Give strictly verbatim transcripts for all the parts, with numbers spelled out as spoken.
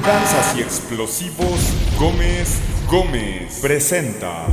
Danzas y explosivos, Gómez Gómez presenta.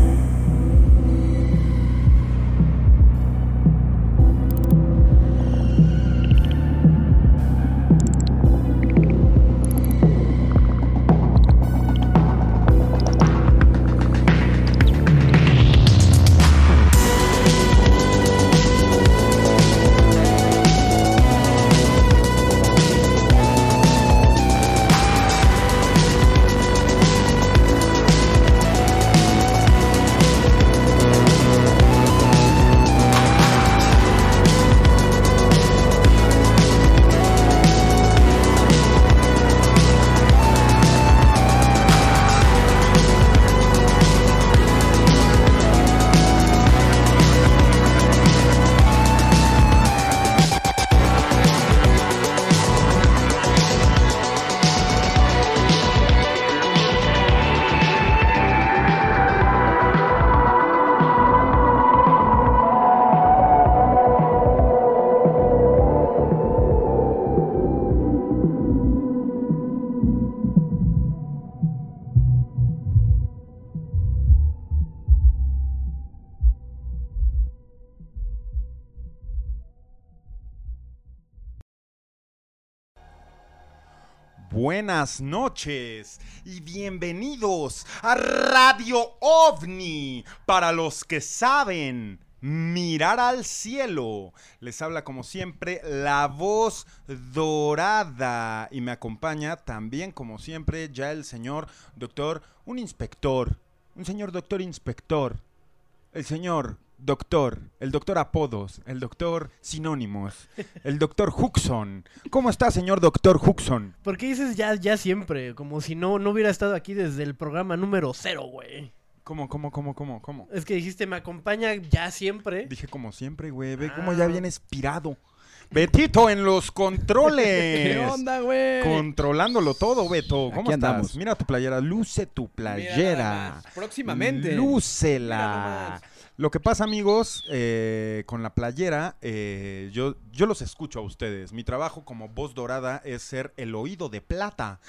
Buenas noches y bienvenidos a Radio OVNI, para los que saben mirar al cielo. Les habla como siempre la voz dorada y me acompaña también como siempre ya el señor doctor, un inspector, un señor doctor inspector, el señor doctor, el doctor apodos, el doctor sinónimos, el doctor Huxon. ¿Cómo está, señor doctor Huxon? ¿Por qué dices ya, ya siempre? Como si no, no hubiera estado aquí desde el programa número cero, güey. ¿Cómo, cómo, cómo, cómo, cómo? Es que dijiste, me acompaña ya siempre. Dije como siempre, güey. Ve ah. cómo ya viene inspirado. Betito en los controles. ¿Qué onda, güey? Controlándolo todo, Beto. ¿Cómo Aquí estás? andamos. Mira tu playera. Luce tu playera. Próximamente. Lúcela. Lo que pasa, amigos, eh, con la playera, eh, yo, yo los escucho a ustedes. Mi trabajo como voz dorada es ser el oído de plata.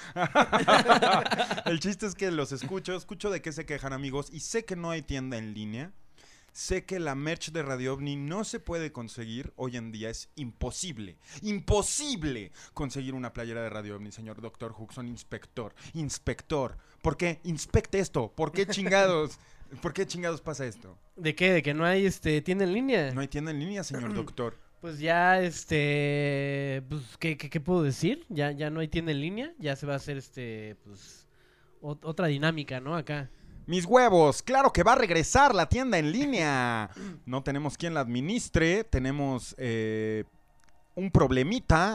El chiste es que los escucho, escucho de qué se quejan, amigos, y sé que no hay tienda en línea. Sé que la merch de Radio OVNI no se puede conseguir hoy en día, es imposible, imposible conseguir una playera de Radio OVNI, señor doctor Huxon, inspector, inspector. ¿Por qué? Inspecte esto, ¿por qué chingados? ¿Por qué chingados pasa esto? ¿De qué? ¿De que no hay este tienda en línea? No hay tienda en línea, señor doctor. Pues ya, este, pues, ¿qué, qué, qué puedo decir? Ya, ya no hay tienda en línea, ya se va a hacer, este, pues, ot- otra dinámica, ¿no? Acá. Mis huevos, claro que va a regresar la tienda en línea. No tenemos quien la administre, tenemos eh, un problemita.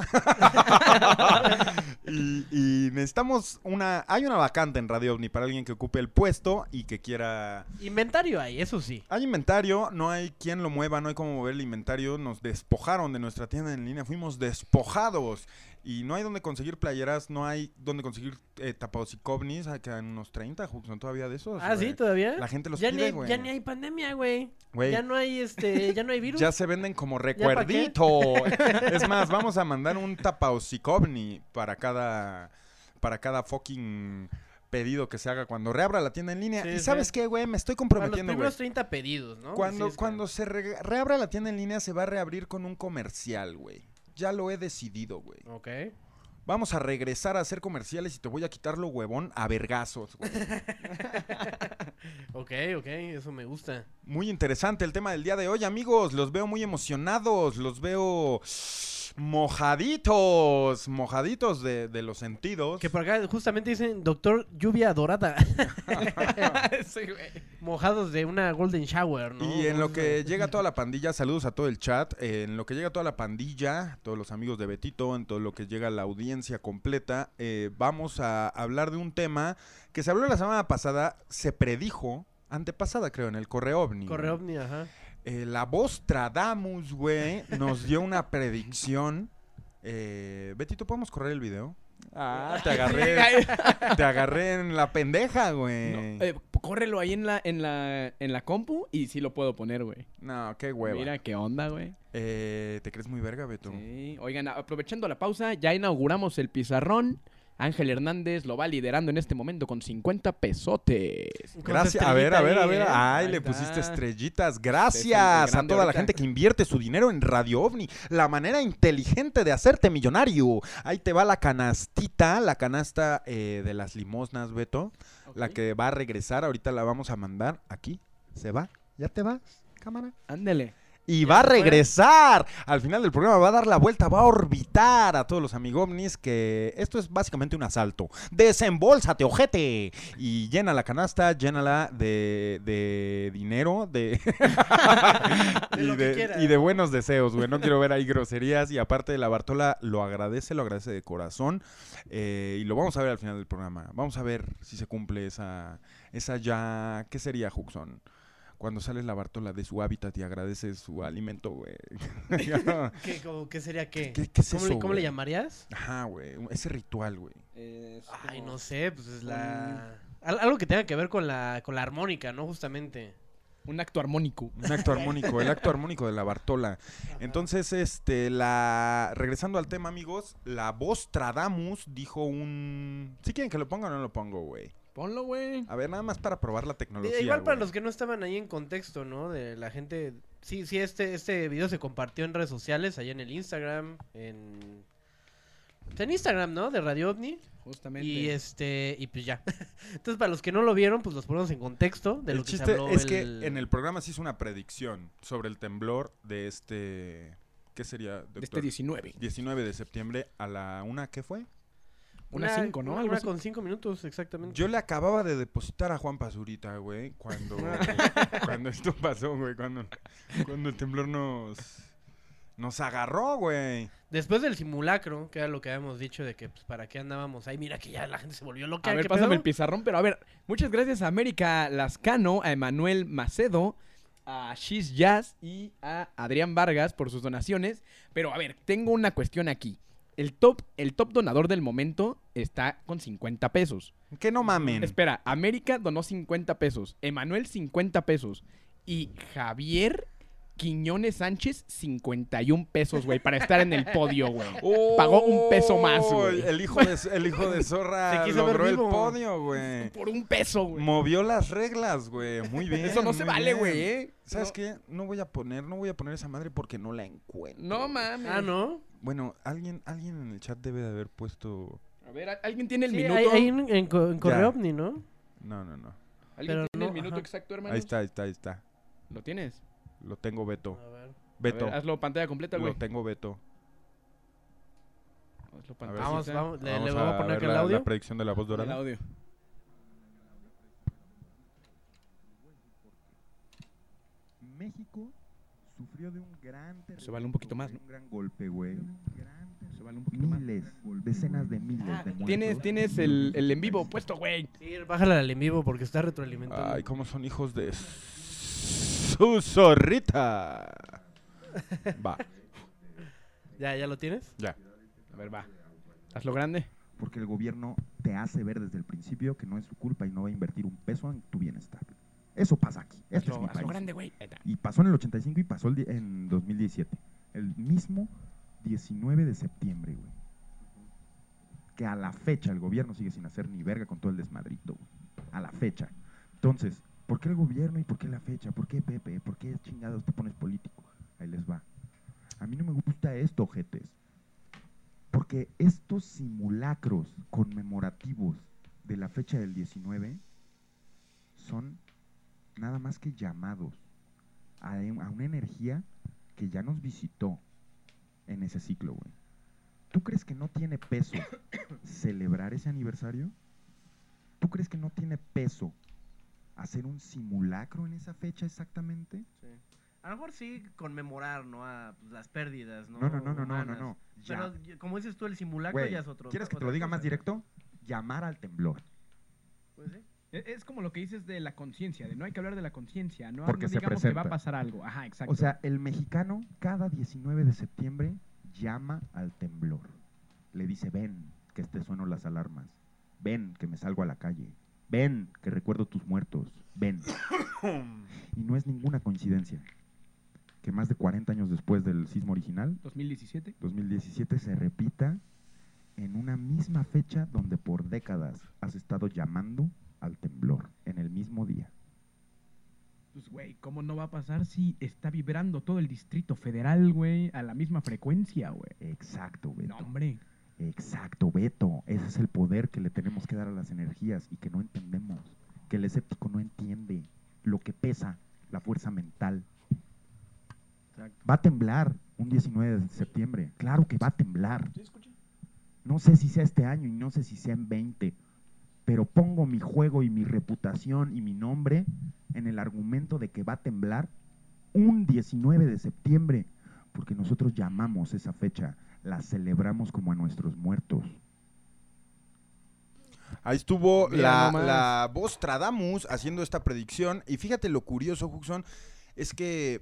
y, y necesitamos una... Hay una vacante en Radio OVNI para alguien que ocupe el puesto y que quiera... Inventario hay, eso sí. Hay inventario, no hay quien lo mueva, no hay cómo mover el inventario. Nos despojaron de nuestra tienda en línea, fuimos despojados. Y no hay donde conseguir playeras, no hay donde conseguir eh, tapados y covnis. Hay que en unos treinta, ¿son todavía de esos? Ah, güey? ¿sí? ¿Todavía? La gente los ya pide, ni güey. Ya ni hay pandemia, güey. Güey. Ya no hay, este, ya no hay virus. Ya se venden como recuerdito. Es más, vamos a mandar un tapaosicovni para cada, para cada fucking pedido que se haga cuando reabra la tienda en línea. Sí, y sí. ¿sabes qué, güey? Me estoy Para los comprometiendo, güey. primeros treinta pedidos, ¿no? Cuando, Sí, es cuando que... se re- reabra la tienda en línea se va a reabrir con un comercial, güey. Ya lo he decidido, güey. Ok. Vamos a regresar a hacer comerciales y te voy a quitar lo huevón a vergazos, güey. Ok, ok, eso me gusta. Muy interesante el tema del día de hoy, amigos. Los veo muy emocionados, los veo mojaditos, mojaditos de, de los sentidos. Que por acá justamente dicen doctor lluvia dorada. Sí, güey. Mojados de una golden shower, ¿no? Y en lo que Entonces, llega toda la pandilla, saludos a todo el chat, eh, en lo que llega toda la pandilla, todos los amigos de Betito, en todo lo que llega la audiencia completa, eh, vamos a hablar de un tema que se habló la semana pasada, se predijo, antepasada creo, en el Correo OVNI. Correo OVNI, ajá. Eh, la voz Tradamus, güey, nos dio una predicción. Eh, Betito, ¿podemos correr el video? Ah, te agarré, te agarré en la pendeja, güey. No, eh, córrelo ahí en la, en la, en la compu y sí lo puedo poner, güey. No, qué hueva. Mira qué onda, güey. Eh, ¿te crees muy verga, Beto? Sí. Oigan, aprovechando la pausa, ya inauguramos el pizarrón. Ángel Hernández lo va liderando en este momento con cincuenta pesotes. Gracias. A ver, a ver, a ver. ¿eh? Ay, Ahí le está. pusiste estrellitas. Es el Gracias a grande toda la ahorita. gente que invierte su dinero en Radio OVNI. La manera inteligente de hacerte millonario. Ahí te va la canastita, la canasta eh, de las limosnas, Beto. La Ok. que va a regresar. Ahorita la vamos a mandar aquí. Se va. Ya te vas, cámara. Ándele. Y Ya va a se fue. regresar. Al final del programa va a dar la vuelta, va a orbitar a todos los amigovnis que esto es básicamente un asalto. Desembolsate, ojete. Y llena la canasta, llénala de, de dinero, de... De y, lo que de quiera. y de buenos deseos, güey. No quiero ver ahí groserías. Y aparte la Bartola lo agradece, lo agradece de corazón. Eh, y lo vamos a ver al final del programa. Vamos a ver si se cumple esa, esa ya... ¿Qué sería, Juxon? Cuando sale la Bartola de su hábitat y agradece su alimento, güey. ¿Qué, como, ¿Qué sería qué? ¿Qué- qué es ¿Cómo, eso, le, ¿Cómo le güey? llamarías? Ajá, güey. Ese ritual, güey. Ay, no sé, pues es la... Al- algo que tenga que ver con la, con la armónica, ¿no? Justamente. Un acto armónico. Un acto armónico, el acto armónico de la Bartola. Entonces, este, la... Regresando al tema, amigos, la voz Tradamus dijo un... ¿Sí quieren que lo ponga o no lo pongo, güey? Ponlo, güey. A ver, nada más para probar la tecnología, Eh, Igual para güey. los que no estaban ahí en contexto, ¿no? De la gente... Sí, sí, este, este video se compartió en redes sociales, allá en el Instagram, en... En Instagram, ¿no? De Radio OVNI. Justamente. Y este, y pues ya. Entonces, para los que no lo vieron, pues los ponemos en contexto de El lo que se chiste habló es el- que en el programa se hizo una predicción sobre el temblor de este... ¿Qué sería, doctor? De este diecinueve. diecinueve de septiembre a la una, ¿qué fue? Una cinco, ¿no? Una, Algo una así. con cinco minutos, exactamente. Yo le acababa de depositar a Juan Pazurita, güey, cuando, cuando esto pasó, güey, cuando, cuando el temblor nos, nos agarró, güey. Después del simulacro, que era lo que habíamos dicho de que, pues, para qué andábamos ahí. Mira que ya la gente se volvió loca. A ver, ¿qué pásame pedo? el pizarrón, pero a ver, muchas gracias a América Lascano, a Emanuel Macedo, a Shiz Jazz y a Adrián Vargas por sus donaciones. Pero a ver, tengo una cuestión aquí. El top, el top donador del momento está con cincuenta pesos. Que no mamen. Espera, América donó cincuenta pesos, Emanuel cincuenta pesos y Javier Quiñones Sánchez cincuenta y un pesos, güey, para estar en el podio, güey. Pagó un peso más, güey. El hijo de, el hijo de Zorra Se quiso ver logró el vivo. podio, güey. Por un peso, güey. Movió las reglas, güey. Muy bien. Eso no se muy vale, bien. güey, ¿eh? ¿Sabes No. qué? No voy a poner, no voy a poner esa madre porque no la encuentro. No mames. Ah, ¿no? Bueno, alguien, alguien en el chat debe de haber puesto. A ver, ¿al- ¿alguien tiene el Sí, minuto? ahí, ahí en, en, co- en Correo Ya. OVNI, ¿no? No, no, no. ¿Alguien pero tiene no, el minuto ajá. exacto, hermano? Ahí está, ahí está, ahí está. ¿Lo tienes? Lo tengo, Beto. A ver. Beto. A ver, hazlo pantalla completa, güey. Lo tengo, Beto. Hazlo A ver, pantalla. Vamos, vamos. Le, Vamos le voy a poner ver acá la, el audio. la predicción de la voz El dorada. audio. México sufrió de un gran Se vale un poquito más, ¿no? un gran golpe, güey. Se vale un poquito más. Miles, decenas de miles Ah, de muertos. tienes, tienes el, el en vivo puesto, güey. Sí, bájala al en vivo porque está retroalimentando. Ay, cómo son hijos de su zorrita. Va, ¿Ya, ¿Ya lo tienes? ya. A ver, va. Hazlo grande. Porque el gobierno te hace ver desde el principio que no es su culpa y no va a invertir un peso en tu bienestar. Eso pasa aquí. Este es Hazlo, mi hazlo país. grande, güey. Ahí está. Y pasó en el ochenta y cinco y pasó el di- en dos mil diecisiete. El mismo diecinueve de septiembre, güey. Que a la fecha el gobierno sigue sin hacer ni verga con todo el desmadrito, güey. A la fecha. Entonces, ¿por qué el gobierno y por qué la fecha? ¿Por qué Pepe? ¿Por qué chingados te pones político? Ahí les va. A mí no me gusta esto, ojetes. Porque estos simulacros conmemorativos de la fecha del diecinueve son nada más que llamados a, a una energía que ya nos visitó en ese ciclo, güey. ¿Tú crees que no tiene peso celebrar ese aniversario? ¿Tú crees que no tiene peso hacer un simulacro en esa fecha exactamente? A lo mejor sí conmemorar, ¿no? A pues, las pérdidas, ¿no? No, no, no, no, no, no, Humanas. no. Ya. Pero y- como dices tú, el simulacro Güey, ya es otro. ¿quieres que te otra lo diga cosa. más directo? Llamar al temblor. Pues sí. Es, es como lo que dices de la conciencia, de no hay que hablar de la conciencia, no, Porque no se digamos que va a presenta. pasar algo. Ajá, exacto. O sea, el mexicano cada diecinueve de septiembre llama al temblor. Le dice, ven, que este suenan las alarmas. Ven, que me salgo a la calle. Ven, que recuerdo tus muertos. Ven. Y no es ninguna coincidencia que más de cuarenta años después del sismo original, dos mil diecisiete. dos mil diecisiete, se repita en una misma fecha donde por décadas has estado llamando al temblor, en el mismo día. Pues, güey, ¿cómo no va a pasar si está vibrando todo el Distrito Federal, güey, a la misma frecuencia, güey? Exacto, Beto. No, hombre. Exacto, Beto. Ese es el poder que le tenemos que dar a las energías y que no entendemos. Que el escéptico no entiende lo que pesa la fuerza mental. Exacto. Va a temblar un diecinueve de septiembre. Claro que va a temblar. No sé si sea este año y no sé si sea en veinte, pero pongo mi juego y mi reputación y mi nombre en el argumento de que va a temblar un diecinueve de septiembre, porque nosotros llamamos esa fecha, la celebramos como a nuestros muertos. Ahí estuvo Mira la, nomás. la voz Tradamus haciendo esta predicción. Y fíjate lo curioso, Huxon, es que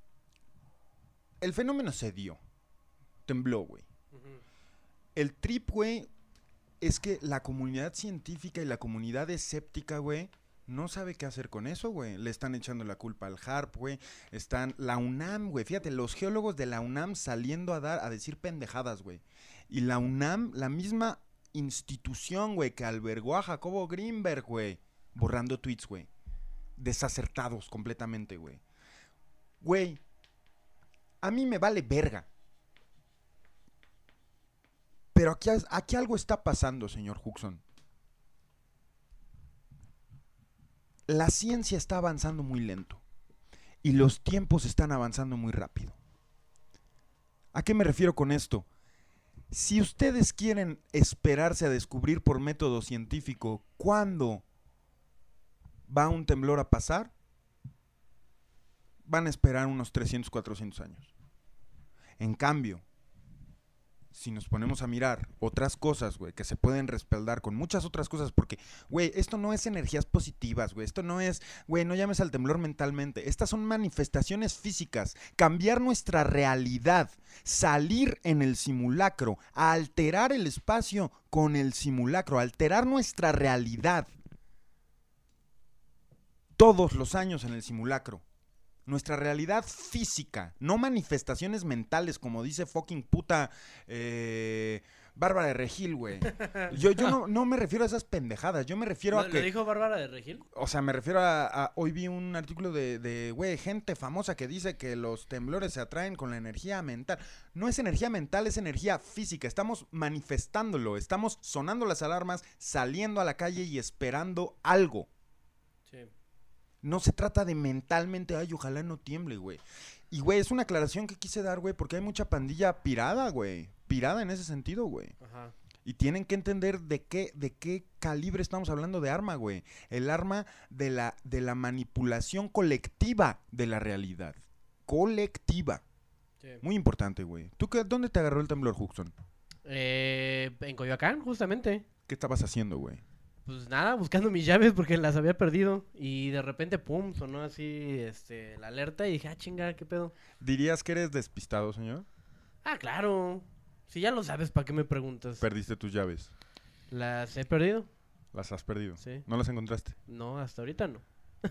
el fenómeno se dio. Tembló, güey. El trip, güey, es que la comunidad científica y la comunidad escéptica, güey, no sabe qué hacer con eso, güey. Le están echando la culpa al HARP, güey. Están la UNAM, güey. Fíjate, los geólogos de la UNAM saliendo a dar a decir pendejadas, güey. Y la UNAM, la misma institución, güey, que albergó a Jacobo Greenberg, güey, borrando tweets, güey. Desacertados completamente, güey. Güey, a mí me vale verga. Pero aquí, aquí algo está pasando, señor Huxon. La ciencia está avanzando muy lento. Y los tiempos están avanzando muy rápido. ¿A qué me refiero con esto? Si ustedes quieren esperarse a descubrir por método científico cuándo va un temblor a pasar, van a esperar unos trescientos, cuatrocientos años. En cambio, si nos ponemos a mirar otras cosas, güey, que se pueden respaldar con muchas otras cosas, porque, güey, esto no es energías positivas, güey, esto no es, güey, no llames al temblor mentalmente, estas son manifestaciones físicas, cambiar nuestra realidad, salir en el simulacro, alterar el espacio con el simulacro, alterar nuestra realidad, todos los años en el simulacro. Nuestra realidad física, no manifestaciones mentales, como dice fucking puta eh, Bárbara de Regil, güey. Yo, yo no, no me refiero a esas pendejadas, yo me refiero ¿Lo, a ¿Lo que... dijo Bárbara de Regil? O sea, me refiero a, a... Hoy vi un artículo de, de, güey, gente famosa que dice que los temblores se atraen con la energía mental. No es energía mental, es energía física. Estamos manifestándolo, estamos sonando las alarmas, saliendo a la calle y esperando algo. Sí. No se trata de mentalmente, ay, ojalá no tiemble, güey. Y, güey, es una aclaración que quise dar, güey, porque hay mucha pandilla pirada, güey. Pirada en ese sentido, güey. Ajá. Y tienen que entender de qué, de qué calibre estamos hablando de arma, güey. El arma de la, de la manipulación colectiva de la realidad. Colectiva. Sí. Muy importante, güey. ¿Tú qué, dónde te agarró el temblor, Huxon? Eh, en Coyoacán, justamente. ¿Qué estabas haciendo, güey? Pues nada, buscando mis llaves porque las había perdido. Y de repente, pum, sonó así este, la alerta y dije, ah, chinga, ¿qué pedo? ¿Dirías que eres despistado, señor? Ah, claro. Si ya lo sabes, ¿para qué me preguntas? Perdiste tus llaves. Las he perdido. Las has perdido. Sí. ¿No las encontraste? No, hasta ahorita no.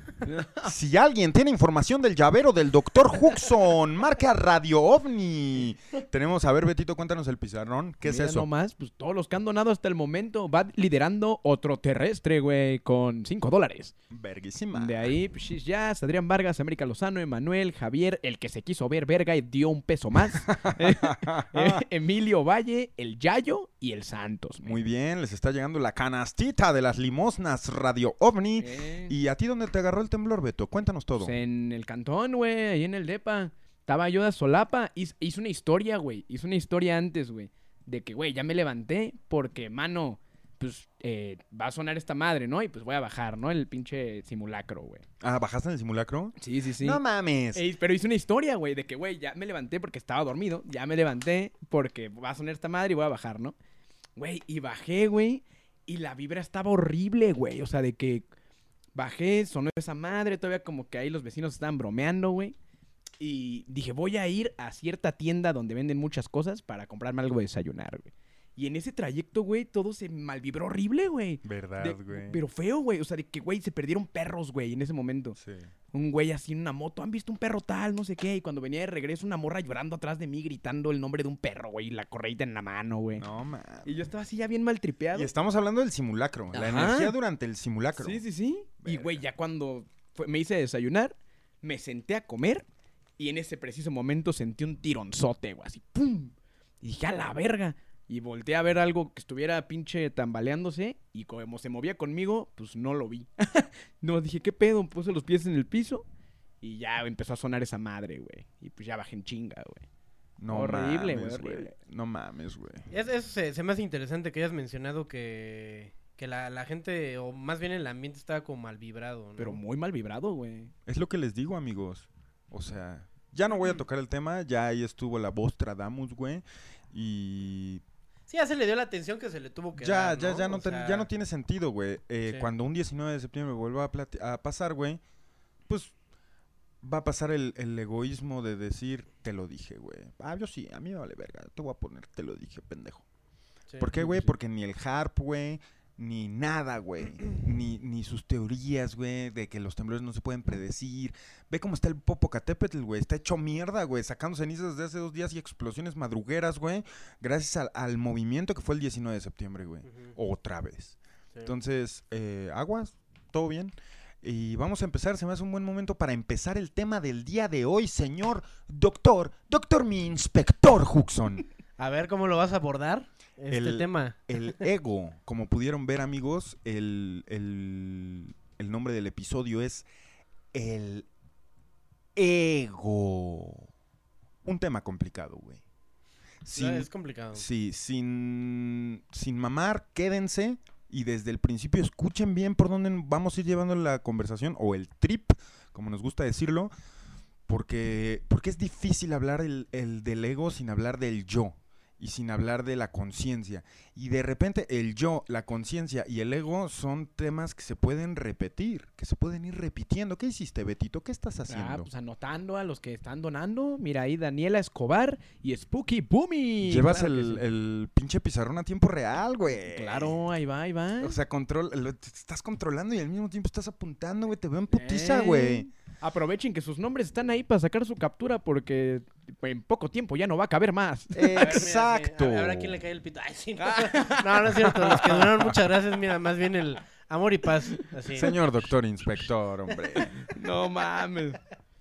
Si alguien tiene información del llavero del doctor Huxon, marque a Radio OVNI. Tenemos, a ver, Betito, cuéntanos el pizarrón. ¿Qué Mira es eso? nomás, pues todos los que han donado hasta el momento va liderando otro terrestre, güey, con cinco dólares. Verguísima. De ahí, pues, Shish Jazz, Adrián Vargas, América Lozano, Emanuel, Javier, el que se quiso ver verga y dio un peso más. Eh, eh, Emilio Valle, el Yayo y el Santos. Muy bien, les está llegando la canastita de las limosnas Radio OVNI. Eh, ¿Y a ti dónde te agarró el temblor, Beto? Cuéntanos todo. pues, en el cantón, güey, ahí en el depa. Estaba yo de solapa. Hizo, hizo una historia, güey. Hizo una historia antes, güey. De que, güey, ya me levanté porque, mano, pues eh, va a sonar esta madre, ¿no? Y pues voy a bajar, ¿no? El pinche simulacro, güey. Ah, ¿bajaste en el simulacro? Sí, sí, sí. No mames. Ey, pero hice una historia, güey, de que, güey, ya me levanté porque estaba dormido. Ya me levanté porque va a sonar esta madre y voy a bajar, ¿no? Güey, y bajé, güey. Y la vibra estaba horrible, güey. O sea, de que bajé, sonó esa madre. Todavía como que ahí los vecinos estaban bromeando, güey. Y dije, voy a ir a cierta tienda donde venden muchas cosas para comprarme algo de desayunar, güey. Y en ese trayecto, güey, todo se malvibró horrible, güey. Verdad, De- güey. Pero feo, güey. O sea, de que, güey, se perdieron perros, güey, en ese momento. Sí. Un güey así en una moto. ¿Han visto un perro tal? No sé qué. Y cuando venía de regreso, una morra llorando atrás de mí, gritando el nombre de un perro, güey. Y la correita en la mano, güey. No, man. Y yo estaba así ya bien mal tripeado. Y estamos hablando del simulacro. La Ajá. energía durante el simulacro. Sí, sí, sí. Y, güey, ya cuando fue- me hice desayunar, me senté a comer. Y en ese preciso momento sentí un tironzote, güey. Así, ¡pum! Y dije, a la verga. Y volteé a ver algo que estuviera pinche tambaleándose. Y como se movía conmigo, pues no lo vi. No, dije, ¿qué pedo? Puse los pies en el piso. Y ya empezó a sonar esa madre, güey. Y pues ya bajé en chinga, güey. No Horrible, mames, güey, horrible. No mames, güey. Es, eso se, se me hace interesante que hayas mencionado que, que la, la gente, o más bien el ambiente estaba como mal vibrado, ¿no? Pero muy mal vibrado, güey. Es lo que les digo, amigos. O sea, ya no voy a tocar el tema. Ya ahí estuvo la voz Tradamus, güey. Y Sí, ya se le dio la atención que se le tuvo que ya, dar, ya, ya, no O ten- sea, ya no tiene sentido, güey. Eh, Sí. Cuando un diecinueve de septiembre vuelva a, plati- a pasar, güey, pues va a pasar el, el egoísmo de decir, te lo dije, güey. Ah, yo sí, a mí me vale verga. Te voy a poner, te lo dije, pendejo. sí. ¿Por qué, güey? Porque ni el harp, güey, ni nada, güey. Ni, ni sus teorías, güey, de que los temblores no se pueden predecir. Ve cómo está el Popocatépetl, güey. Está hecho mierda, güey. Sacando cenizas desde hace dos días y explosiones madrugueras, güey. Gracias al, al movimiento que fue el diecinueve de septiembre, güey. Ujú, Otra vez. sí. Entonces, eh, aguas, todo bien. Y vamos a empezar, se me hace un buen momento para empezar el tema del día de hoy, señor doctor, doctor mi inspector Huxon. A ver, ¿cómo lo vas a abordar este El- tema? El ego, como pudieron ver, amigos, el, el, el nombre del episodio es el ego. Un tema complicado, güey. Sin, es complicado. sí, sin, sin mamar, quédense y desde el principio escuchen bien por dónde vamos a ir llevando la conversación o el trip, como nos gusta decirlo, porque, porque es difícil hablar el, el del ego sin hablar del yo y sin hablar de la conciencia. Y de repente el yo, la conciencia y el ego son temas que se pueden repetir, que se pueden ir repitiendo. ¿Qué hiciste, Betito? ¿Qué estás haciendo? Ah, pues anotando a los que están donando. Mira ahí Daniela Escobar y Spooky Boomy. Llevas Claro que el, sí. el pinche pizarrón a tiempo real, güey. Claro, ahí va, ahí va. O sea, control, lo- te estás controlando y al mismo tiempo estás apuntando, güey. Te veo en putiza, Eh, güey. Aprovechen que sus nombres están ahí para sacar su captura porque en poco tiempo ya no va a caber más. A ver, mira, Exacto. sí, a ver a quién le cae el pito. Ay, sí, no. no, no es cierto. Los que donaron, muchas gracias. Mira, más bien el amor y paz. Así. Señor doctor inspector, hombre. No mames.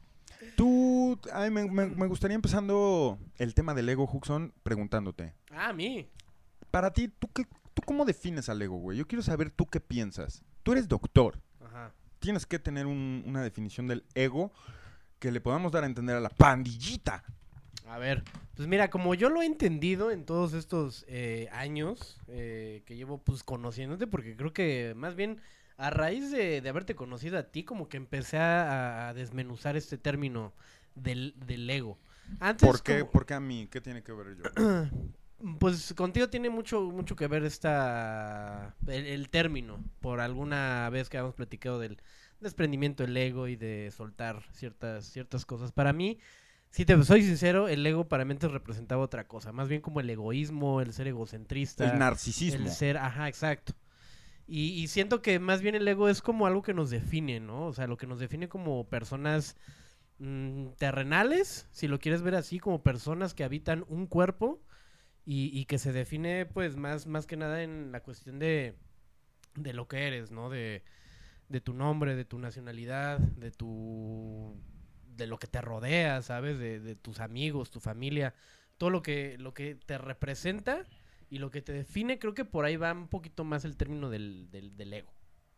Tú, ay, me, me- me gustaría empezando el tema del ego, Huxon, preguntándote. Ah, a mí. Para ti, ¿tú, qué, ¿tú cómo defines al ego, güey? Yo quiero saber tú qué piensas. Tú eres doctor. Ajá. Tienes que tener un- una definición del ego que le podamos dar a entender a la pandillita. A ver, pues mira, como yo lo he entendido en todos estos eh, años eh, que llevo pues conociéndote, porque creo que más bien a raíz de, de haberte conocido a ti, como que empecé a, a desmenuzar este término del, del ego. Antes, ¿Por qué, como- ¿Por qué a mí? ¿Qué tiene que ver yo? Pues contigo tiene mucho mucho que ver esta el, el término, por alguna vez que habíamos platicado del desprendimiento del ego y de soltar ciertas ciertas cosas. Para mí, si te soy sincero, el ego para mí antes representaba otra cosa, más bien como el egoísmo, el ser egocentrista, El narcisismo. el ser, ajá, exacto. Y, y siento que más bien el ego es como algo que nos define, ¿no? O sea, lo que nos define como personas mm, terrenales, si lo quieres ver así, como personas que habitan un cuerpo y, y que se define, pues, más, más que nada en la cuestión de, de lo que eres, ¿no? De, de tu nombre, de tu nacionalidad, de tu... de lo que te rodea, ¿sabes? De, de tus amigos, tu familia, todo lo que, lo que te representa y lo que te define, creo que por ahí va un poquito más el término del, del, del ego.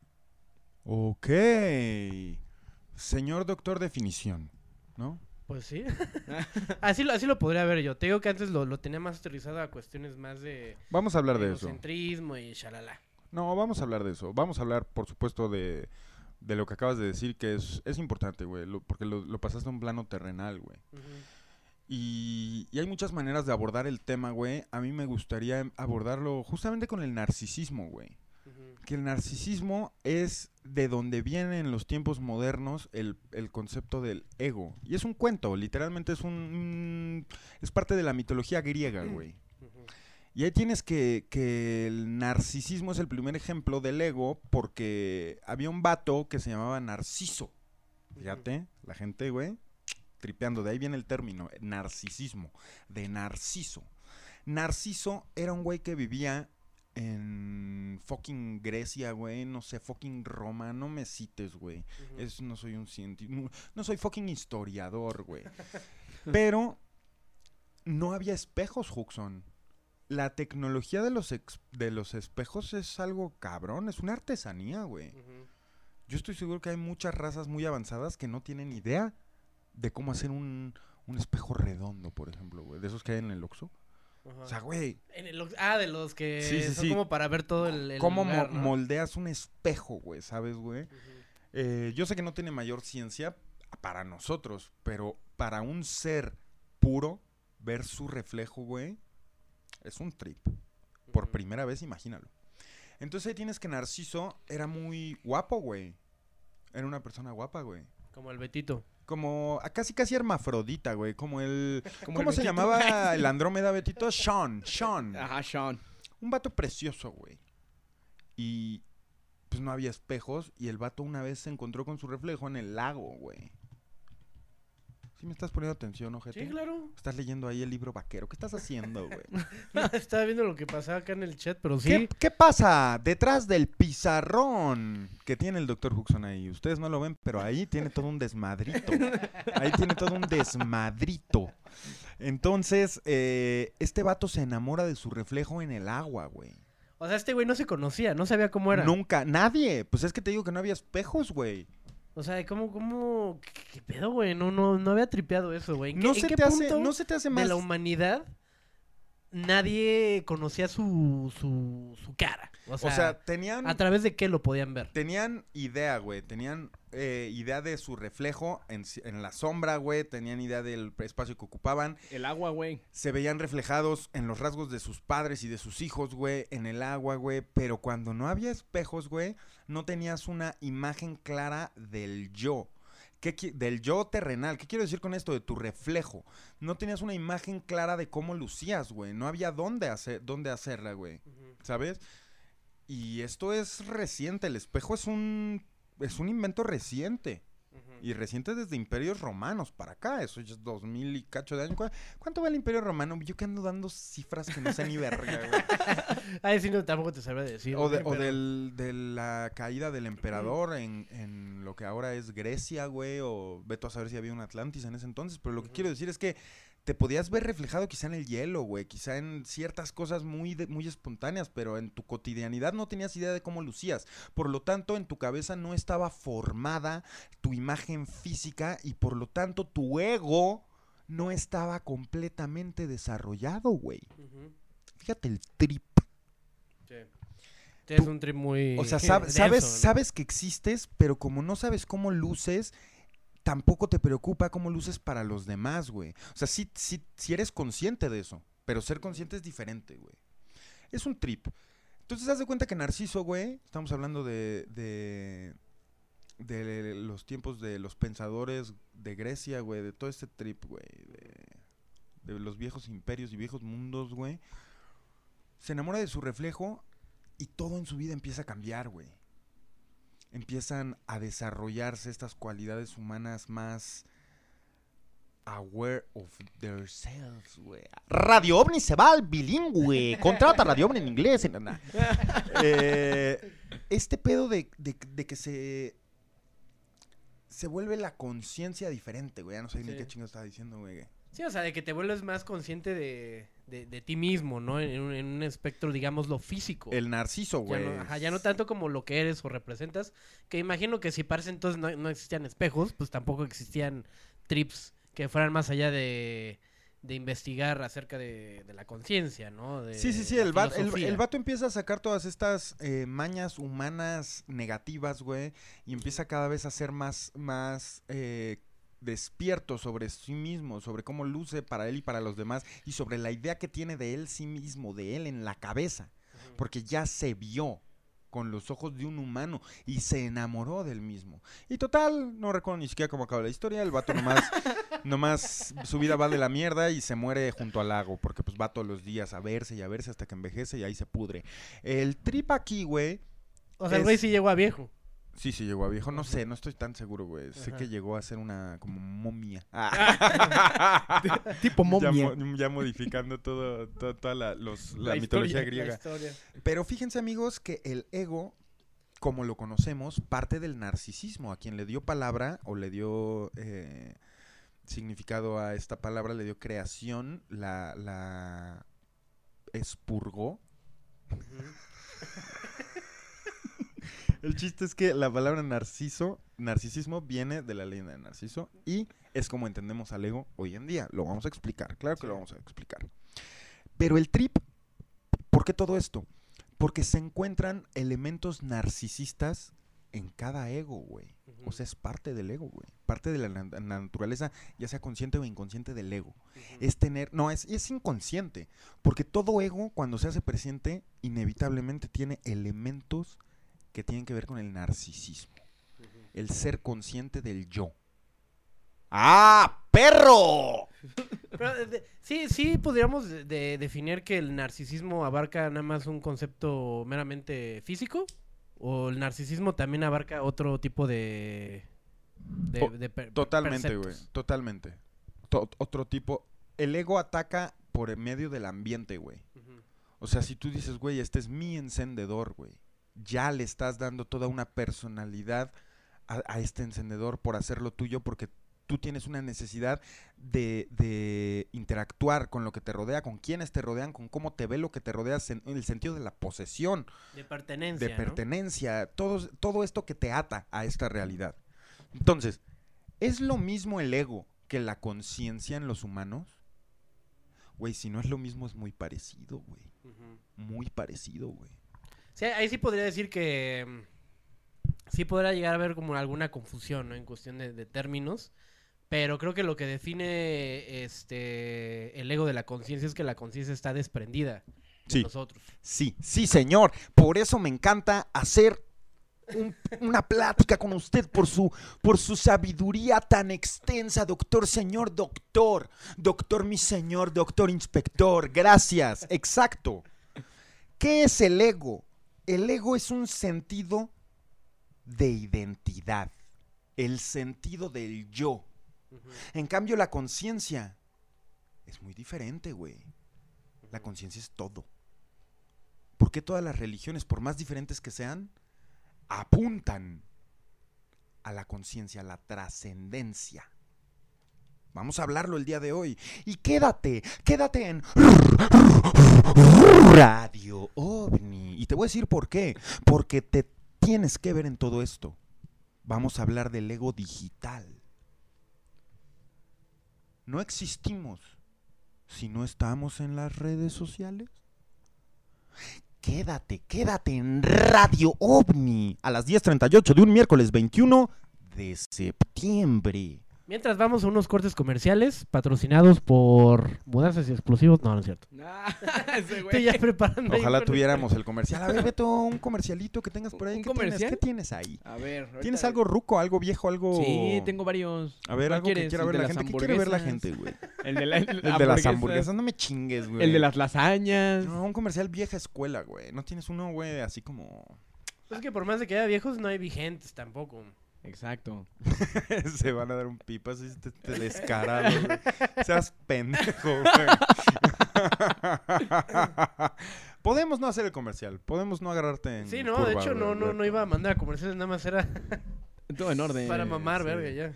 Ok. Señor doctor definición, ¿no? Pues sí. así, lo, así lo podría ver yo. Te digo que antes lo, lo tenía más aterrizado a cuestiones más de Vamos a hablar de eso. egocentrismo y shalala. No, vamos a hablar de eso. Vamos a hablar, por supuesto, de, de lo que acabas de decir, que es, es importante, güey, lo- porque lo, lo pasaste a un plano terrenal, güey. Ujú. Y, y hay muchas maneras de abordar el tema, güey. A mí me gustaría abordarlo justamente con el narcisismo, güey. Ujú. Que el narcisismo es de donde viene en los tiempos modernos el, el concepto del ego. Y es un cuento, literalmente es un... un- es parte de la mitología griega, güey. Ujú. Y ahí tienes que, que el narcisismo es el primer ejemplo del ego porque había un vato que se llamaba Narciso. Fíjate, la gente, güey, tripeando. De ahí viene el término, narcisismo, de Narciso. Narciso era un güey que vivía en fucking Grecia, güey, no sé, fucking Roma, no me cites, güey. Uh-huh. Es, no soy un científico, no, no soy fucking historiador, güey. Pero no había espejos, Huxon. La tecnología de los, ex, de los espejos es algo cabrón, es una artesanía, güey. Uh-huh. Yo estoy seguro que hay muchas razas muy avanzadas que no tienen idea de cómo hacer un, un espejo redondo, por ejemplo, güey. De esos que hay en el Oxxo. Uh-huh. O sea, güey. En el, ah, de los que sí, sí, son sí. como para ver todo el, el ¿Cómo lugar, mo- ¿no? moldeas un espejo, güey? ¿Sabes, güey? Uh-huh. Eh, yo sé que no tiene mayor ciencia para nosotros, pero para un ser puro, ver su reflejo, güey, es un trip. Por uh-huh. primera vez, imagínalo. Entonces ahí tienes que Narciso era muy guapo, güey. Era una persona guapa, güey. Como el Betito. Como casi casi hermafrodita, güey. Como el... Como ¿Cómo el se Betito. llamaba el Andrómeda Betito? Sean, Sean. Ajá, Sean. Un vato precioso, güey. Y pues no había espejos y el vato una vez se encontró con su reflejo en el lago, güey. ¿Sí me estás poniendo atención, ojete? Sí, claro. Estás leyendo ahí el libro vaquero. ¿Qué estás haciendo, güey? No, estaba viendo lo que pasaba acá en el chat, pero sí. ¿Qué, ¿Qué pasa detrás del pizarrón que tiene el doctor Huxon ahí? Ustedes no lo ven, pero ahí tiene todo un desmadrito. Ahí tiene todo un desmadrito. Entonces, eh, este vato se enamora de su reflejo en el agua, güey. O sea, este güey no se conocía, no sabía cómo era. Nunca, nadie. Pues es que te digo que no había espejos, güey. O sea, ¿cómo, cómo, qué, qué pedo, güey? No, no, no había tripeado eso, güey. ¿En qué, No en se qué te hace, punto no se te hace más. de la humanidad nadie conocía su, su, su cara? O sea, O sea, tenían, ¿a través de qué lo podían ver? tenían idea, güey. Tenían eh, idea de su reflejo en, en la sombra, güey. Tenían idea del espacio que ocupaban. El agua, güey. Se veían reflejados en los rasgos de sus padres y de sus hijos, güey. En el agua, güey. Pero cuando no había espejos, güey, no tenías una imagen clara del yo. ¿Qué, del yo terrenal. ¿Qué quiero decir con esto? De tu reflejo. No tenías una imagen clara de cómo lucías, güey. No había dónde, hacer, dónde hacerla, güey. Uh-huh. ¿Sabes? Y esto es reciente. El espejo es un, es un invento reciente. Uh-huh. Y reciente desde imperios romanos para acá. Eso ya es dos mil y cacho de años. ¿Cu- ¿Cuánto va el imperio romano? Yo que ando dando cifras que no sé ni verga, güey. Ay, sí, no, tampoco te sabría decir. O, de, güey, o pero... del, de la caída del emperador en, en lo que ahora es Grecia, güey. O veto a saber si había un Atlantis en ese entonces. Pero lo que uh-huh. quiero decir es que te podías ver reflejado quizá en el hielo, güey. Quizá en ciertas cosas muy, de, muy espontáneas. Pero en tu cotidianidad no tenías idea de cómo lucías. Por lo tanto, en tu cabeza no estaba formada tu imagen física. Y por lo tanto, tu ego no estaba completamente desarrollado, güey. Uh-huh. Fíjate el trip. Sí. Sí, es un trip muy... O sea, sab- denso, sabes, ¿no? sabes que existes, pero como no sabes cómo luces, tampoco te preocupa cómo luces para los demás, güey. O sea, sí, sí, sí eres consciente de eso, pero ser consciente es diferente, güey. Es un trip. Entonces, haz de cuenta que Narciso, güey, estamos hablando de, de, de los tiempos de los pensadores de Grecia, güey, de todo este trip, güey, de, de los viejos imperios y viejos mundos, güey. Se enamora de su reflejo y todo en su vida empieza a cambiar, güey. Empiezan a desarrollarse estas cualidades humanas más aware of themselves, güey. Radio OVNI se va al bilingüe. Contrata Radio OVNI en inglés. En, na. eh, este pedo de, de, de que se se vuelve la conciencia diferente, güey. Ya no sé sí. ni qué chingo estaba diciendo, güey. Sí, o sea, de que te vuelves más consciente de, de, de ti mismo, ¿no? En un, en un espectro, digamos, lo físico. El narciso, güey. Ya no, ajá, ya no tanto como lo que eres o representas, que imagino que si parece entonces no, no existían espejos, pues tampoco existían trips que fueran más allá de, de investigar acerca de, de la conciencia, ¿no? De, sí, sí, sí, el, va, el, el vato empieza a sacar todas estas eh, mañas humanas negativas, güey, y empieza cada vez a ser más, más eh, despierto sobre sí mismo, sobre cómo luce para él y para los demás, y sobre la idea que tiene de él sí mismo, de él en la cabeza, uh-huh. porque ya se vio, con los ojos de un humano y se enamoró del mismo. Y total, no recuerdo ni siquiera cómo acaba la historia, el vato nomás, nomás su vida va de la mierda y se muere junto al lago, porque pues va todos los días a verse y a verse hasta que envejece y ahí se pudre. El trip aquí, güey... O sea, el es- güey sí llegó a viejo. Sí, sí llegó a viejo, no Ajá. sé, no estoy tan seguro, güey. Sé Ajá. que llegó a ser una como momia. Ah. Tipo Ya, momia. mo- ya modificando todo, todo- toda la, los- la La mitología historia, griega. La historia. Pero fíjense, amigos, que el ego, como lo conocemos, parte del narcisismo. A quien le dio palabra o le dio eh, significado a esta palabra, le dio creación, la, la expurgó. El chiste es que la palabra narciso, narcisismo viene de la leyenda de Narciso y es como entendemos al ego hoy en día. Lo vamos a explicar, claro que lo vamos a explicar. Pero el trip, ¿por qué todo esto? Porque se encuentran elementos narcisistas en cada ego, güey. O sea, es parte del ego, güey. Parte de la, na- la naturaleza, ya sea consciente o inconsciente del ego. Es tener, no, es, es inconsciente. Porque todo ego, cuando se hace presente, inevitablemente tiene elementos que tienen que ver con el narcisismo. El ser consciente del yo. ¡Ah, perro! Pero, eh, de- sí, sí podríamos de- de definir que el narcisismo abarca nada más un concepto meramente físico, o el narcisismo también abarca otro tipo de, de, O- de per- Totalmente, güey. perceptos. Totalmente. To- otro tipo. El ego ataca por medio del ambiente, güey. Ujú. O sea, si tú dices, güey, este es mi encendedor, güey, ya le estás dando toda una personalidad a, a este encendedor por hacerlo tuyo, porque tú tienes una necesidad de, de interactuar con lo que te rodea, con quienes te rodean, con cómo te ve lo que te rodea, en el sentido de la posesión, De pertenencia, de ¿no? pertenencia, todo, todo esto que te ata a esta realidad. Entonces, ¿es lo mismo el ego que la conciencia en los humanos? Güey, si no es lo mismo, es muy parecido, güey. Ujú. Muy parecido, güey. Sí, ahí sí podría decir que mm, sí podrá llegar a haber como alguna confusión, ¿no? En cuestión de, de términos, pero creo que lo que define este el ego de la conciencia es que la conciencia está desprendida de Sí. nosotros. Sí, sí, señor. Por eso me encanta hacer un- una plática con usted por su, por su sabiduría tan extensa, doctor, señor, doctor. Doctor, mi señor, doctor, inspector. Gracias. Exacto. ¿Qué es el ego? El ego es un sentido de identidad. El sentido del yo. Ujú. En cambio, la conciencia es muy diferente, güey. La conciencia es todo. ¿Por qué todas las religiones, por más diferentes que sean, apuntan a la conciencia, a la trascendencia? Vamos a hablarlo el día de hoy. Y quédate, quédate en Radio OVNI. Y te voy a decir por qué. Porque te tienes que ver en todo esto. Vamos a hablar del ego digital. No existimos si no estamos en las redes sociales. Quédate, quédate en Radio OVNI a las diez treinta y ocho de un miércoles veintiuno de septiembre. Mientras vamos a unos cortes comerciales patrocinados por Mudanzas y Explosivos. No, no es cierto. Ah, ese Estoy güey. ya preparando. ahí Ojalá con- tuviéramos el comercial. A ver, Beto, un comercialito que tengas por ahí. ¿Un ¿Qué comercial? tienes? ¿Qué tienes ahí? A ver. ahorita- ¿Tienes algo ruco, algo viejo, algo...? Sí, tengo varios. A ver, ¿Cuál algo que quieres? quiera ¿El ver de la las gente. ¿Qué quiere ver la hamburguesas? gente, güey? El de, la, el El de las hamburguesas. No me chingues, güey. El de las lasañas. No, un comercial vieja escuela, güey. No tienes uno, güey, así como... Es que por más de que haya viejos, no hay vigentes tampoco. Exacto. Se van a dar un pipas y te, te descarado, güey. Seas pendejo, güey. Podemos no hacer el comercial. Podemos no agarrarte en Sí, no, de curva, hecho no, güey, no, güey. no iba a mandar a comerciales, nada más era Todo en orden. para mamar, sí. verga, ya.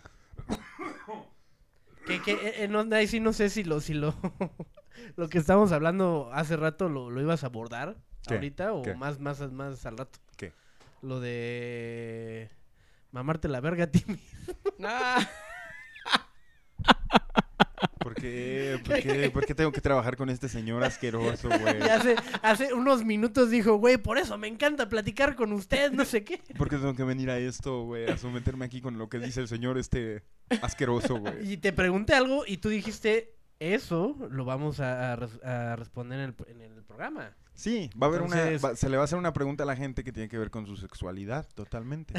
Que, que, eh, eh, no, ahí sí no sé si lo, si lo, lo que estábamos hablando hace rato lo, lo ibas a abordar ¿Qué? ahorita o ¿Qué? más, más, más al rato. ¿Qué? Lo de mamarte la verga a ti mismo. Ah, ¿Por qué? ¿Por qué? ¿Por qué tengo que trabajar con este señor asqueroso, güey? Y hace, hace unos minutos dijo, güey, por eso me encanta platicar con usted, no sé qué. ¿Por qué tengo que venir a esto, güey? A someterme aquí con lo que dice el señor este asqueroso, güey. Y te pregunté algo y tú dijiste eso lo vamos a, a res- a responder en el, en el programa. Sí, va a haber Entonces- una, va- se le va a hacer una pregunta a la gente que tiene que ver con su sexualidad, totalmente.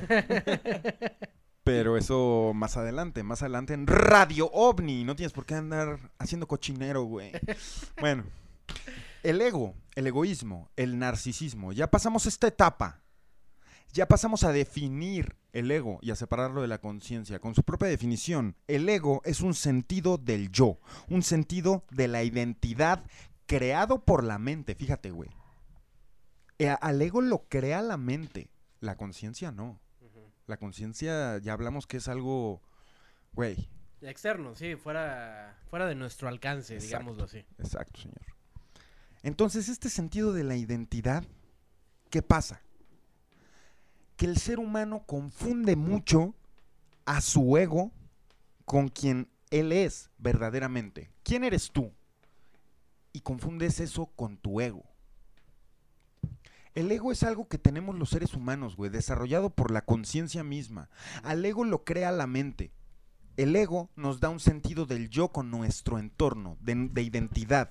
Pero eso más adelante, más adelante en Radio OVNI. No tienes por qué andar haciendo cochinero, güey. Bueno, el ego, el egoísmo, el narcisismo. Ya pasamos esta etapa. Ya pasamos a definir el ego y a separarlo de la conciencia. Con su propia definición, el ego es un sentido del yo, un sentido de la identidad creado por la mente. Fíjate, güey. Eh, Al ego lo crea la mente, la conciencia no. La conciencia, ya hablamos que es algo, güey. Externo, sí, fuera, fuera de nuestro alcance, Exacto. digámoslo así. Exacto, señor. Entonces, este sentido de la identidad, ¿qué pasa? Que el ser humano confunde mucho a su ego con quien él es verdaderamente. ¿Quién eres tú? Y confundes eso con tu ego. El ego es algo que tenemos los seres humanos, güey, desarrollado por la conciencia misma. Al ego lo crea la mente. El ego nos da un sentido del yo con nuestro entorno, de, de identidad.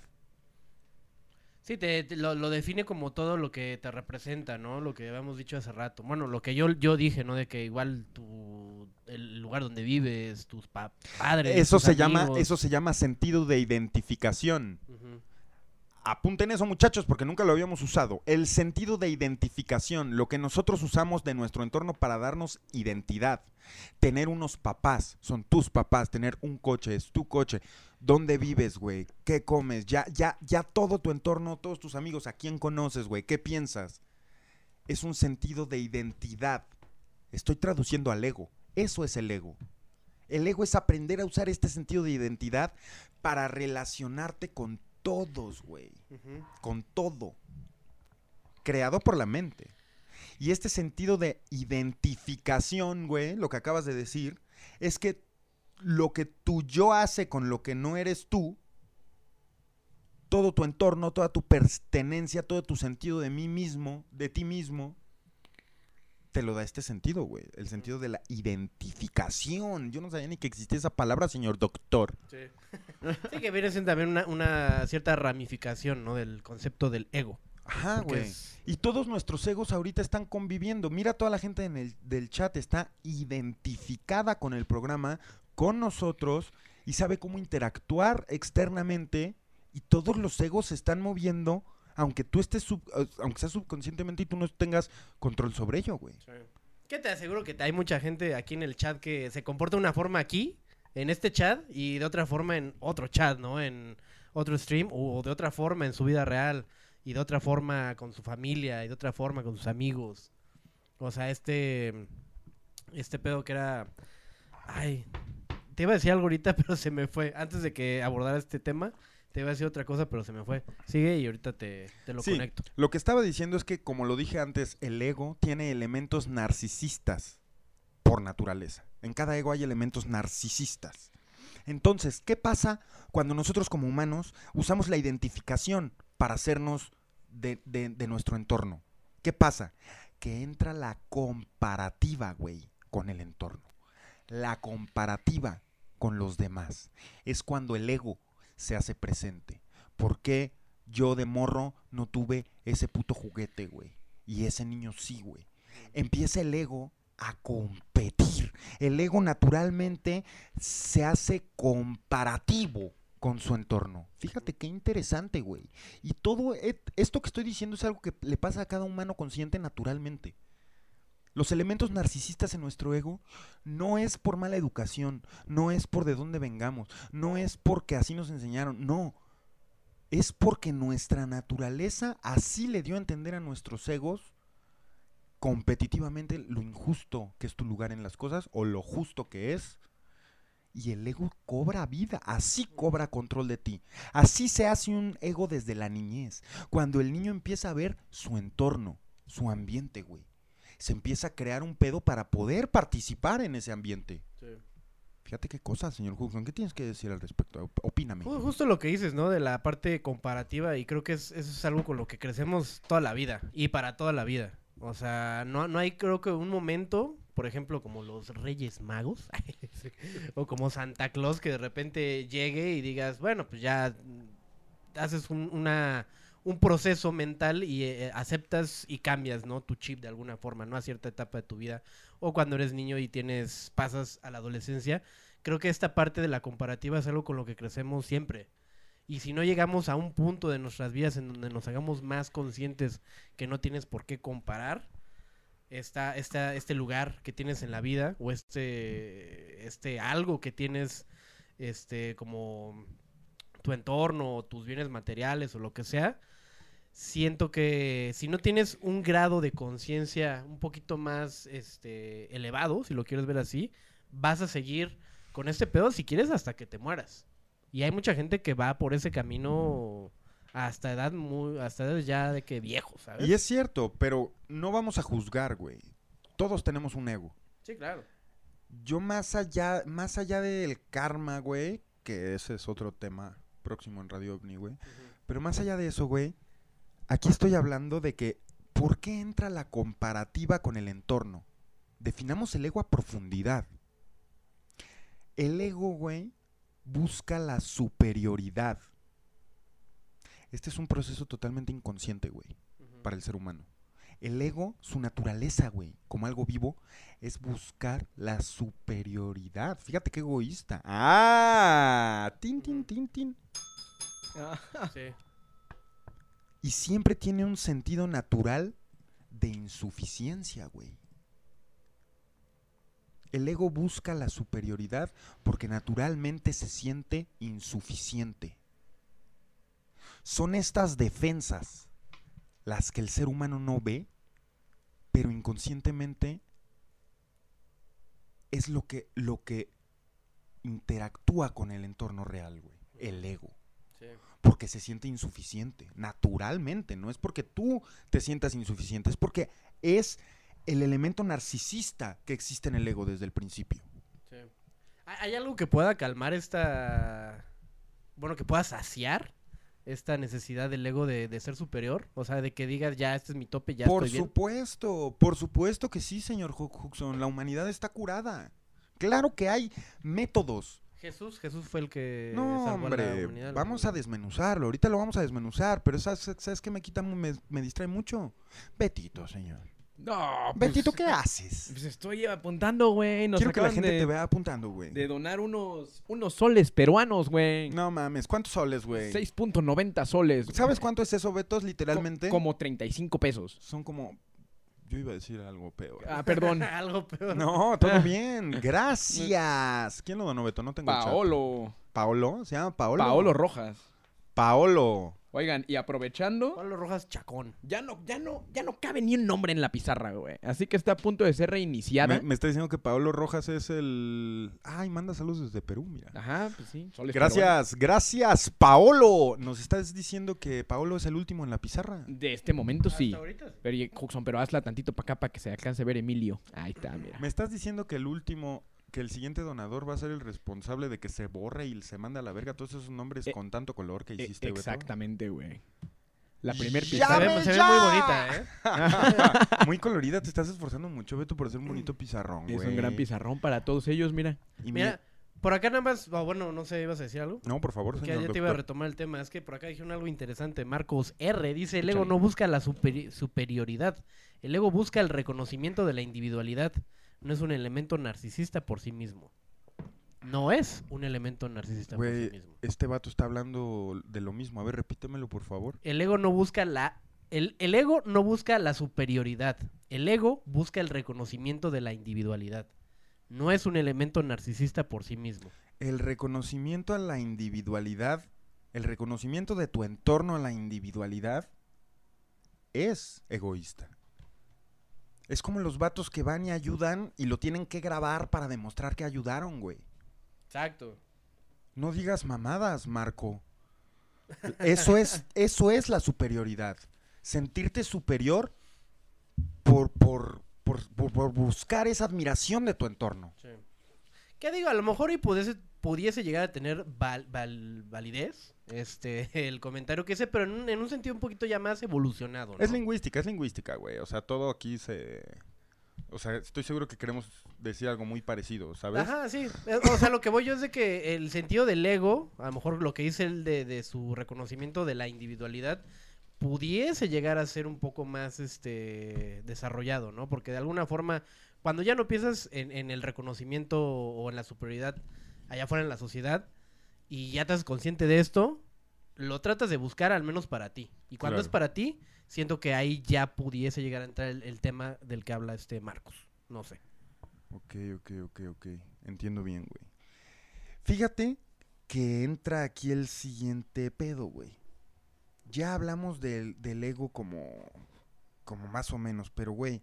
Sí, te, te- lo, lo define como todo lo que te representa, ¿no? Lo que habíamos dicho hace rato. Bueno, lo que yo, yo dije, ¿no? De que igual tu, el lugar donde vives, tus pa- padres, Eso tus se llama, amigos. eso se llama sentido de identificación. Ujú. Apunten eso, muchachos, porque nunca lo habíamos usado. El sentido de identificación, lo que nosotros usamos de nuestro entorno para darnos identidad. Tener unos papás, son tus papás. Tener un coche, es tu coche. ¿Dónde vives, güey? ¿Qué comes? Ya, ya, ya todo tu entorno, todos tus amigos, ¿a quién conoces, güey? ¿Qué piensas? Es un sentido de identidad. Estoy traduciendo al ego. Eso es el ego. El ego es aprender a usar este sentido de identidad para relacionarte con todos, güey. Ujú. Con todo. Creado por la mente. Y este sentido de identificación, güey, lo que acabas de decir, es que lo que tu yo hace con lo que no eres tú, todo tu entorno, toda tu pertenencia, todo tu sentido de mí mismo, de ti mismo, te lo da este sentido, güey. El sentido de la identificación. Yo no sabía ni que existía esa palabra, señor doctor. Sí. Sí, que viene siendo también una, una cierta ramificación, ¿no? Del concepto del ego. Ajá, Porque güey. es- Y todos nuestros egos ahorita están conviviendo. Mira, toda la gente en el, del chat está identificada con el programa, con nosotros, y sabe cómo interactuar externamente. Y todos los egos se están moviendo, aunque tú estés, sub- eh, aunque sea subconscientemente y tú no tengas control sobre ello, güey. Que te aseguro que hay mucha gente aquí en el chat que se comporta de una forma aquí, en este chat, y de otra forma en otro chat, ¿no? En otro stream, o de otra forma en su vida real, y de otra forma con su familia, y de otra forma con sus amigos. O sea, este, este pedo que era... Ay, te iba a decir algo ahorita, pero se me fue. Antes de que abordara este tema, te iba a decir otra cosa, pero se me fue. Sigue y ahorita te, te lo Sí, conecto. lo que estaba diciendo es que, como lo dije antes, el ego tiene elementos narcisistas por naturaleza. En cada ego hay elementos narcisistas. Entonces, ¿qué pasa cuando nosotros como humanos usamos la identificación para hacernos de, de- de nuestro entorno? ¿Qué pasa? Que entra la comparativa, güey, con el entorno. La comparativa con los demás. Es cuando el ego se hace presente. ¿Por qué yo de morro no tuve ese puto juguete, güey? Y ese niño sí, güey. Empieza el ego a competir. El ego naturalmente se hace comparativo con su entorno. Fíjate qué interesante, güey. Y todo et- esto que estoy diciendo es algo que le pasa a cada humano consciente naturalmente. Los elementos narcisistas en nuestro ego no es por mala educación, no es por de dónde vengamos, no es porque así nos enseñaron, no. Es porque nuestra naturaleza así le dio a entender a nuestros egos competitivamente lo injusto que es tu lugar en las cosas o lo justo que es. Y el ego cobra vida, así cobra control de ti. Así se hace un ego desde la niñez. Cuando el niño empieza a ver su entorno, su ambiente, güey. Se empieza a crear un pedo para poder participar en ese ambiente. Fíjate qué cosa, señor Huxon. ¿Qué tienes que decir al respecto? Op- Opíname. Ju- Justo lo que dices, ¿no? De la parte comparativa, y creo que es, eso es algo con lo que crecemos toda la vida y para toda la vida. O sea, no, no hay creo que un momento por ejemplo, como los Reyes Magos, o como Santa Claus, que de repente llegue y digas, bueno, pues ya haces un, una, un proceso mental y eh, aceptas y cambias, ¿no? Tu chip de alguna forma, ¿no? A cierta etapa de tu vida, o cuando eres niño y tienes, pasas a la adolescencia. Creo que esta parte de la comparativa es algo con lo que crecemos siempre. Y si no llegamos a un punto de nuestras vidas en donde nos hagamos más conscientes que no tienes por qué comparar esta, esta, este lugar que tienes en la vida o este, este algo que tienes este, como tu entorno o tus bienes materiales o lo que sea, siento que si no tienes un grado de conciencia un poquito más este, elevado, si lo quieres ver así, vas a seguir con este pedo si quieres hasta que te mueras. Y hay mucha gente que va por ese camino hasta edad muy, hasta edad ya de que viejo, ¿sabes? Y es cierto, pero no vamos a juzgar, güey. Todos tenemos un ego. Sí, claro. Yo más allá, más allá del karma, güey, que ese es otro tema próximo en Radio OVNI, güey. Uh-huh. Pero más allá de eso, güey, aquí estoy hablando de que ¿por qué entra la comparativa con el entorno? Definamos el ego a profundidad. El ego, güey, busca la superioridad. Este es un proceso totalmente inconsciente, güey, uh-huh. para el ser humano. El ego, su naturaleza, güey, como algo vivo, es buscar la superioridad. Fíjate qué egoísta. ¡Ah! ¡Tin, tin, tin, tin! Sí. Y siempre tiene un sentido natural de insuficiencia, güey. El ego busca la superioridad porque naturalmente se siente insuficiente. Son estas defensas las que el ser humano no ve, pero inconscientemente es lo que, lo que interactúa con el entorno real, güey. El ego. Sí. Porque se siente insuficiente, naturalmente. No es porque tú te sientas insuficiente, es porque es el elemento narcisista que existe en el ego desde el principio. Sí. ¿Hay algo que pueda calmar esta... bueno, que pueda saciar esta necesidad del ego de, de ser superior? O sea, de que digas, ya, este es mi tope, ya por estoy bien. Por supuesto, por supuesto que sí, señor Huxon. La humanidad está curada. Claro que hay métodos. Jesús, Jesús fue el que no, salvó hombre, a la humanidad. Vamos a desmenuzarlo. Ahorita lo vamos a desmenuzar, pero ¿sabes, sabes qué me quita, me, me distrae mucho? Betito, señor. No, pues, Betito, ¿qué haces? Pues estoy apuntando, güey. Quiero que la gente de, te vea apuntando, güey. De donar unos, unos soles peruanos, güey. No mames, ¿cuántos soles, güey? seis punto noventa soles. ¿Sabes cuánto es eso, Betos, literalmente? Co- como treinta y cinco pesos. Son como... Yo iba a decir algo peor. Ah, perdón. Algo peor. No, todo bien. Gracias. ¿Quién lo donó, Beto? No tengo Paolo. el chat. ¿Paolo? ¿Se llama Paolo? Paolo Rojas. Paolo. Oigan, y aprovechando... Pablo Rojas Chacón. Ya no, ya no, ya no cabe ni un nombre en la pizarra, güey. Así que está a punto de ser reiniciada. Me, me está diciendo que Paolo Rojas es el... Ay, manda saludos desde Perú, mira. Ajá, pues sí. Gracias, peruanos. Gracias, Paolo. Nos estás diciendo que Paolo es el último en la pizarra. De este momento sí. ¿Hasta ahorita? Pero, Huxon, pero hazla tantito para acá para que se alcance a ver Emilio. Ahí está, mira. Me estás diciendo que el último... que el siguiente donador va a ser el responsable de que se borre y se manda a la verga todos esos nombres eh, con tanto color que hiciste, güey. Exactamente, güey. La primer pizarra. Se, ve, se ve muy bonita, ¿eh? Muy colorida. Te estás esforzando mucho, Beto, por hacer un bonito pizarrón, güey. Es un gran pizarrón para todos ellos, mira. Y mira, por acá nada más... Oh, bueno, no sé, ¿ibas a decir algo? No, por favor, señor señor ya doctor. te iba a retomar el tema. Es que por acá dijeron algo interesante. Marcos R. dice, el ego no busca la superi- superioridad. El ego busca el reconocimiento de la individualidad. No es un elemento narcisista por sí mismo. No es un elemento narcisista Güey, por sí mismo. Este vato está hablando de lo mismo. A ver, repítemelo, por favor. El ego no busca la... El, el ego no busca la superioridad. El ego busca el reconocimiento de la individualidad. No es un elemento narcisista por sí mismo. El reconocimiento a la individualidad, el reconocimiento de tu entorno a la individualidad es egoísta. Es como los vatos que van y ayudan y lo tienen que grabar para demostrar que ayudaron, güey. Exacto. No digas mamadas, Marco. Eso es, eso es la superioridad. Sentirte superior por, por, por, por, por buscar esa admiración de tu entorno. Sí. ¿Qué digo? A lo mejor y pudiese, pudiese llegar a tener val, val, validez este el comentario que hice, pero en un, en un sentido un poquito ya más evolucionado, ¿no? Es lingüística, es lingüística, güey. O sea, todo aquí se... O sea, estoy seguro que queremos decir algo muy parecido, ¿sabes? Ajá, sí. Eh, O sea, lo que voy yo es de que el sentido del ego, a lo mejor lo que dice él de, de su reconocimiento de la individualidad, pudiese llegar a ser un poco más este desarrollado, ¿no? Porque de alguna forma, cuando ya no piensas en, en el reconocimiento o en la superioridad allá afuera en la sociedad, y ya estás consciente de esto, lo tratas de buscar al menos para ti. Y cuando Claro. es para ti, siento que ahí ya pudiese llegar a entrar el, el tema del que habla este Marcos. No sé. Ok, ok, ok, ok. Entiendo bien, güey. Fíjate que entra aquí el siguiente pedo, güey. Ya hablamos del, del ego como, como más o menos, pero, güey,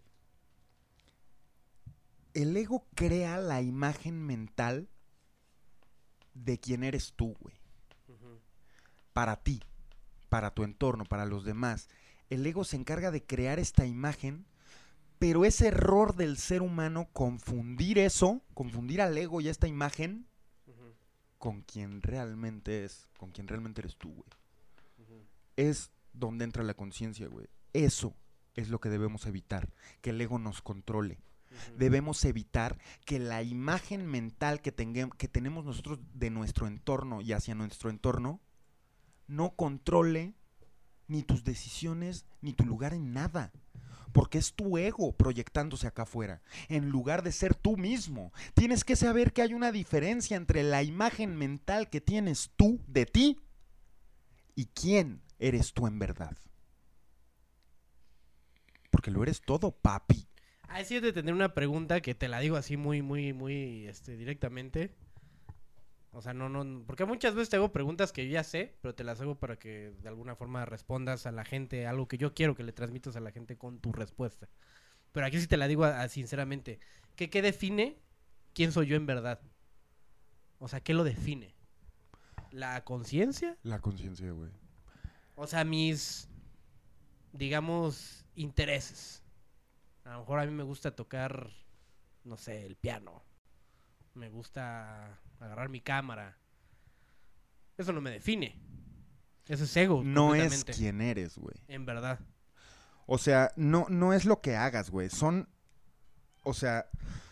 el ego crea la imagen mental de quién eres tú, güey. Para ti, para tu entorno, para los demás. El ego se encarga de crear esta imagen, pero es error del ser humano confundir eso, confundir al ego y a esta imagen con quien realmente es, con quien realmente eres tú, güey. Es donde entra la conciencia, güey. Eso es lo que debemos evitar, que el ego nos controle. Debemos evitar que la imagen mental que, tengue- que tenemos nosotros de nuestro entorno y hacia nuestro entorno no controle ni tus decisiones ni tu lugar en nada. Porque es tu ego proyectándose acá afuera, en lugar de ser tú mismo. Tienes que saber que hay una diferencia entre la imagen mental que tienes tú de ti y quién eres tú en verdad. Porque lo eres todo, papi. Ah, sí, de tener una pregunta que te la digo así muy, muy, muy este, directamente. O sea, no, no, porque muchas veces te hago preguntas que yo ya sé, pero te las hago para que de alguna forma respondas a la gente algo que yo quiero que le transmitas a la gente con tu respuesta. Pero aquí sí te la digo a- a sinceramente. ¿Qué, ¿Qué define quién soy yo en verdad? O sea, ¿qué lo define? ¿La conciencia? La conciencia, güey. O sea, mis, digamos, intereses. A lo mejor a mí me gusta tocar, no sé, el piano. Me gusta agarrar mi cámara. Eso no me define. Eso es ego. No es completamente. quien eres, güey. En verdad. O sea, no, no es lo que hagas, güey. Son, o sea,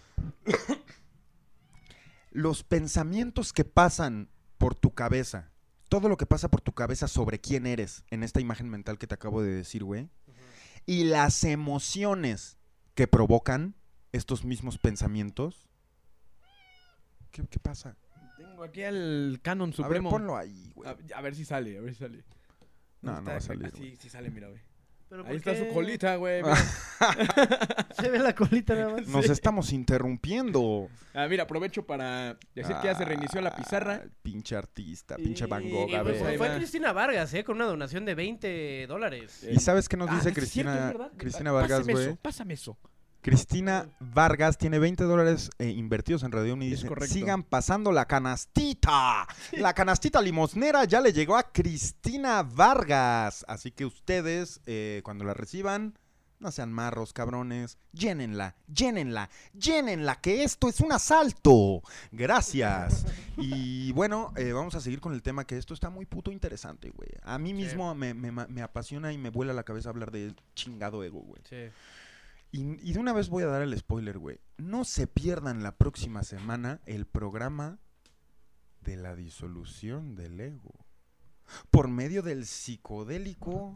los pensamientos que pasan por tu cabeza, todo lo que pasa por tu cabeza sobre quién eres en esta imagen mental que te acabo de decir, güey, y las emociones que provocan estos mismos pensamientos. ¿Qué, qué pasa? Tengo aquí al Canon A ver, Supremo. ponlo ahí, güey. A, a ver si sale, a ver si sale. No, no va a Está- salir, ah, güey. Sí, sí sale, mira, güey. Pero Ahí ¿por está qué? su colita, güey. mira. Se ve la colita nada más. Nos estamos interrumpiendo. Ah, mira, aprovecho para decir que ya se reinició la pizarra. Ah, pinche artista, Y- pinche Van Gogh, Y a fue, ver. fue- ahí fue va. Cristina Vargas, ¿eh? Con una donación de veinte dólares. ¿Y sabes qué nos Ah, dice es cierto, Cristina, es verdad. Cristina Ah, Vargas, pásame güey? eso, pásame eso. Cristina Vargas tiene veinte dólares eh, invertidos en Radio Uni y Es dice, correcto. sigan pasando la canastita. La canastita limosnera ya le llegó a Cristina Vargas. Así que ustedes, eh, cuando la reciban, no sean marros, cabrones. Llénenla, llénenla, llénenla, que esto es un asalto. Gracias. Y bueno, eh, vamos a seguir con el tema, que esto está muy puto interesante, güey. A mí mismo me, me- me apasiona y me vuela la cabeza hablar de chingado ego, güey. Sí. Y, y de una vez voy a dar el spoiler, güey. No se pierdan la próxima semana el programa de la disolución del ego. Por medio del psicodélico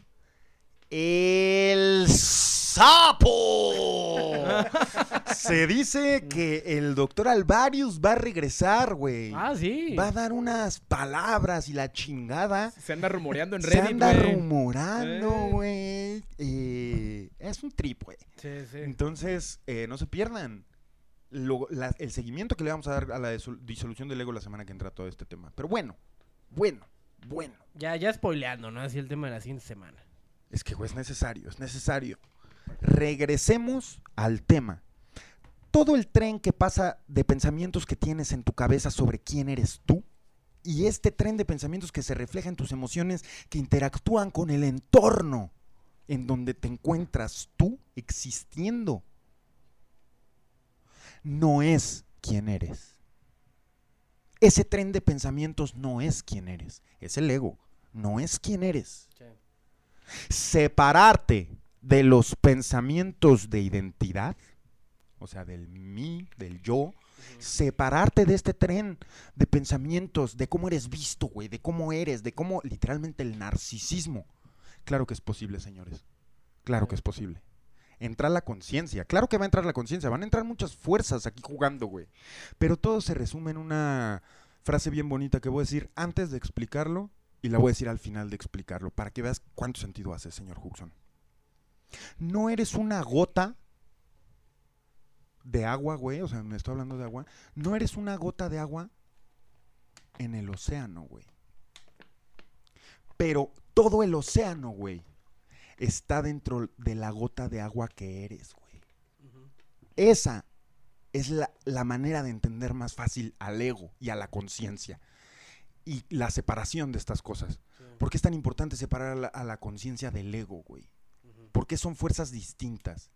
El Sapo. Se dice que el doctor Alvarius va a regresar, güey. Ah, sí. Va a dar unas palabras y la chingada. Se anda rumoreando en Se Reddit, anda güey. rumorando, Eh. güey. Eh, es un trip, güey. Sí, sí. Entonces, eh, no se pierdan lo- la- el seguimiento que le vamos a dar a la disol- disolución del ego la semana que entra todo este tema. Pero bueno, bueno, bueno. Ya, ya spoileando, ¿no? Así el tema de la siguiente semana. Es que, güey, es necesario, es necesario. Regresemos al tema. Todo el tren que pasa de pensamientos que tienes en tu cabeza sobre quién eres tú, y este tren de pensamientos que se refleja en tus emociones, que interactúan con el entorno en donde te encuentras tú existiendo, no es quién eres. Ese tren de pensamientos no es quién eres, es el ego, no es quién eres. Sí. Separarte de los pensamientos de identidad o sea, del mí, del yo, separarte de este tren de pensamientos, de cómo eres visto, güey, de cómo eres, de cómo literalmente el narcisismo. Claro que es posible, señores. Claro que es posible. Entrar la conciencia. Claro que va a entrar la conciencia. Van a entrar muchas fuerzas aquí jugando, güey. Pero todo se resume en una frase bien bonita que voy a decir antes de explicarlo y la voy a decir al final de explicarlo para que veas cuánto sentido hace, señor Huxon. No eres una gota de agua, güey. O sea, me estoy hablando de agua. No eres una gota de agua en el océano, güey. Pero todo el océano, güey, está dentro de la gota de agua que eres, güey. Uh-huh. Esa es la, la manera de entender más fácil al ego y a la conciencia. Y la separación de estas cosas. Sí. ¿Por qué es tan importante separar a la, a la conciencia del ego, güey? Uh-huh. Porque son fuerzas distintas.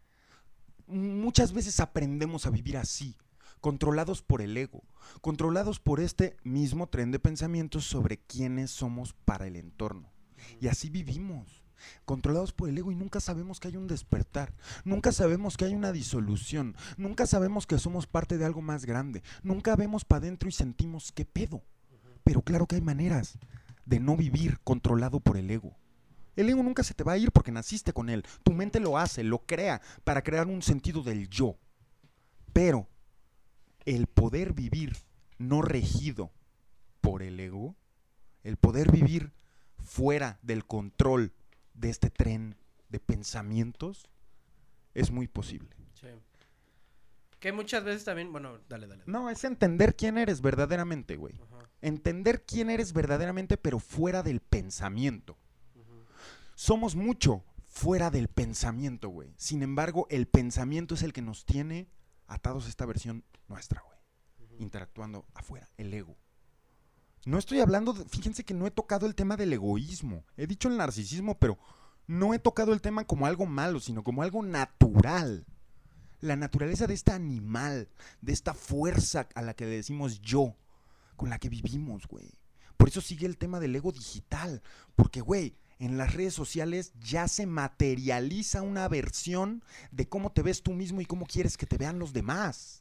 Muchas veces aprendemos a vivir así, controlados por el ego, controlados por este mismo tren de pensamientos sobre quiénes somos para el entorno. Uh-huh. Y así vivimos. Controlados por el ego y nunca sabemos que hay un despertar, nunca sabemos que hay una disolución, nunca sabemos que somos parte de algo más grande, nunca vemos para adentro y sentimos qué pedo. Uh-huh. Pero claro que hay maneras de no vivir controlado por el ego. El ego nunca se te va a ir porque naciste con él, tu mente lo hace, lo crea para crear un sentido del yo. Pero el poder vivir no regido por el ego, el poder vivir fuera del control de este tren de pensamientos es muy posible. Sí. Que muchas veces también, bueno, dale, dale. dale. No, es entender quién eres verdaderamente, güey. Uh-huh. Entender quién eres verdaderamente, pero fuera del pensamiento. Uh-huh. Somos mucho fuera del pensamiento, güey. Sin embargo, el pensamiento es el que nos tiene atados a esta versión nuestra, güey. Uh-huh. Interactuando afuera, el ego. No estoy hablando, de, fíjense que no he tocado el tema del egoísmo. He dicho el narcisismo, pero no he tocado el tema como algo malo, sino como algo natural. La naturaleza de este animal, de esta fuerza a la que le decimos yo, con la que vivimos, güey. Por eso sigue el tema del ego digital. Porque, güey, en las redes sociales ya se materializa una versión de cómo te ves tú mismo y cómo quieres que te vean los demás.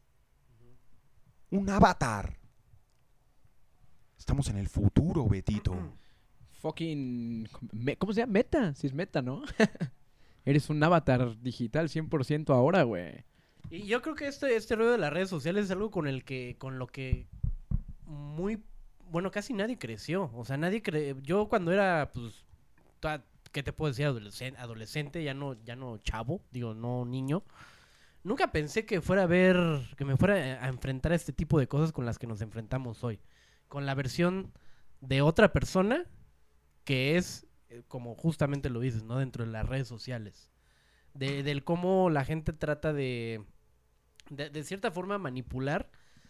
Un avatar. Estamos en el futuro, Betito. Fucking... ¿Cómo se llama? Meta. Si es meta, ¿no? Eres un avatar digital cien por ciento ahora, güey. Y yo creo que este, este rollo de las redes sociales es algo con el que... Con lo que muy... Bueno, casi nadie creció. O sea, nadie cre... Yo cuando era, pues... Toda, ¿qué te puedo decir? Adolescente, adolescente, ya no, ya no chavo. Digo, no niño. Nunca pensé que fuera a ver... Que me fuera a enfrentar a este tipo de cosas con las que nos enfrentamos hoy. Con la versión de otra persona que es, eh, como justamente lo dices, ¿no? Dentro de las redes sociales. De, del cómo la gente trata de, de, de cierta forma, manipular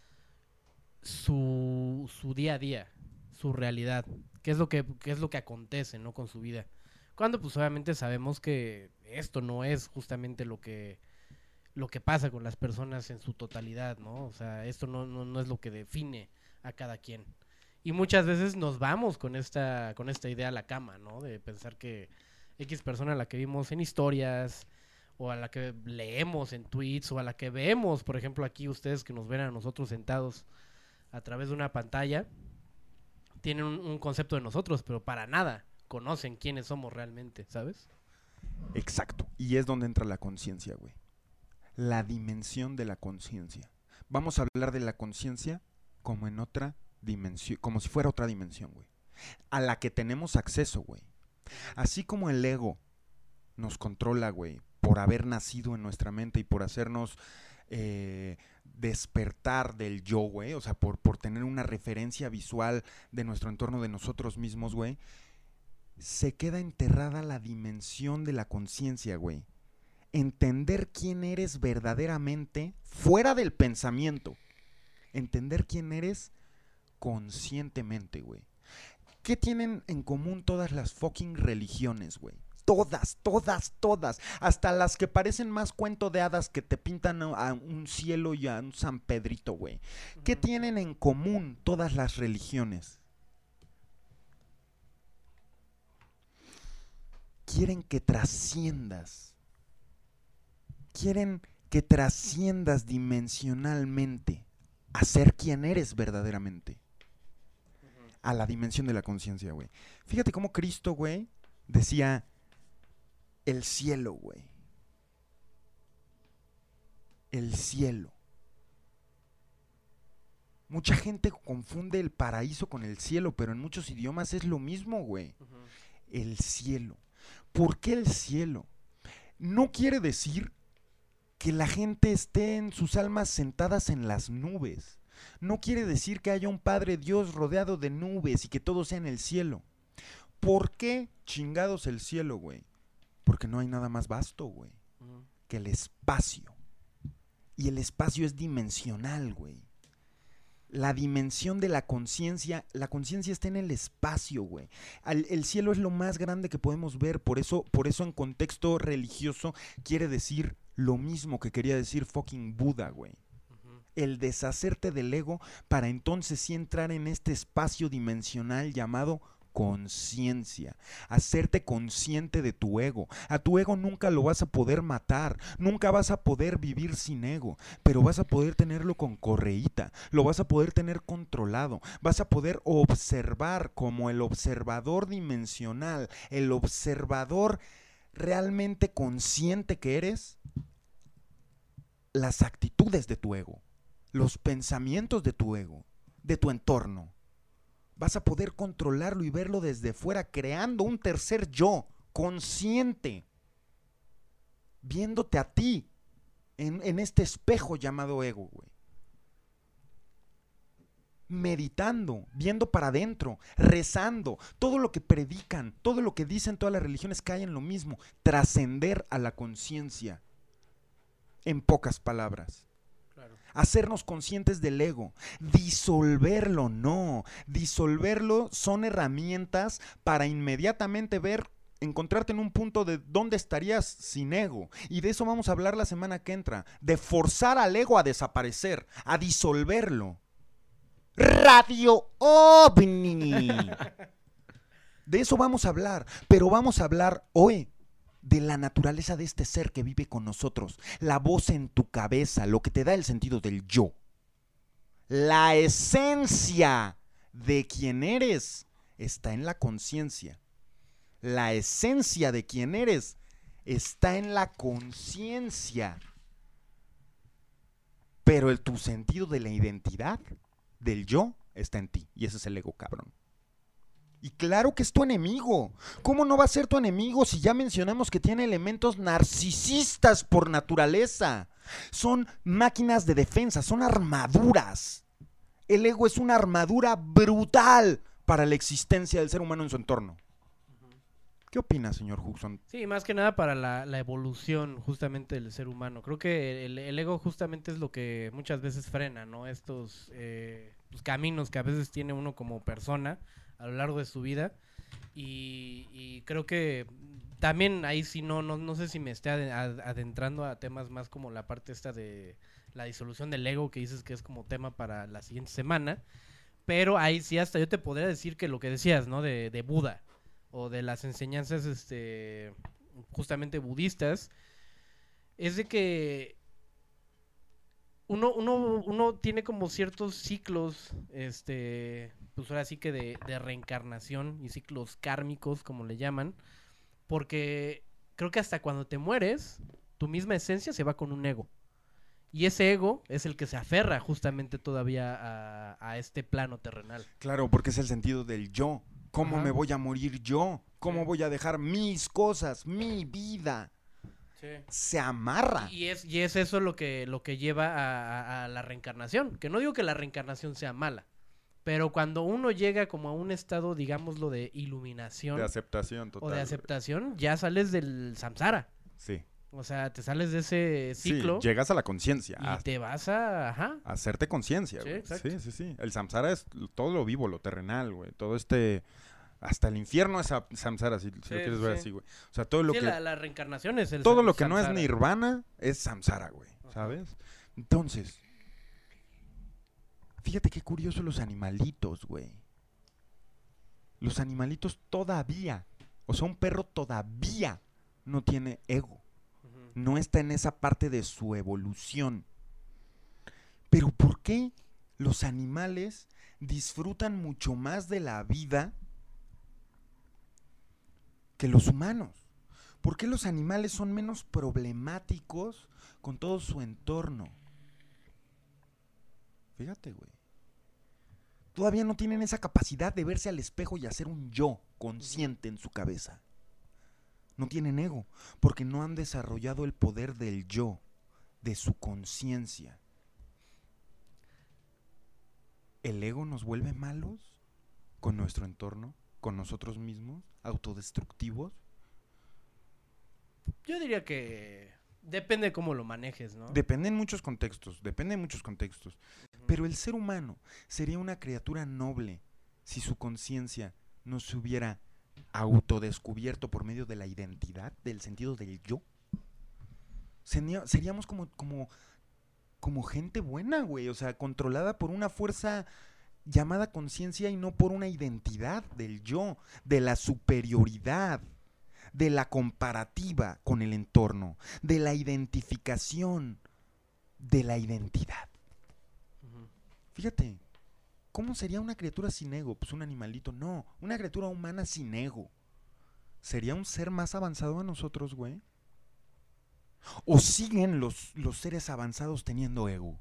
su, su día a día, su realidad. ¿Qué es lo que, qué es lo que acontece, ¿no? Con su vida. Cuando, pues, obviamente sabemos que esto no es justamente lo que, lo que pasa con las personas en su totalidad, ¿no? O sea, esto no, no, no es lo que define a cada quien. Y muchas veces nos vamos con esta con esta idea a la cama, ¿no? De pensar que X persona a la que vimos en historias, o a la que leemos en tweets, o a la que vemos, por ejemplo, aquí ustedes que nos ven a nosotros sentados a través de una pantalla, tienen un, un concepto de nosotros, pero para nada conocen quiénes somos realmente, ¿sabes? Exacto. Y es donde entra la conciencia, güey. La dimensión de la conciencia. Vamos a hablar de la conciencia como en otra dimensión, como si fuera otra dimensión, güey, a la que tenemos acceso, güey. Así como el ego nos controla, güey, por haber nacido en nuestra mente y por hacernos eh, despertar del yo, güey, o sea, por, por tener una referencia visual de nuestro entorno, de nosotros mismos, güey, se queda enterrada la dimensión de la conciencia, güey. Entender quién eres verdaderamente fuera del pensamiento. Entender quién eres conscientemente, güey. ¿Qué tienen en común todas las fucking religiones, güey? Todas, todas, todas. Hasta las que parecen más cuento de hadas que te pintan a un cielo y a un San Pedrito, güey. ¿Qué tienen en común todas las religiones? Quieren que trasciendas. Quieren que trasciendas dimensionalmente a ser quien eres verdaderamente. A la dimensión de la conciencia, güey. Fíjate cómo Cristo, güey, decía el cielo, güey. El cielo. Mucha gente confunde el paraíso con el cielo, pero en muchos idiomas es lo mismo, güey. Ujú. El cielo. ¿Por qué el cielo? No quiere decir que la gente esté en sus almas sentadas en las nubes. No quiere decir que haya un Padre Dios rodeado de nubes y que todo sea en el cielo. ¿Por qué chingados el cielo, güey? Porque no hay nada más vasto, güey, Ujú. que el espacio. Y el espacio es dimensional, güey. La dimensión de la conciencia, la conciencia está en el espacio, güey. Al- El cielo es lo más grande que podemos ver, por eso, por eso en contexto religioso quiere decir lo mismo que quería decir fucking Buda, güey. Ujú. El deshacerte del ego para entonces sí entrar en este espacio dimensional llamado conciencia, hacerte consciente de tu ego. A tu ego nunca lo vas a poder matar, nunca vas a poder vivir sin ego, pero vas a poder tenerlo con correíta, lo vas a poder tener controlado, vas a poder observar como el observador dimensional, el observador realmente consciente que eres, las actitudes de tu ego, los pensamientos de tu ego, de tu entorno. Vas a poder controlarlo y verlo desde fuera, creando un tercer yo, consciente, viéndote a ti en, en este espejo llamado ego, güey. Meditando, viendo para adentro, rezando, todo lo que predican, todo lo que dicen todas las religiones cae en lo mismo, trascender a la conciencia, en pocas palabras. Claro. Hacernos conscientes del ego, disolverlo, no, disolverlo son herramientas para inmediatamente ver, encontrarte en un punto de dónde estarías sin ego, y de eso vamos a hablar la semana que entra, de forzar al ego a desaparecer, a disolverlo. Radio OVNI. De eso vamos a hablar, pero vamos a hablar hoy de la naturaleza de este ser que vive con nosotros, la voz en tu cabeza, lo que te da el sentido del yo. La esencia de quien eres está en la conciencia. La esencia de quien eres está en la conciencia. Pero el, tu sentido de la identidad, del yo, está en ti. Y ese es el ego, cabrón. Y claro que es tu enemigo. ¿Cómo no va a ser tu enemigo si ya mencionamos que tiene elementos narcisistas por naturaleza? Son máquinas de defensa, son armaduras. El ego es una armadura brutal para la existencia del ser humano en su entorno. ¿Qué opina, señor Huxon? Sí, más que nada para la, la evolución justamente del ser humano. Creo que el, el ego justamente es lo que muchas veces frena, ¿no? Estos eh, pues, caminos que a veces tiene uno como persona a lo largo de su vida. Y, y creo que también ahí sí no, no, no sé si me esté ade- ad- adentrando a temas más como la parte esta de la disolución del ego, que dices que es como tema para la siguiente semana. Pero ahí sí hasta yo te podría decir que lo que decías, ¿no? De, de Buda o de las enseñanzas este justamente budistas, es de que uno, uno, uno tiene como ciertos ciclos, este, pues ahora sí que de, de reencarnación y ciclos kármicos, como le llaman, porque creo que hasta cuando te mueres, tu misma esencia se va con un ego. Y ese ego es el que se aferra justamente todavía a, a este plano terrenal. Claro, porque es el sentido del yo. ¿Cómo Ajá. me voy a morir yo? ¿Cómo Sí. voy a dejar mis cosas, mi vida? Sí. Se amarra. Y es, y es eso lo que, lo que lleva a, a- a la reencarnación. Que no digo que la reencarnación sea mala, pero cuando uno llega como a un estado, digámoslo, de iluminación De aceptación total. o de güey. aceptación, ya sales del samsara. Sí. O sea, te sales de ese Sí, ciclo llegas a la conciencia. y A, te vas a... Ajá. a hacerte conciencia, Sí, güey. exacto. Sí, sí, sí. El samsara es todo lo vivo, lo terrenal, güey. Todo este... Hasta el infierno es a- samsara, si, si Sí, lo quieres sí, ver sí. así, güey. O sea, todo lo Sí, que... la, la reencarnación es el todo sam- lo que no es samsara. nirvana es samsara, güey. Ajá. ¿Sabes? Entonces, fíjate qué curioso los animalitos, güey. Los animalitos todavía, o sea, un perro todavía no tiene ego. Ujú. no está en esa parte de su evolución. Pero ¿por qué los animales disfrutan mucho más de la vida que los humanos? ¿Por qué los animales son menos problemáticos con todo su entorno? Fíjate, güey. Todavía no tienen esa capacidad de verse al espejo y hacer un yo consciente en su cabeza. No tienen ego, porque no han desarrollado el poder del yo, de su conciencia. ¿El ego nos vuelve malos con nuestro entorno, con nosotros mismos, autodestructivos? Yo diría que depende cómo lo manejes, ¿no? Depende en muchos contextos, depende en muchos contextos. Pero el ser humano sería una criatura noble si su conciencia no se hubiera autodescubierto por medio de la identidad, del sentido del yo. Sería, seríamos como, como, como gente buena, güey, o sea, controlada por una fuerza llamada conciencia y no por una identidad del yo, de la superioridad, de la comparativa con el entorno, de la identificación, de la identidad. Ujú. Fíjate, ¿cómo sería una criatura sin ego? Pues un animalito, no, una criatura humana sin ego. ¿Sería un ser más avanzado a nosotros, güey? ¿O siguen los, los seres avanzados teniendo ego?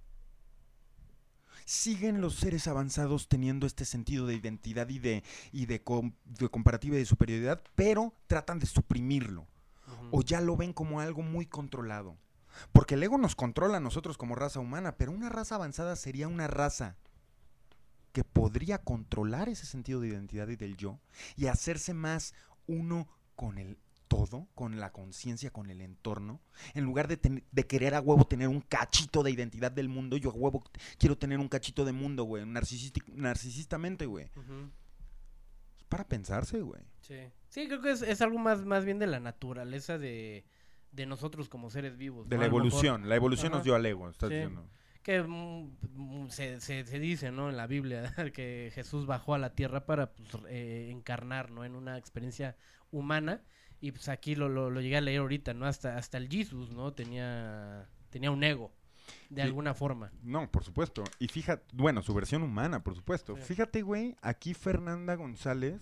¿Siguen los seres avanzados teniendo este sentido de identidad y de, y de, com, de comparativa y de superioridad, pero tratan de suprimirlo? Ujú. ¿O ya lo ven como algo muy controlado? Porque el ego nos controla a nosotros como raza humana, pero una raza avanzada sería una raza que podría controlar ese sentido de identidad y del yo y hacerse más uno con el todo, con la conciencia, con el entorno, en lugar de, ten, de querer a huevo tener un cachito de identidad del mundo. Yo a huevo quiero tener un cachito de mundo, güey, narcisistamente, güey. Ujú. Es para pensarse, güey. Sí. Sí, creo que es, es algo más, más bien de la naturaleza de, de nosotros como seres vivos. De ¿no? la A lo mejor evolución, la evolución Ajá. nos dio al ego, estás Sí. diciendo. que mm, mm, se, se, se dice, ¿no? En la Biblia que Jesús bajó a la tierra para pues, eh, encarnar, ¿no? En una experiencia humana. Y pues aquí lo, lo, lo llegué a leer ahorita, ¿no? Hasta, hasta el Jesús, ¿no? Tenía, tenía un ego, de Sí. alguna forma. No, por supuesto. Y fíjate, bueno, su versión humana, por supuesto. Sí. Fíjate, güey, aquí Fernanda González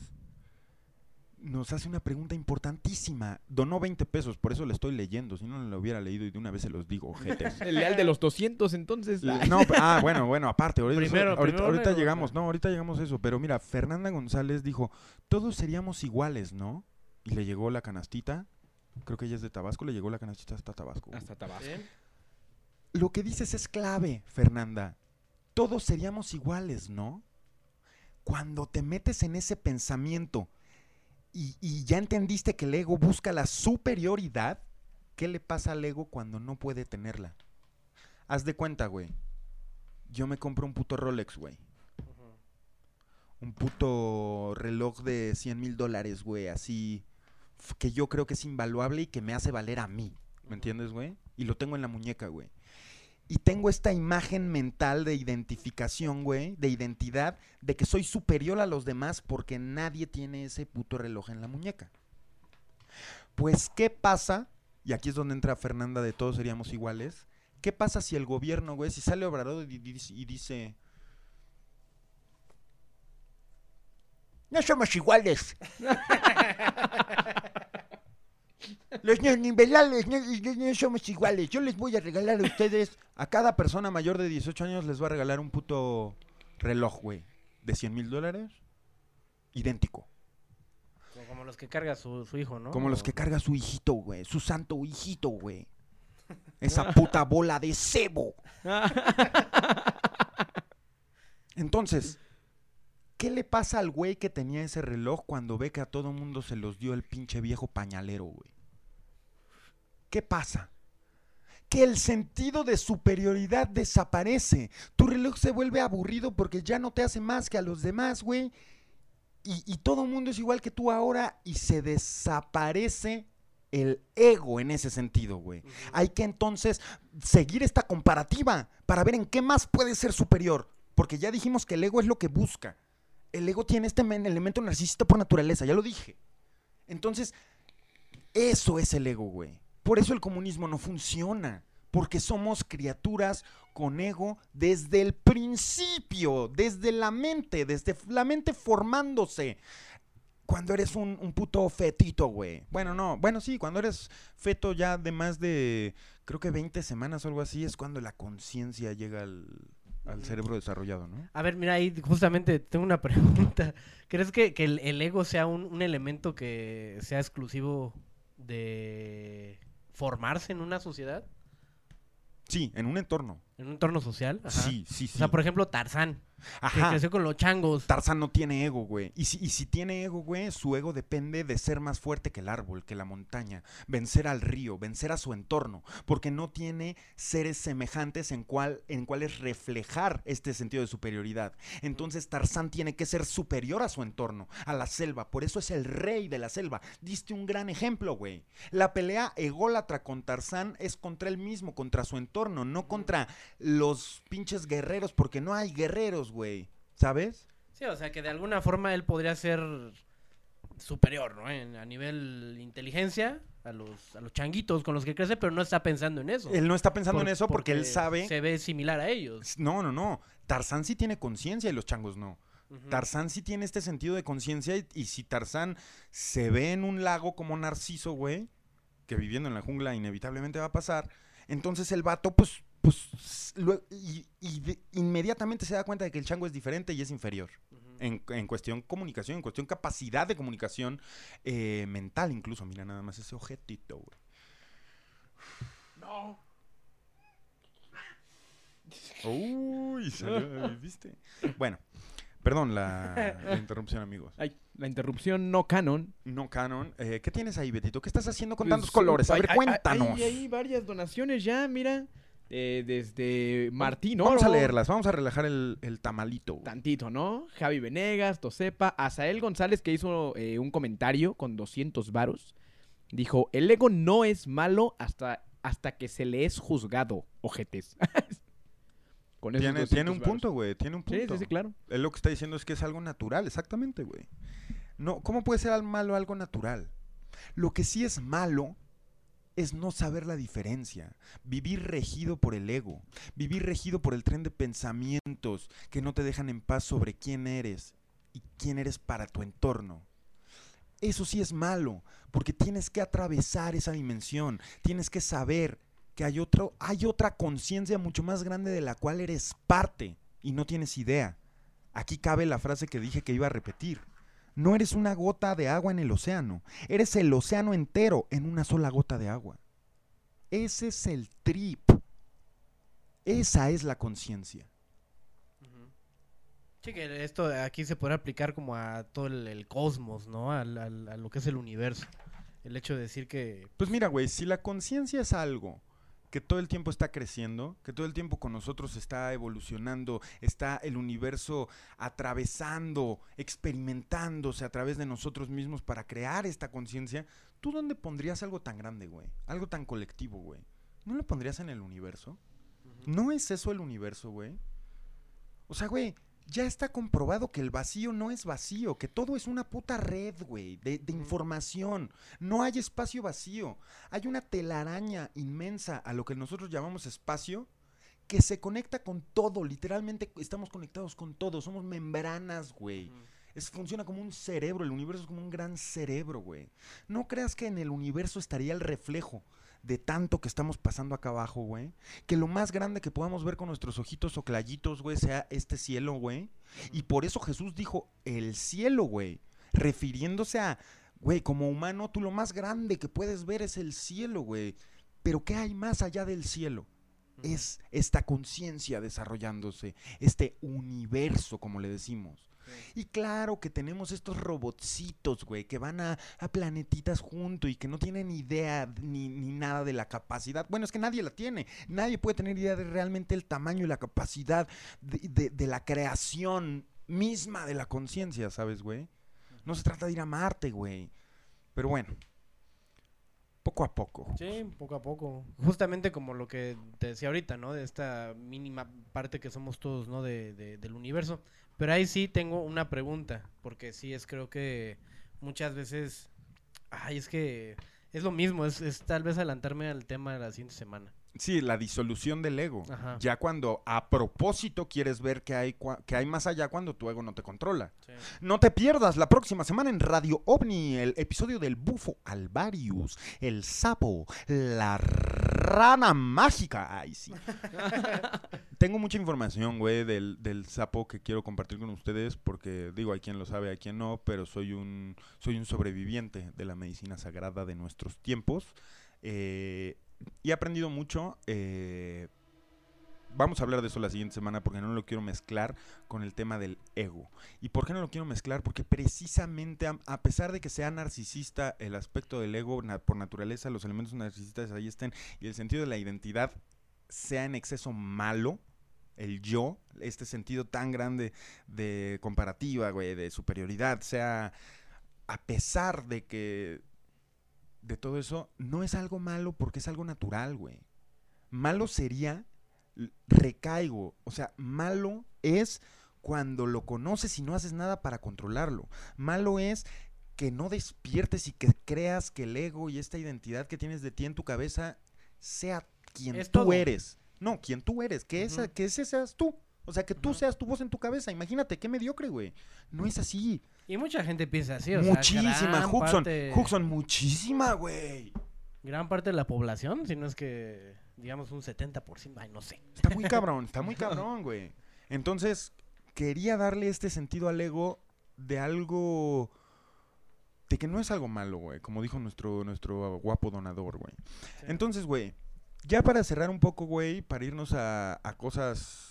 nos hace una pregunta importantísima. Donó veinte pesos, por eso le estoy leyendo. Si no, no lo hubiera leído y de una vez se los digo, ojetes. El leal de los doscientos, entonces. Le- No, ah, bueno, bueno, aparte, ahorita, Primero- ahorita, primero ahorita luego, llegamos, o sea. no, ahorita llegamos a eso, pero mira, Fernanda González dijo, todos seríamos iguales, ¿no? Y le llegó la canastita, creo que ella es de Tabasco, le llegó la canastita hasta Tabasco. Hasta Tabasco. ¿Sí? Lo que dices es clave, Fernanda. Todos seríamos iguales, ¿no? Cuando te metes en ese pensamiento y, y ya entendiste que el ego busca la superioridad, ¿qué le pasa al ego cuando no puede tenerla? Haz de cuenta, güey. Yo me compro un puto Rolex, güey. Ujú. Un puto reloj de cien mil dólares, güey, así, f- que yo creo que es invaluable y que me hace valer a mí, ¿me Ujú. entiendes, güey? Y lo tengo en la muñeca, güey. Y tengo esta imagen mental de identificación, güey, de identidad, de que soy superior a los demás porque nadie tiene ese puto reloj en la muñeca. Pues, ¿qué pasa? Y aquí es donde entra Fernanda de todos seríamos iguales. ¿Qué pasa si el gobierno, güey, si sale Obrador y, di- y dice... No somos iguales. Los neoliberales no, no- no somos iguales. Yo les voy a regalar a ustedes, a cada persona mayor de dieciocho años les voy a regalar un puto reloj, güey, de cien mil dólares, idéntico. Como, como los que carga su, su hijo, ¿no? Como los O- que carga su hijito, güey, su santo hijito, güey. Esa puta bola de cebo. Entonces, ¿qué le pasa al güey que tenía ese reloj cuando ve que a todo mundo se los dio el pinche viejo pañalero, güey? ¿Qué pasa? Que el sentido de superioridad desaparece. Tu reloj se vuelve aburrido porque ya no te hace más que a los demás, güey. Y, y todo el mundo es igual que tú ahora y se desaparece el ego en ese sentido, güey. Ujú. Hay que entonces seguir esta comparativa para ver en qué más puede ser superior. Porque ya dijimos que el ego es lo que busca. El ego tiene este men- elemento narcisista por naturaleza, ya lo dije. Entonces, eso es el ego, güey. Por eso el comunismo no funciona. Porque somos criaturas con ego desde el principio, desde la mente, desde la mente formándose. Cuando eres un, un puto fetito, güey. Bueno, no, bueno, sí, cuando eres feto ya de más de, creo que veinte semanas o algo así, es cuando la conciencia llega al, al cerebro desarrollado, ¿no? A ver, mira, ahí justamente tengo una pregunta. ¿Crees que, que el, el ego sea un, un elemento que sea exclusivo de formarse en una sociedad? Sí, en un entorno. ¿En un entorno social? Ajá. Sí, sí, sí. O sea, por ejemplo, Tarzán, que Ajá. creció con los changos. Tarzán no tiene ego, güey. Y si, y si tiene ego, güey, su ego depende de ser más fuerte que el árbol, que la montaña, vencer al río, vencer a su entorno, porque no tiene seres semejantes en cual, en cuales reflejar este sentido de superioridad. Entonces Tarzán tiene que ser superior a su entorno, a la selva. Por eso es el rey de la selva. Diste un gran ejemplo, güey. La pelea ególatra con Tarzán es contra él mismo, contra su entorno, no contra los pinches guerreros, porque no hay guerreros, güey, ¿sabes? Sí, o sea, que de alguna forma él podría ser superior, ¿no? En- a nivel inteligencia a los, a los changuitos con los que crece, pero no está pensando en eso. Él no está pensando Por- en eso porque, él sabe... Se ve similar a ellos. No, no, no. Tarzán sí tiene conciencia y los changos no. Ujú. Tarzán sí tiene este sentido de conciencia y, y si Tarzán se ve en un lago como Narciso, güey, que viviendo en la jungla inevitablemente va a pasar, entonces el vato, pues, pues, lo- y, y de- inmediatamente se da cuenta de que el chango es diferente y es inferior. Ujú. En, en cuestión comunicación, en cuestión capacidad de comunicación eh, mental incluso. Mira nada más ese objetito, güey. No. Uy, salió, ¿viste? Bueno, perdón la, la interrupción, amigos. Ay, la interrupción no canon. No canon. Eh, ¿Qué tienes ahí, Betito? ¿Qué estás haciendo con Pues, tantos colores? A hay- ver, hay- cuéntanos. Hay, hay varias donaciones ya, mira. Eh, desde Martín Vamos a Oro, leerlas, vamos a relajar el, el tamalito. Tantito, ¿no? Javi Venegas, Tosepa, Azael González, que hizo eh, un comentario con doscientos varos. Dijo, el ego no es malo hasta, hasta que se le es juzgado, ojetes. Con esos Tiene, doscientos tiene un varos. punto, güey, tiene un Sí, punto. sí, sí, claro. Él lo que está diciendo es que es algo natural, exactamente, güey. No, ¿cómo puede ser al malo algo natural? Lo que sí es malo es no saber la diferencia, vivir regido por el ego, vivir regido por el tren de pensamientos que no te dejan en paz sobre quién eres y quién eres para tu entorno. Eso sí es malo, porque tienes que atravesar esa dimensión, tienes que saber que hay, otro, hay otra conciencia mucho más grande de la cual eres parte y no tienes idea. Aquí cabe la frase que dije que iba a repetir. No eres una gota de agua en el océano, eres el océano entero en una sola gota de agua. Ese es el trip. Esa es la conciencia. Ujú. Sí, que esto aquí se puede aplicar como a todo el, el cosmos, ¿no? Al- al- a lo que es el universo. El hecho de decir que... Pues mira, güey, si la conciencia es algo que todo el tiempo está creciendo, que todo el tiempo con nosotros está evolucionando, está el universo atravesando, experimentándose a través de nosotros mismos para crear esta conciencia, ¿tú dónde pondrías algo tan grande, güey? Algo tan colectivo, güey. ¿No lo pondrías en el universo? ¿No es eso el universo, güey? O sea, güey, ya está comprobado que el vacío no es vacío, que todo es una puta red, güey, de, de información. No hay espacio vacío. Hay una telaraña inmensa a lo que nosotros llamamos espacio que se conecta con todo. Literalmente estamos conectados con todo. Somos membranas, güey. Ujú. Es, funciona como un cerebro. El universo es como un gran cerebro, güey. No creas que en el universo estaría el reflejo de tanto que estamos pasando acá abajo, güey. Que lo más grande que podamos ver con nuestros ojitos o clayitos, güey, sea este cielo, güey. Y por eso Jesús dijo el cielo, güey. Refiriéndose a, güey, como humano, tú lo más grande que puedes ver es el cielo, güey. Pero ¿qué hay más allá del cielo? Ujú. Es esta conciencia desarrollándose, este universo, como le decimos. Y claro que tenemos estos robotcitos, güey, que van a, a planetitas junto y que no tienen idea ni, ni nada de la capacidad. Bueno, es que nadie la tiene. Nadie puede tener idea de realmente el tamaño y la capacidad de, de, de la creación misma de la conciencia, ¿sabes, güey? No se trata de ir a Marte, güey. Pero bueno, poco a poco. Sí, poco a poco. Justamente como lo que te decía ahorita, ¿no? De esta mínima parte que somos todos, ¿no? De, de- del universo. Pero ahí sí tengo una pregunta, porque sí es creo que muchas veces, ay, es que es lo mismo, es, es tal vez adelantarme al tema de la siguiente semana. Sí, la disolución del ego. Ajá. Ya cuando a propósito quieres ver que hay, cua- que hay más allá cuando tu ego no te controla. Sí. No te pierdas la próxima semana en Radio OVNI el episodio del bufo Alvarius, el sapo, la rana mágica. Ay, sí. Tengo mucha información, güey, del, del sapo que quiero compartir con ustedes porque, digo, hay quien lo sabe, hay quien no, pero soy un, soy un sobreviviente de la medicina sagrada de nuestros tiempos. Eh... Y he aprendido mucho. Eh, vamos a hablar de eso la siguiente semana porque no lo quiero mezclar con el tema del ego. ¿Y por qué no lo quiero mezclar? Porque precisamente a, a pesar de que sea narcisista el aspecto del ego, na, por naturaleza los elementos narcisistas ahí estén y el sentido de la identidad sea en exceso malo, el yo, este sentido tan grande de comparativa, güey, de superioridad, sea a pesar de que de todo eso, no es algo malo porque es algo natural, güey. Malo sería, recaigo, o sea, malo es cuando lo conoces y no haces nada para controlarlo. Malo es que no despiertes y que creas que el ego y esta identidad que tienes de ti en tu cabeza sea quien Es tú todo. eres. No, quien tú eres, que, esa, Ujú. que ese seas tú. O sea, que tú Ujú. seas tu voz en tu cabeza. Imagínate, qué mediocre, güey. No es así. Y mucha gente piensa así, o sea, Muchísima, gran Huxon. parte- Huxon, muchísima, güey. Gran parte de la población, si no es que, digamos, un setenta por ciento, ay, no sé. Está muy cabrón, está muy cabrón, güey. Entonces, quería darle este sentido al ego de algo... De que no es algo malo, güey. Como dijo nuestro, nuestro guapo donador, güey. Sí. Entonces, güey, ya para cerrar un poco, güey, para irnos a, a cosas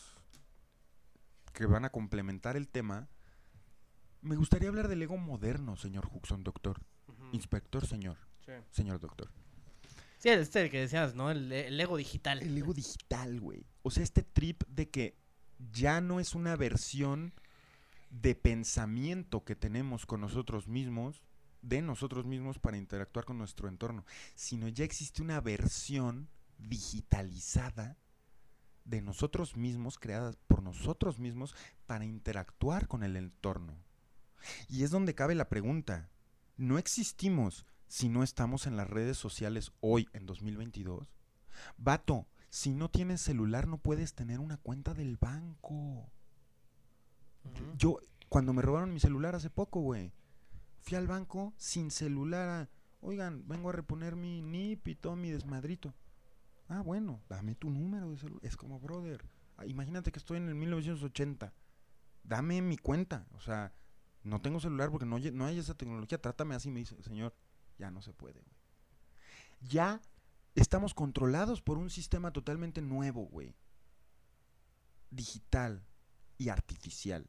que van a complementar el tema, me gustaría hablar del ego moderno, señor Huxon, doctor. Ujú. Inspector, señor. Sí. Señor doctor. Sí, este que decías, ¿no? El, el ego digital. El ego digital, güey. O sea, este trip de que ya no es una versión de pensamiento que tenemos con nosotros mismos, de nosotros mismos para interactuar con nuestro entorno, sino ya existe una versión digitalizada de nosotros mismos, creada por nosotros mismos para interactuar con el entorno. Y es donde cabe la pregunta. ¿No existimos si no estamos en las redes sociales hoy, en dos mil veintidós? Vato, si no tienes celular no puedes tener una cuenta del banco. Ujú. Yo, cuando me robaron mi celular hace poco, güey, fui al banco sin celular. A, Oigan, vengo a reponer mi N I P y todo mi desmadrito. Ah, bueno, dame tu número de celular. Es como, brother, ah, imagínate que estoy en el mil novecientos ochenta. Dame mi cuenta. O sea, no tengo celular porque no, no hay esa tecnología. Trátame así, me dice, señor, ya no se puede, güey. Ya estamos controlados por un sistema totalmente nuevo, güey. Digital y artificial.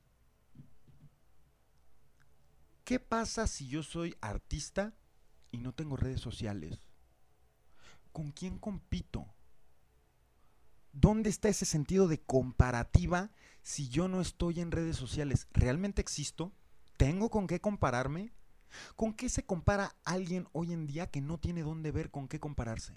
¿Qué pasa si yo soy artista y no tengo redes sociales? ¿Con quién compito? ¿Dónde está ese sentido de comparativa si yo no estoy en redes sociales? ¿Realmente existo? ¿Tengo con qué compararme? ¿Con qué se compara alguien hoy en día que no tiene dónde ver con qué compararse?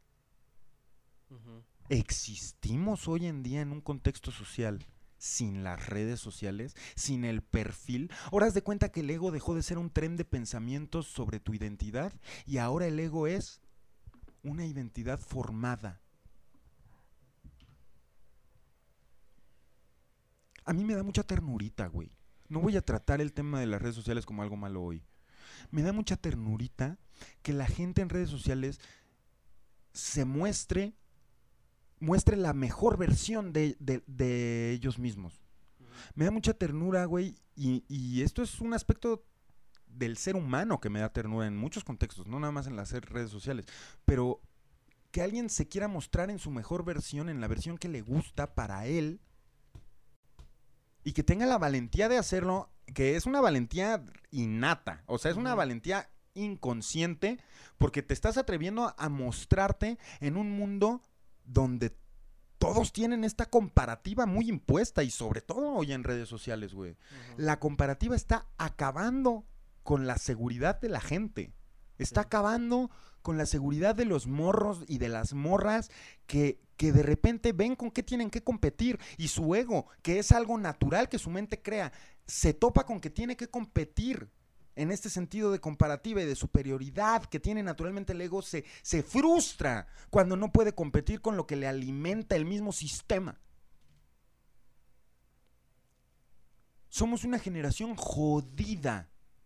Ujú. ¿Existimos hoy en día en un contexto social sin las redes sociales, sin el perfil? Ahora haz de cuenta que el ego dejó de ser un tren de pensamientos sobre tu identidad y ahora el ego es una identidad formada. A mí me da mucha ternurita, güey. No voy a tratar el tema de las redes sociales como algo malo hoy. Me da mucha ternurita que la gente en redes sociales se muestre, muestre la mejor versión de, de, de ellos mismos. Me da mucha ternura, güey, y, y esto es un aspecto del ser humano que me da ternura en muchos contextos, no nada más en las redes sociales, pero que alguien se quiera mostrar en su mejor versión, en la versión que le gusta para él, y que tenga la valentía de hacerlo, que es una valentía innata, o sea, es una Ujú. valentía inconsciente, porque te estás atreviendo a mostrarte en un mundo donde todos tienen esta comparativa muy impuesta, y sobre todo hoy en redes sociales, güey. Ujú. La comparativa está acabando con la seguridad de la gente. Está Sí. acabando con la seguridad de los morros y de las morras que, que de repente ven con qué tienen que competir, y su ego, que es algo natural que su mente crea, se topa con que tiene que competir en este sentido de comparativa y de superioridad que tiene naturalmente el ego, se, se frustra cuando no puede competir con lo que le alimenta el mismo sistema. Somos una generación jodida.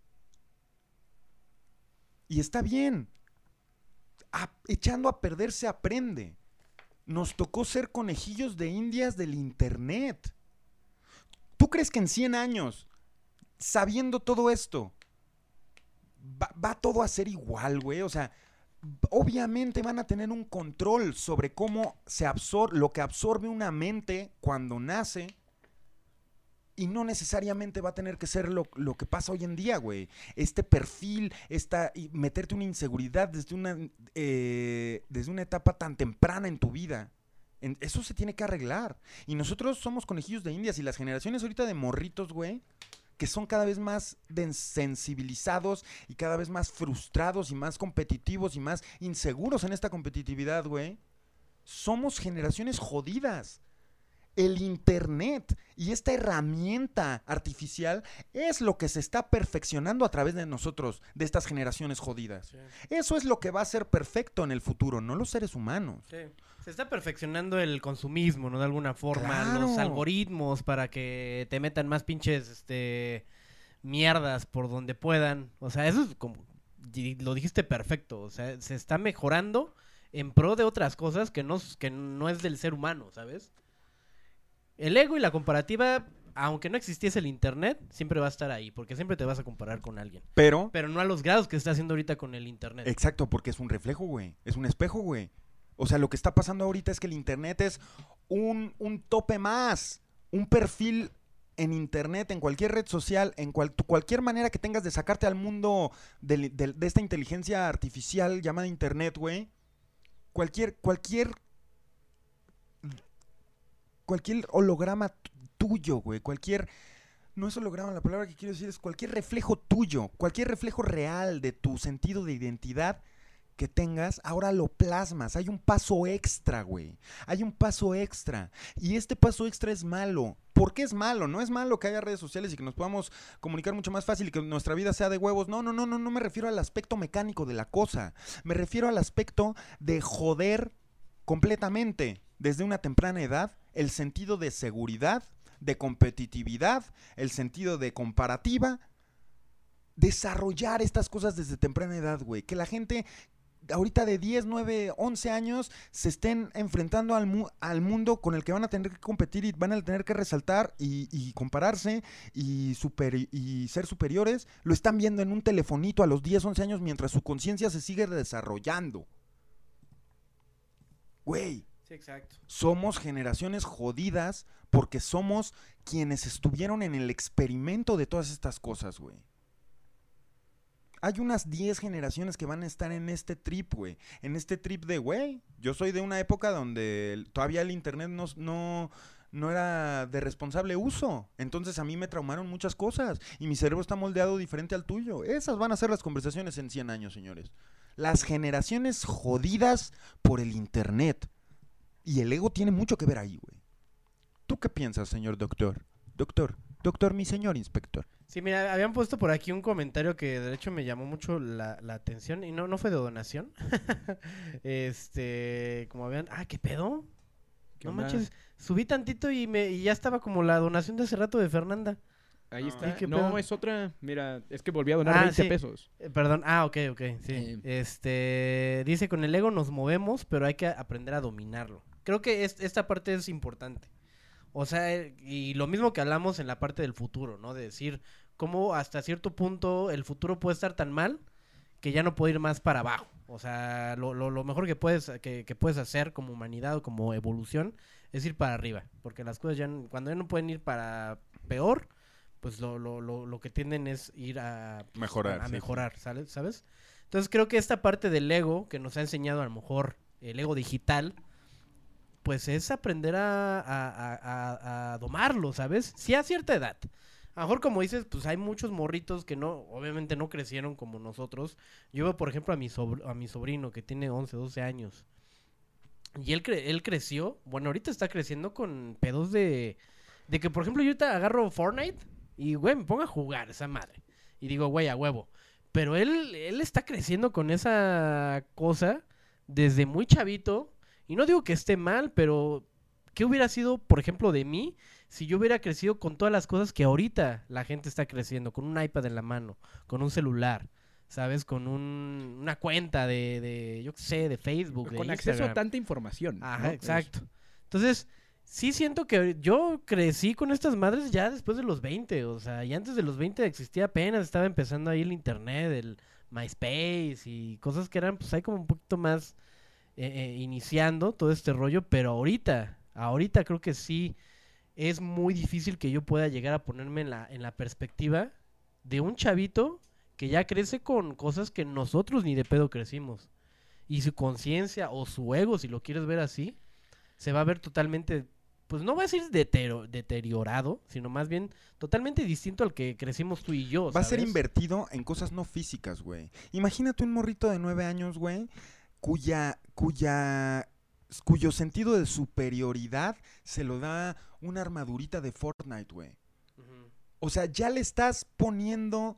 Y está bien. A, echando a perder se aprende. Nos tocó ser conejillos de indias del internet. ¿Tú crees que en cien años, sabiendo todo esto, va, va todo a ser igual, güey? O sea, obviamente van a tener un control sobre cómo se absorbe, lo que absorbe una mente cuando nace. Y no necesariamente va a tener que ser lo, lo que pasa hoy en día, güey. Este perfil, esta, y meterte una inseguridad desde una, eh, desde una etapa tan temprana en tu vida. En, eso se tiene que arreglar. Y nosotros somos conejillos de indias. Y las generaciones ahorita de morritos, güey, que son cada vez más sensibilizados y cada vez más frustrados y más competitivos y más inseguros en esta competitividad, güey. Somos generaciones jodidas. El internet y esta herramienta artificial es lo que se está perfeccionando a través de nosotros, de estas generaciones jodidas. Sí. Eso es lo que va a ser perfecto en el futuro, no los seres humanos. Sí. Se está perfeccionando el consumismo, ¿no? De alguna forma, claro. Los algoritmos para que te metan más pinches este, mierdas por donde puedan. O sea, eso es como, lo dijiste perfecto, o sea, se está mejorando en pro de otras cosas que no, que no es del ser humano, ¿sabes? El ego y la comparativa, aunque no existiese el internet, siempre va a estar ahí, porque siempre te vas a comparar con alguien. Pero... Pero no a los grados que está haciendo ahorita con el internet. Exacto, porque es un reflejo, güey. Es un espejo, güey. O sea, lo que está pasando ahorita es que el internet es un, un tope más. Un perfil en internet, en cualquier red social, en cual, cualquier manera que tengas de sacarte al mundo de, de, de esta inteligencia artificial llamada internet, güey. Cualquier, cualquier... Cualquier holograma tuyo, güey, cualquier, no es holograma, la palabra que quiero decir es cualquier reflejo tuyo, cualquier reflejo real de tu sentido de identidad que tengas, ahora lo plasmas. Hay un paso extra, güey, hay un paso extra, y este paso extra es malo. ¿Por qué es malo? No es malo que haya redes sociales y que nos podamos comunicar mucho más fácil y que nuestra vida sea de huevos. No, no, no, no, no me refiero al aspecto mecánico de la cosa, me refiero al aspecto de joder completamente, desde una temprana edad, el sentido de seguridad, de competitividad, el sentido de comparativa, desarrollar estas cosas desde temprana edad, güey. Que la gente ahorita de diez, nueve, once años se estén enfrentando al, mu al mundo con el que van a tener que competir y van a tener que resaltar y, y compararse y, super y ser superiores. Lo están viendo en un telefonito a los diez, once años mientras su conciencia se sigue desarrollando. Güey. Sí, exacto. Somos generaciones jodidas porque somos quienes estuvieron en el experimento de todas estas cosas, güey. Hay unas diez generaciones que van a estar en este trip, güey. En este trip de, güey, yo soy de una época donde el, todavía el internet no, no, no era de responsable uso. Entonces a mí me traumaron muchas cosas y mi cerebro está moldeado diferente al tuyo. Esas van a ser las conversaciones en cien años, señores. Las generaciones jodidas por el internet. Y el ego tiene mucho que ver ahí, güey. ¿Tú qué piensas, señor doctor? Doctor, doctor, mi señor inspector. Sí, mira, habían puesto por aquí un comentario que de hecho me llamó mucho la, la atención y no, no fue de donación. este, como habían... Ah, ¿qué pedo? ¿Qué no onda? manches, subí tantito y, me, y ya estaba como la donación de hace rato de Fernanda. Ahí Ah. está. ¿Y qué No, pedo? es otra. Mira, es que volví a donar Ah, veinte sí. pesos. Eh, perdón, ah, ok, ok, sí. Eh. Este, dice, con el ego nos movemos, pero hay que aprender a dominarlo. Creo que es, esta parte es importante. O sea, eh, y lo mismo que hablamos en la parte del futuro, ¿no? De decir cómo hasta cierto punto el futuro puede estar tan mal que ya no puede ir más para abajo. O sea, lo, lo, lo mejor que puedes, que, que puedes hacer como humanidad o como evolución es ir para arriba. Porque las cosas ya, n- cuando ya no pueden ir para peor, pues lo, lo, lo, lo que tienden es ir a Mejorar, a, a sí, mejorar, ¿sale? ¿Sabes? Entonces creo que esta parte del ego que nos ha enseñado a lo mejor el ego digital, pues es aprender a, a, a, a, a domarlo, ¿sabes? Sí, a cierta edad. A lo mejor, como dices, pues hay muchos morritos que no, obviamente no crecieron como nosotros. Yo veo, por ejemplo, a mi, sobr- a mi sobrino que tiene once, doce años. Y él, cre- él creció, bueno, ahorita está creciendo con pedos de... De que, por ejemplo, yo ahorita agarro Fortnite y, güey, me pongo a jugar esa madre. y digo, güey, a huevo. Pero él, él está creciendo con esa cosa desde muy chavito. Y no digo que esté mal, pero ¿qué hubiera sido, por ejemplo, de mí si yo hubiera crecido con todas las cosas que ahorita la gente está creciendo? Con un iPad en la mano, con un celular, ¿sabes? Con un, una cuenta de, de, yo qué sé, de Facebook, de Con Instagram. acceso a tanta información. Ajá, ¿no? exacto. Entonces, sí siento que yo crecí con estas madres ya después de los veinte, o sea, y antes de los veinte existía apenas, estaba empezando ahí el internet, el MySpace y cosas que eran, pues ahí como un poquito más eh, eh, iniciando todo este rollo, pero ahorita, ahorita creo que sí es muy difícil que yo pueda llegar a ponerme en la, en la perspectiva de un chavito que ya crece con cosas que nosotros ni de pedo crecimos. Y su conciencia o su ego, si lo quieres ver así, se va a ver totalmente, pues no va a decir detero- deteriorado, sino más bien totalmente distinto al que crecimos tú y yo, Va a ser ¿sabes? invertido en cosas no físicas, güey. Imagínate un morrito de nueve años, güey, cuya, cuya, cuyo sentido de superioridad se lo da una armadurita de Fortnite, güey. Ujú. O sea, ya le estás poniendo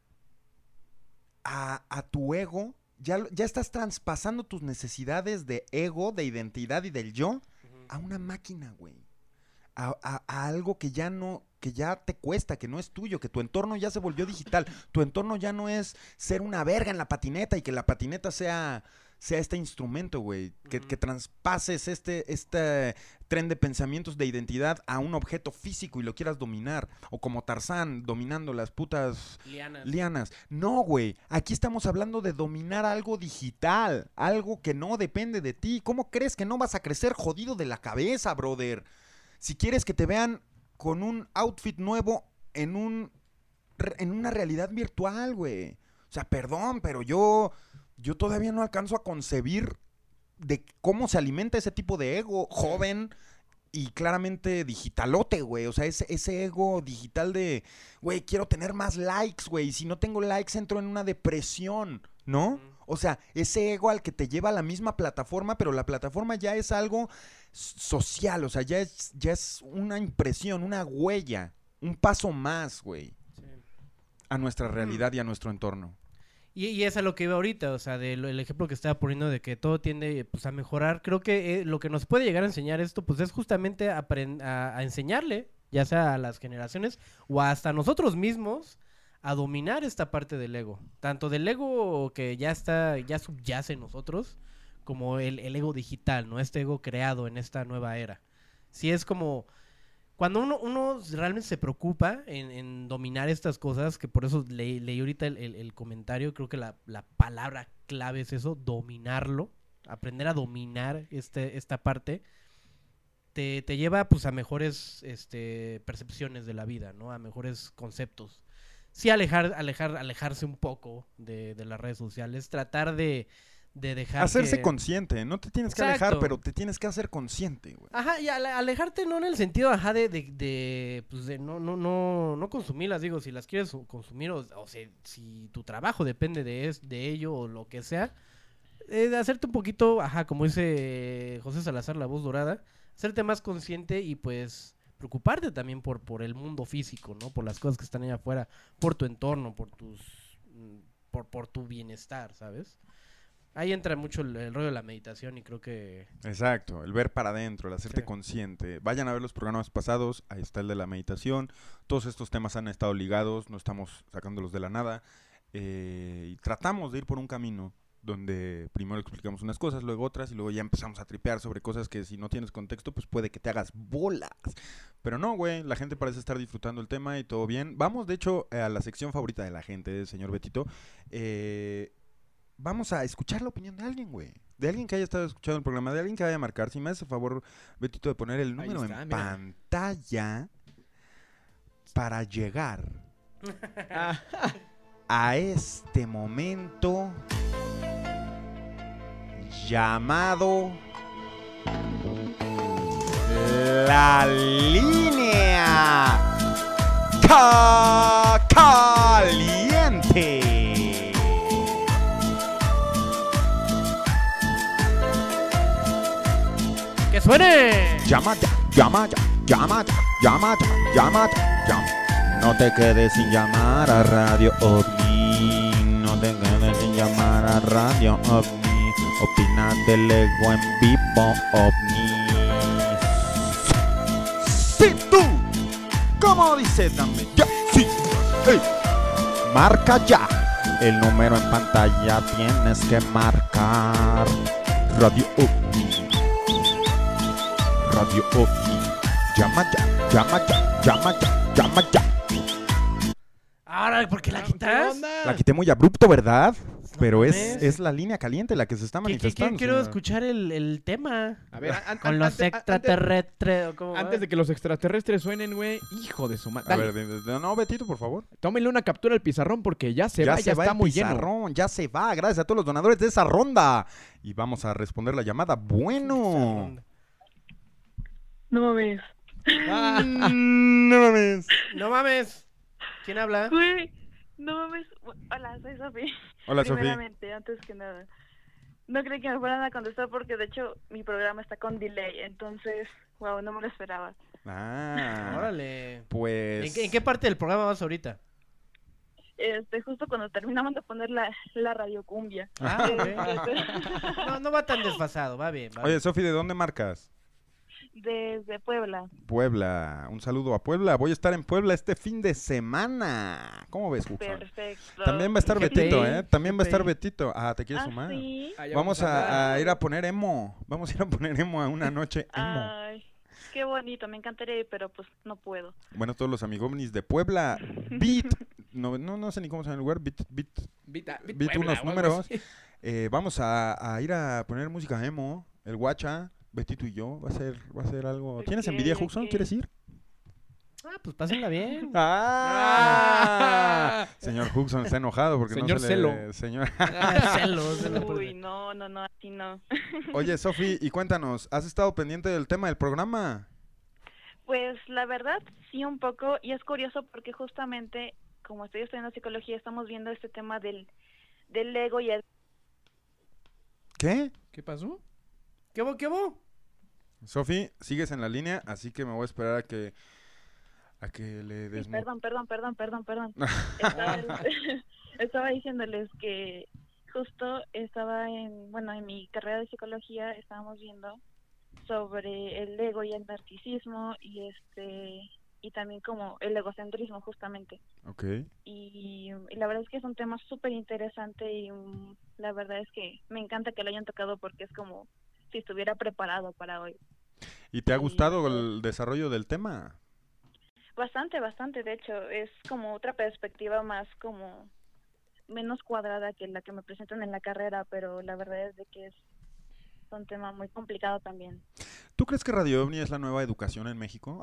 a, a tu ego, ya, lo- ya estás traspasando tus necesidades de ego, de identidad y del yo a una máquina, güey. A, a- a algo que ya no, que ya te cuesta, que no es tuyo, que tu entorno ya se volvió digital. Tu entorno ya no es ser una verga en la patineta y que la patineta sea, sea este instrumento, güey. Que, Ujú. que traspases este, este tren de pensamientos de identidad a un objeto físico y lo quieras dominar. O como Tarzán dominando las putas Lianas. lianas. No, güey. Aquí estamos hablando de dominar algo digital. Algo que no depende de ti. ¿Cómo crees que no vas a crecer jodido de la cabeza, brother? Si quieres que te vean con un outfit nuevo en un re- en una realidad virtual, güey. O sea, perdón, pero yo yo todavía no alcanzo a concebir de cómo se alimenta ese tipo de ego joven y claramente digitalote, güey. O sea, ese, ese ego digital de, güey, quiero tener más likes, güey. Y si no tengo likes entro en una depresión, ¿no? Ujú. O sea, ese ego al que te lleva a la misma plataforma, pero la plataforma ya es algo s- social, o sea, ya es, ya es una impresión, una huella, un paso más, güey, Sí. a nuestra realidad y a nuestro entorno. Y, y es a lo que iba ahorita, o sea, del el ejemplo que estaba poniendo de que todo tiende pues, a mejorar. Creo que eh, lo que nos puede llegar a enseñar esto, pues es justamente apren- a, a enseñarle, ya sea a las generaciones o hasta a nosotros mismos, a dominar esta parte del ego. Tanto del ego que ya está, ya subyace en nosotros, como el, el ego digital, ¿no? Este ego creado en esta nueva era. Sí es como... Cuando uno, uno realmente se preocupa en, en dominar estas cosas, que por eso le- leí ahorita el, el- el comentario, creo que la, la palabra clave es eso, dominarlo, aprender a dominar este, esta parte, te, te lleva pues a mejores este, percepciones de la vida, ¿no? A mejores conceptos. Sí, alejar, alejar, alejarse un poco de, de las redes sociales, tratar de, de dejar Hacerse que... consciente, no te tienes que Exacto. alejar, pero te tienes que hacer consciente, güey. Ajá, y ale- alejarte no en el sentido, ajá, de, de, de, pues de no, no, no, no consumirlas, digo, si las quieres consumir o, o si, si tu trabajo depende de, es, de ello o lo que sea, eh, de hacerte un poquito, ajá, como dice José Salazar, la voz dorada, hacerte más consciente y pues preocuparte también por, por el mundo físico, ¿no? Por las cosas que están allá afuera, por tu entorno, por tus, mm, por, por tu bienestar, ¿sabes? Ahí entra mucho el, el rollo de la meditación y creo que... Exacto, el ver para adentro, el hacerte Sí. consciente. Vayan a ver los programas pasados, ahí está el de la meditación. Todos estos temas han estado ligados, no estamos sacándolos de la nada. Eh, y tratamos de ir por un camino donde primero explicamos unas cosas, luego otras, y luego ya empezamos a tripear sobre cosas que si no tienes contexto, pues puede que te hagas bolas. Pero no, güey, la gente parece estar disfrutando el tema y todo bien. Vamos, de hecho, a la sección favorita de la gente, señor Betito. Eh... Vamos a escuchar la opinión de alguien, güey. De alguien que haya estado escuchando el programa, de alguien que vaya a marcar. Si me hace favor, Betito, de poner el número está, en mira. pantalla para llegar a este momento llamado la línea ca- caliente. ¡Que suene! Llama ya, llama ya, llama ya, llama ya, llama ya, llama. No te quedes sin llamar a Radio OVNI. No te quedes sin llamar a Radio OVNI. Opina del ego en vivo OVNI. Sí, tú. ¿Cómo dice? Dame ya. Sí. Hey. Marca ya. El número en pantalla tienes que marcar. Radio OVNI. Radio OVNI. Llama ya, llama ya, llama ya, llama ya. Ahora, ¿por qué la ¿Qué quitas? onda? La quité muy abrupto, ¿verdad? Pero es, mames. es la línea caliente la que se está ¿Qué- qué- qué- manifestando. quiero señor. escuchar el, el tema. A ver, an- an- Con los antes- antes- extraterrestres. ¿o cómo va? Antes de que los extraterrestres suenen, güey, hijo de su madre. A ver, de- de- no, Betito, por favor. Tómenle una captura al pizarrón porque ya se va, ya va está el muy lleno. pizarrón, ya se va. Gracias a todos los donadores de esa ronda. Y vamos a responder la llamada. Bueno. No mames. Ah, No mames. No mames. ¿Quién habla? Güey, no mames. Hola, soy Sofi. Hola, Sofía. Primeramente, antes que nada. No creí que me fueran a contestar porque de hecho mi programa está con delay. Entonces, wow, no me lo esperaba. Ah, Órale. pues. ¿En qué, en qué parte del programa vas ahorita? Este, justo cuando terminamos de poner la, la radiocumbia. Ah, Este, ok. No, no va tan desfasado, va bien. Va Oye, bien. Sofi, ¿de dónde marcas? Desde Puebla. Puebla. Un saludo a Puebla. Voy a estar en Puebla este fin de semana. ¿Cómo ves, Juxon? Perfecto. También va a estar G P I, Betito, ¿eh? También va a estar G P I. Betito. Ah, ¿te quieres Ah, sumar? sí. allá Vamos hablar. a, a ir a poner emo. Vamos a ir a poner emo a una noche emo. Ay, qué bonito. Me encantaría ir, pero pues no puedo. Bueno, todos los amigos de Puebla. Beat. No, no, no sé ni cómo se llama el lugar. Beat, Beat. Vita- Vit Vi Puebla, unos o algo números. así. Eh, vamos a, a ir a poner música emo. El guacha. Betito y yo. Va a ser, va a ser algo. ¿Tienes Ok, envidia, Juxon? ok. ¿Quieres ir? Ah, pues pásenla bien. ¡Ah! Señor Juxon está enojado porque Señor no se le... Celo. Señor... Ah, celos de la Uy, persona. no, no, no, así no. Oye, Sofi, y cuéntanos, ¿has estado pendiente del tema del programa? Pues la verdad, sí un poco, y es curioso porque justamente, como estoy estudiando psicología, estamos viendo este tema del, del ego y el... ¿Qué? ¿Qué pasó? ¿Qué hubo, qué hubo? Sofi, sigues en la línea, así que me voy a esperar a que a que le Sí, des mu- perdón, perdón, perdón, perdón, perdón. Estaba, estaba diciéndoles que justo estaba en, bueno, en mi carrera de psicología estábamos viendo sobre el ego y el narcisismo y este y también como el egocentrismo justamente. Ok. Y, y la verdad es que es un tema súper interesante y um, la verdad es que me encanta que lo hayan tocado porque es como si estuviera preparado para hoy. ¿Y te ha Sí, gustado pues. el desarrollo del tema? Bastante, bastante, de hecho, es como otra perspectiva más como menos cuadrada que la que me presentan en la carrera, pero la verdad es de que es un tema muy complicado también. ¿Tú crees que Radio OVNI es la nueva educación en México?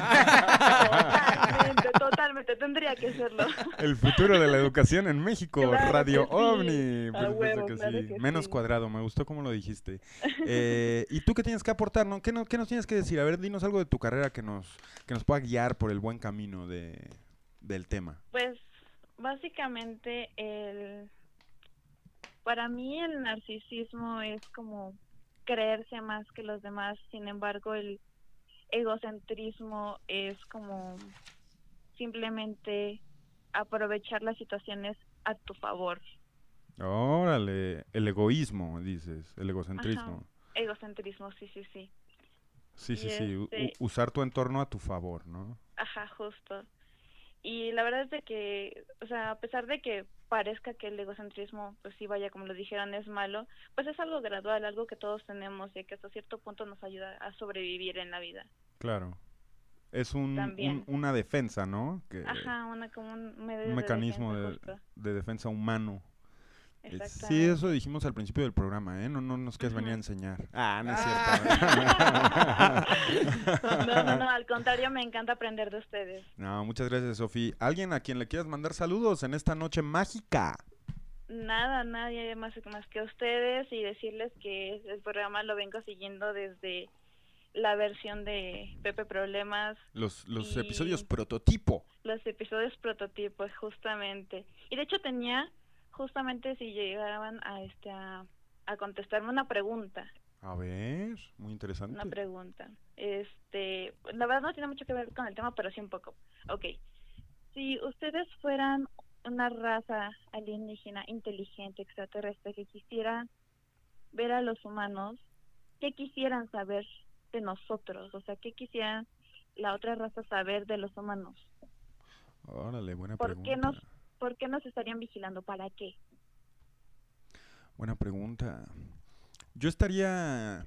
Totalmente, totalmente, tendría que serlo. El futuro de la educación en México, Claro Radio que sí. OVNI. A Por supuesto huevo, que claro sí. que Menos sí. cuadrado, me gustó como lo dijiste. Eh, ¿Y tú qué tienes que aportar? ¿no? ¿Qué, no, ¿Qué nos tienes que decir? A ver, dinos algo de tu carrera que nos, que nos pueda guiar por el buen camino de, del tema. Pues básicamente el para mí el narcisismo es como creerse más que los demás, sin embargo el egocentrismo es como simplemente aprovechar las situaciones a tu favor. Órale, el egoísmo, dices, el egocentrismo. Egocentrismo, sí, sí, sí. Sí, Y sí, sí, u- este- u- usar tu entorno a tu favor, ¿no? Ajá, justo. Y la verdad es de que, o sea, a pesar de que parezca que el egocentrismo, pues sí, vaya, como lo dijeron, es malo, pues es algo gradual, algo que todos tenemos y que hasta cierto punto nos ayuda a sobrevivir en la vida. Claro. Es un, También. un- una defensa, ¿no? Que, Ajá, una, como un medio un de mecanismo defensa, de, justo. de defensa humano. Eh, Sí, Exactamente. eso dijimos al principio del programa, ¿eh? No, no nos quieres venir a Ujú. enseñar. Ah, no es cierto. No, no, no, al contrario, me encanta aprender de ustedes. No, muchas gracias, Sofi. ¿Alguien a quien le quieras mandar saludos en esta noche mágica? Nada, nadie más, más que ustedes y decirles que el programa lo vengo siguiendo desde la versión de Pepe Problemas, Los, los Y- episodios prototipo. los episodios prototipos, justamente. Y de hecho tenía, justamente si llegaban a este a, a contestarme una pregunta, A ver, muy interesante. una pregunta. Este, la verdad no tiene mucho que ver con el tema, pero sí un poco. Ok. si ustedes fueran una raza alienígena, inteligente, extraterrestre, que quisieran ver a los humanos, ¿qué quisieran saber de nosotros? O sea, ¿qué quisieran la otra raza saber de los humanos? Órale, buena ¿Por pregunta. qué nos, por qué nos estarían vigilando? ¿Para qué? Buena pregunta. Yo estaría...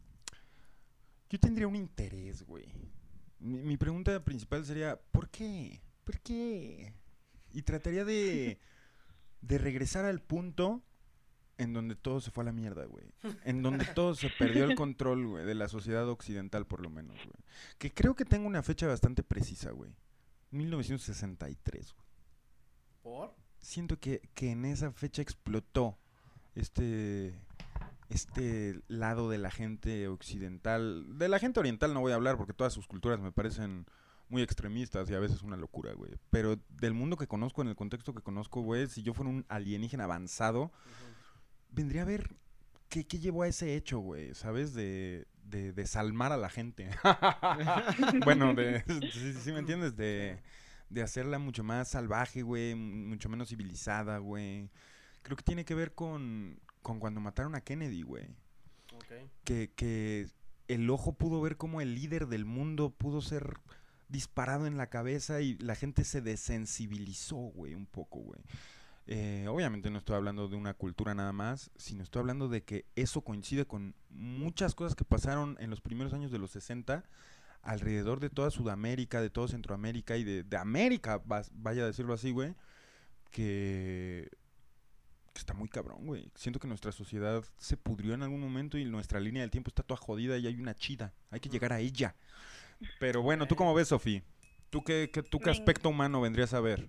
Yo tendría un interés, güey. Mi, mi pregunta principal sería, ¿por qué? ¿Por qué? Y trataría de, de regresar al punto en donde todo se fue a la mierda, güey. En donde todo se perdió el control, güey, de la sociedad occidental, por lo menos, güey. Que creo que tengo una fecha bastante precisa, güey. mil novecientos sesenta y tres, güey. ¿Por? Siento que, que en esa fecha explotó este... este lado de la gente occidental, de la gente oriental no voy a hablar porque todas sus culturas me parecen muy extremistas y a veces una locura, güey. Pero del mundo que conozco, en el contexto que conozco, güey, si yo fuera un alienígena avanzado, uh-huh. vendría a ver qué, qué llevó a ese hecho, güey, ¿sabes? De, de desalmar a la gente. Bueno, de, ¿sí, sí me entiendes? De, de hacerla mucho más salvaje, güey, mucho menos civilizada, güey. Creo que tiene que ver con... con cuando mataron a Kennedy, güey. Okay. Que, que el ojo pudo ver cómo el líder del mundo pudo ser disparado en la cabeza y la gente se desensibilizó, güey, un poco, güey. Eh, obviamente no estoy hablando de una cultura nada más, sino estoy hablando de que eso coincide con muchas cosas que pasaron en los primeros años de los sesenta alrededor de toda Sudamérica, de toda Centroamérica y de, de América, vaya a decirlo así, güey, que... que está muy cabrón, güey. Siento que nuestra sociedad se pudrió en algún momento y nuestra línea del tiempo está toda jodida y hay una chida. Hay que llegar a ella. Pero bueno, ¿tú cómo ves, Sofi? ¿Tú qué, qué, tú qué aspecto humano vendrías a ver?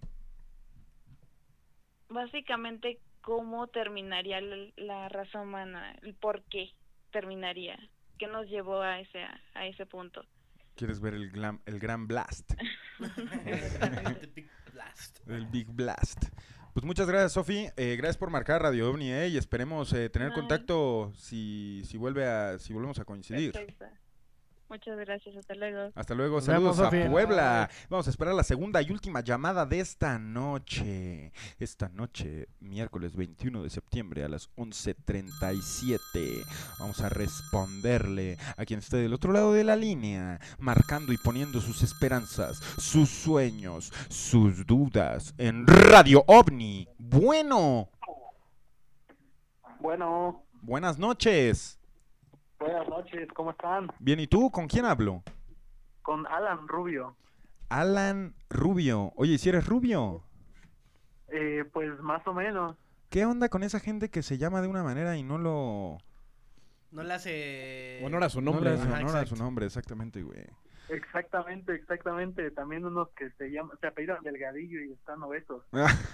Básicamente, ¿cómo terminaría la, la raza humana? ¿El por qué terminaría? ¿Qué nos llevó a ese, a ese punto? ¿Quieres ver el, glam, el gran blast? El Big Blast. El Big Blast. Pues muchas gracias, Sofi. Eh, gracias por marcar Radio OVNI, eh, y esperemos eh, tener Ay. contacto si si vuelve a si volvemos a coincidir. Perfecto. Muchas gracias, hasta luego. Hasta luego, Nos saludos vemos, a Puebla. Ay. Vamos a esperar la segunda y última llamada de esta noche. Esta noche, miércoles veintiuno de septiembre a las once treinta y siete. Vamos a responderle a quien esté del otro lado de la línea, marcando y poniendo sus esperanzas, sus sueños, sus dudas en Radio OVNI. Bueno. Bueno. Buenas noches. Buenas noches, ¿cómo están? Bien, ¿y tú? ¿Con quién hablo? Con Alan Rubio. Alan Rubio. Oye, ¿si eres rubio? Eh, pues más o menos. ¿Qué onda con esa gente que se llama de una manera y no lo... No le hace... honor a su nombre. No le hace honor a su nombre, exactamente, güey. Exactamente, exactamente. También unos que se llaman, se apellidan Delgadillo y están obesos.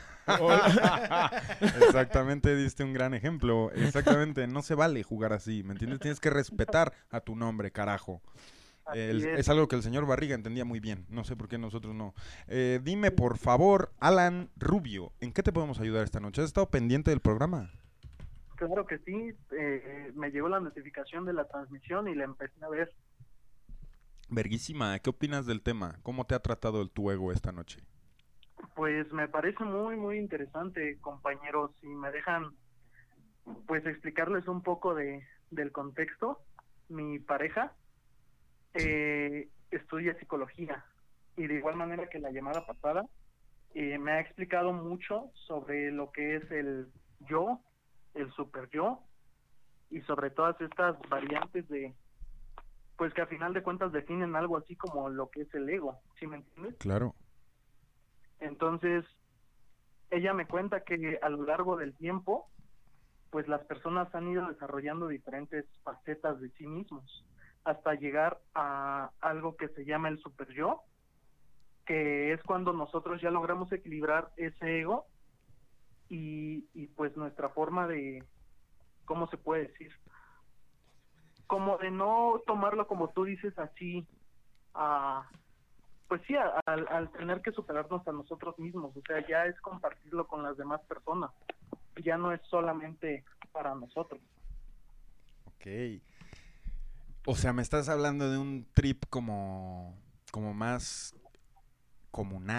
Exactamente, diste un gran ejemplo. Exactamente, no se vale jugar así, ¿me entiendes? Tienes que respetar a tu nombre, carajo. El, es. es algo que el señor Barriga entendía muy bien, no sé por qué nosotros no. Eh, dime, por favor, Alan Rubio, ¿en qué te podemos ayudar esta noche? ¿Has estado pendiente del programa? Claro que sí, eh, me llegó la notificación de la transmisión y la empecé a ver. Verguísima, ¿qué opinas del tema? ¿Cómo te ha tratado el tu ego esta noche? Pues me parece muy, muy interesante, compañeros, si me dejan, pues, explicarles un poco de del contexto. Mi pareja eh, estudia psicología y de igual manera que la llamada pasada, eh, me ha explicado mucho sobre lo que es el yo, el super yo, y sobre todas estas variantes de, pues que a final de cuentas definen algo así como lo que es el ego, ¿sí me entiendes? Claro. Entonces, ella me cuenta que a lo largo del tiempo, pues las personas han ido desarrollando diferentes facetas de sí mismos, hasta llegar a algo que se llama el super yo, que es cuando nosotros ya logramos equilibrar ese ego y, y pues nuestra forma de, ¿cómo se puede decir? Como de no tomarlo como tú dices así, a... pues sí, al, al tener que superarnos a nosotros mismos, o sea, ya es compartirlo con las demás personas, ya no es solamente para nosotros. Ok. O sea, me estás hablando de un trip como, como más comunal,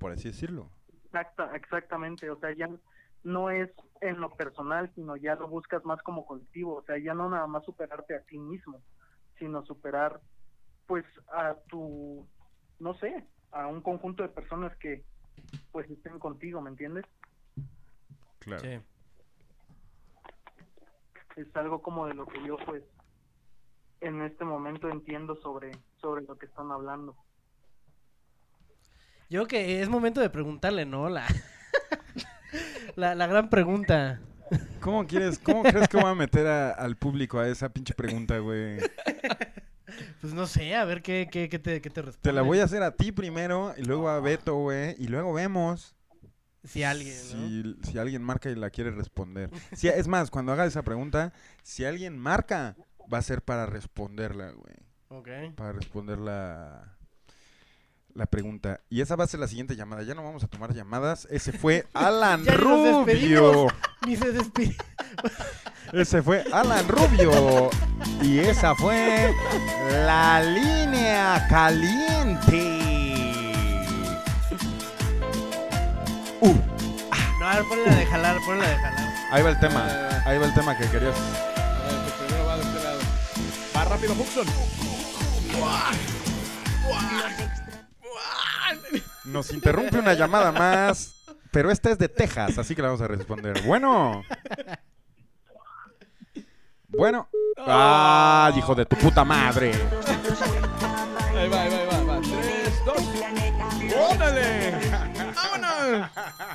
por así decirlo. Exacta, exactamente, o sea, ya no es en lo personal, sino ya lo buscas más como colectivo, o sea, ya no nada más superarte a ti mismo, sino superar, pues, a tu, no sé, a un conjunto de personas que, pues, estén contigo, ¿me entiendes? Claro. Sí. Es algo como de lo que yo, pues, en este momento entiendo sobre, sobre lo que están hablando. Yo creo que es momento de preguntarle, ¿no? La, la, la gran pregunta. ¿Cómo quieres, cómo crees que voy a meter a- al público a esa pinche pregunta, güey? Pues no sé, a ver qué, qué, qué te, qué te responde. Te la voy a hacer a ti primero y luego a Beto, güey, y luego vemos Si alguien, ¿no? si, si alguien marca y la quiere responder. Si, es más, cuando haga esa pregunta, si alguien marca, va a ser para responderla, güey. Ok. Para responder la, la pregunta. Y esa va a ser la siguiente llamada. Ya no vamos a tomar llamadas. Ese fue Alan Ya ni nos Rubio. despedimos. Ni se despide. Ese fue Alan Rubio. Y esa fue la línea caliente. Uh, No, a ver, ponle la de jalar, ponle la de jalar. ahí va el tema. Ahí va el tema que querías. A ver, que primero va de este lado. Va rápido, Huxon. Nos interrumpe una llamada más. Pero esta es de Texas, así que la vamos a responder. Bueno. Bueno. ¡Ah, hijo de tu puta madre! Ahí va, ahí va, ahí va. va. Tres, dos. ¡Órale! ¡Vámonos!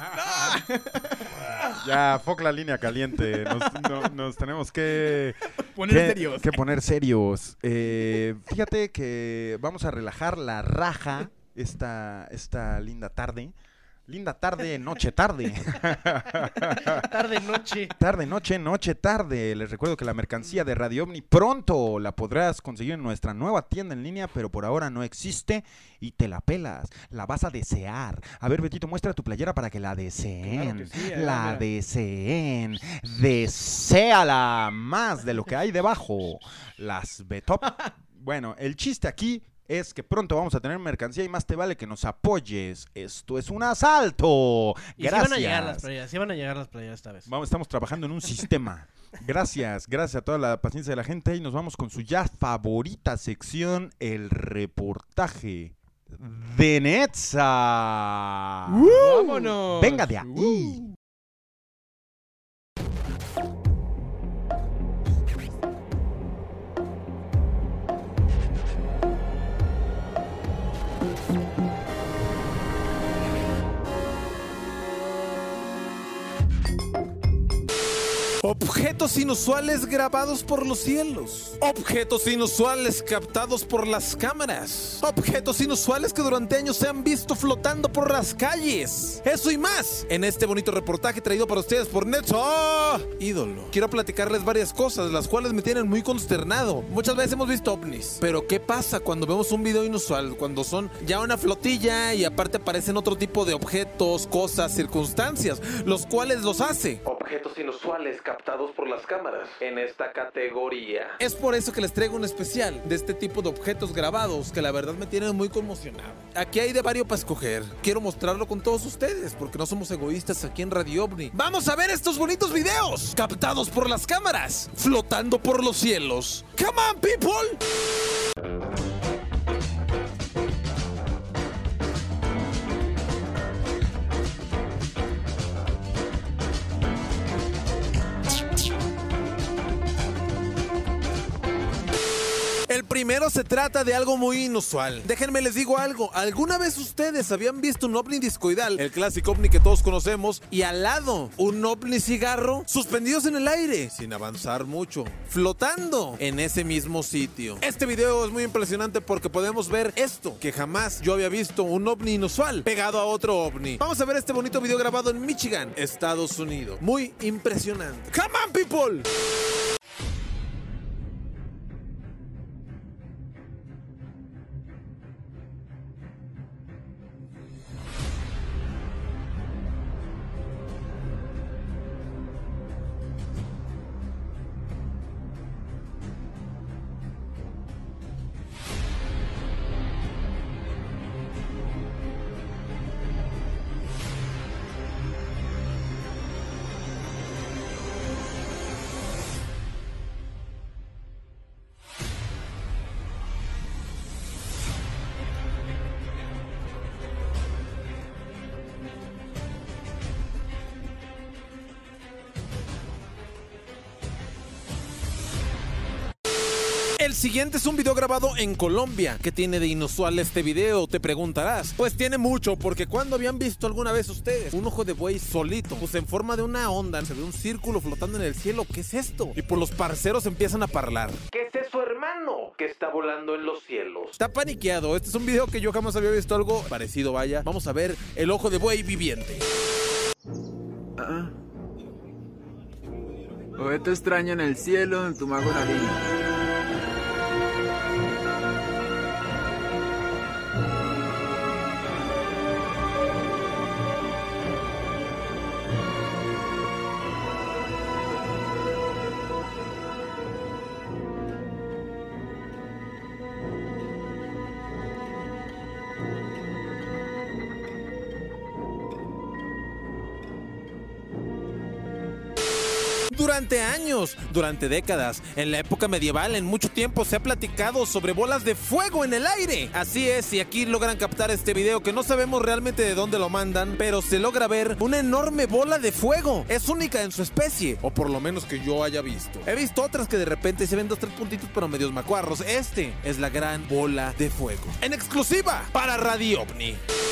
Ya, fuck la línea caliente. Nos, no- nos tenemos que Poner que, serios. que poner serios. Eh, fíjate que vamos a relajar la raja esta, esta linda tarde. Linda tarde, noche tarde. Tarde, noche. Tarde, noche, noche, tarde. Les recuerdo que la mercancía de Radio OVNI pronto la podrás conseguir en nuestra nueva tienda en línea, pero por ahora no existe y te la pelas. La vas a desear. A ver, Betito, muestra tu playera para que la deseen. Claro que sí, ahí va, la mira. deseen. Deséala más de lo que hay debajo. Las Betop. Bueno, el chiste aquí es que pronto vamos a tener mercancía y más te vale que nos apoyes. Esto es un asalto. Y sí Gracias. van a llegar las playeras, sí van a llegar las playeras esta vez. Vamos, estamos trabajando en un sistema. Gracias, gracias a toda la paciencia de la gente. Y nos vamos con su ya favorita sección, el reportaje de Netza. ¡Vámonos! Venga de ahí. Objetos inusuales grabados por los cielos. Objetos inusuales captados por las cámaras. Objetos inusuales que durante años se han visto flotando por las calles. Eso y más en este bonito reportaje traído para ustedes por Netza Ídolo. Quiero platicarles varias cosas, las cuales me tienen muy consternado. Muchas veces hemos visto ovnis, pero ¿qué pasa cuando vemos un video inusual? Cuando son ya una flotilla y aparte aparecen otro tipo de objetos, cosas, circunstancias, los cuales los hace objetos inusuales captados por las cámaras en esta categoría. Es por eso que les traigo un especial de este tipo de objetos grabados que la verdad me tienen muy conmocionado. Aquí hay de varios para escoger. Quiero mostrarlo con todos ustedes porque no somos egoístas aquí en Radio OVNI. ¡Vamos a ver estos bonitos videos! Captados por las cámaras, flotando por los cielos. ¡Come on, people! El primero se trata de algo muy inusual. Déjenme les digo algo. ¿Alguna vez ustedes habían visto un ovni discoidal? El clásico ovni que todos conocemos. Y al lado, un ovni cigarro suspendidos en el aire, sin avanzar mucho, flotando en ese mismo sitio. Este video es muy impresionante porque podemos ver esto, que jamás yo había visto un ovni inusual pegado a otro ovni. Vamos a ver este bonito video grabado en Michigan, Estados Unidos. Muy impresionante. ¡Come on, people! El siguiente es un video grabado en Colombia. ¿Qué tiene de inusual este video? Te preguntarás. Pues tiene mucho, porque ¿cuándo habían visto alguna vez ustedes un ojo de buey solito? Pues en forma de una onda, se ve un círculo flotando en el cielo. ¿Qué es esto? Y por los parceros empiezan a hablar. ¿Qué es eso, hermano? Que está volando en los cielos. Está paniqueado. Este es un video que yo jamás había visto algo parecido, vaya. Vamos a ver el ojo de buey viviente. Ah. Objeto extraño en el cielo, en tu mago nariz. Durante años, durante décadas, en la época medieval, en mucho tiempo se ha platicado sobre bolas de fuego en el aire. Así es, y aquí logran captar este video que no sabemos realmente de dónde lo mandan, pero se logra ver una enorme bola de fuego. Es única en su especie, o por lo menos que yo haya visto. He visto otras que de repente se ven dos, tres puntitos pero medios macuarros. Este es la gran bola de fuego. En exclusiva para Radio OVNI.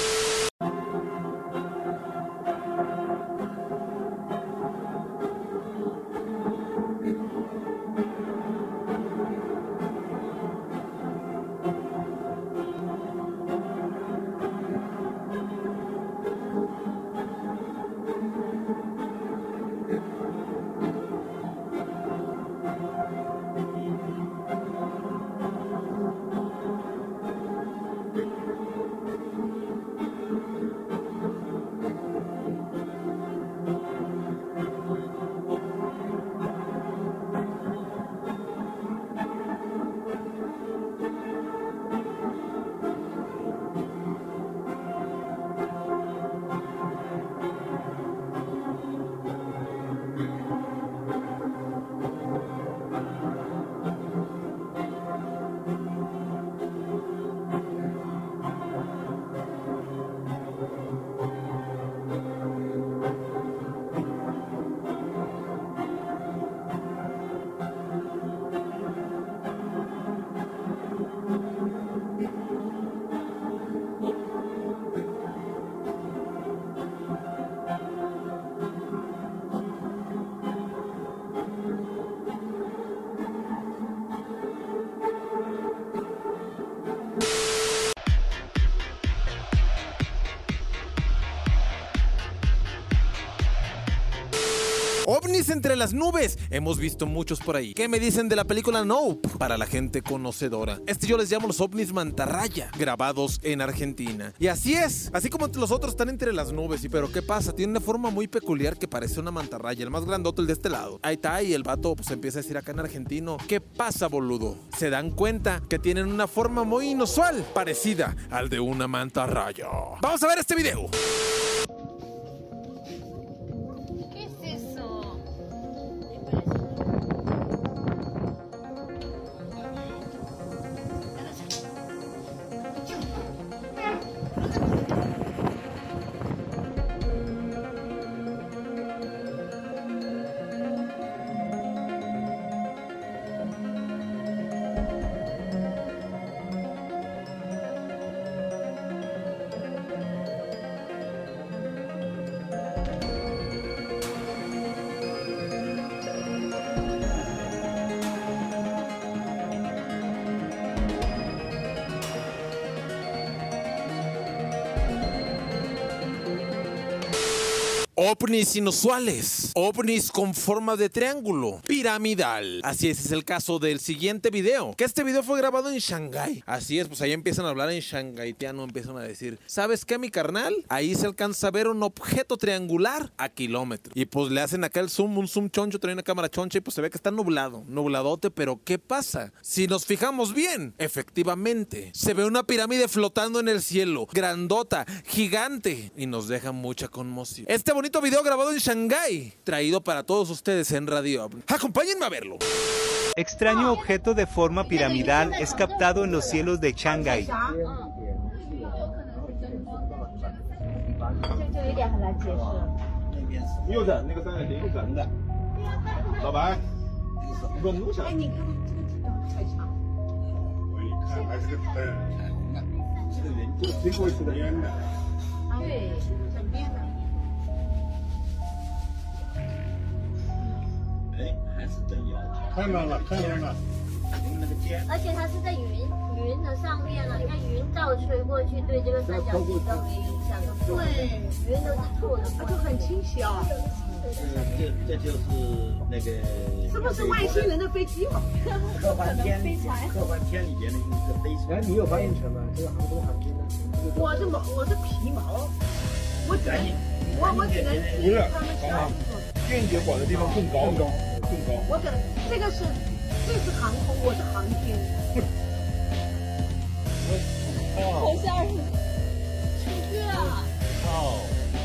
OVNIs entre las nubes. Hemos visto muchos por ahí. ¿Qué me dicen de la película Nope? Para la gente conocedora. Este yo les llamo los ovnis mantarraya, grabados en Argentina. Y así es. Así como los otros están entre las nubes. ¿Y pero qué pasa? Tiene una forma muy peculiar que parece una mantarraya. El más grandote, el de este lado. Ahí está. Y el vato pues empieza a decir acá en argentino: ¿qué pasa, boludo? Se dan cuenta que tienen una forma muy inusual, parecida al de una mantarraya. Vamos a ver este video. OVNIs inusuales, ovnis con forma de triángulo, piramidal. Así es, es el caso del siguiente video, que este video fue grabado en Shanghái. Así es, pues ahí empiezan a hablar en shangaitiano, empiezan a decir: ¿sabes qué, mi carnal? Ahí se alcanza a ver un objeto triangular a kilómetros. Y pues le hacen acá el zoom, un zoom choncho, traen una cámara choncha y pues se ve que está nublado, nubladote. Pero ¿qué pasa? Si nos fijamos bien, efectivamente, se ve una pirámide flotando en el cielo, grandota, gigante, y nos deja mucha conmoción. Este bonito video grabado en Shanghái, traído para todos ustedes en Radio OVNI. Acompáñenme a verlo. Extraño objeto de forma piramidal es captado en los cielos de Shanghái. 而且它是在云云的上面了，你看云倒吹过去，对这个三角形都没影响。对，云都是透的，而且很清晰哦。 这这就是那个， 是不是外星人的飞机？ 科幻片，科幻片里边的一个飞船。哎，你有发言权吗？这个航空航天的。 我是毛，我是皮毛，我只能，我我只能听他们讲。 电解管的地方更高，更高，更高。 我只这个是，这是航空，我是航天。好吓人！出去了。 哦。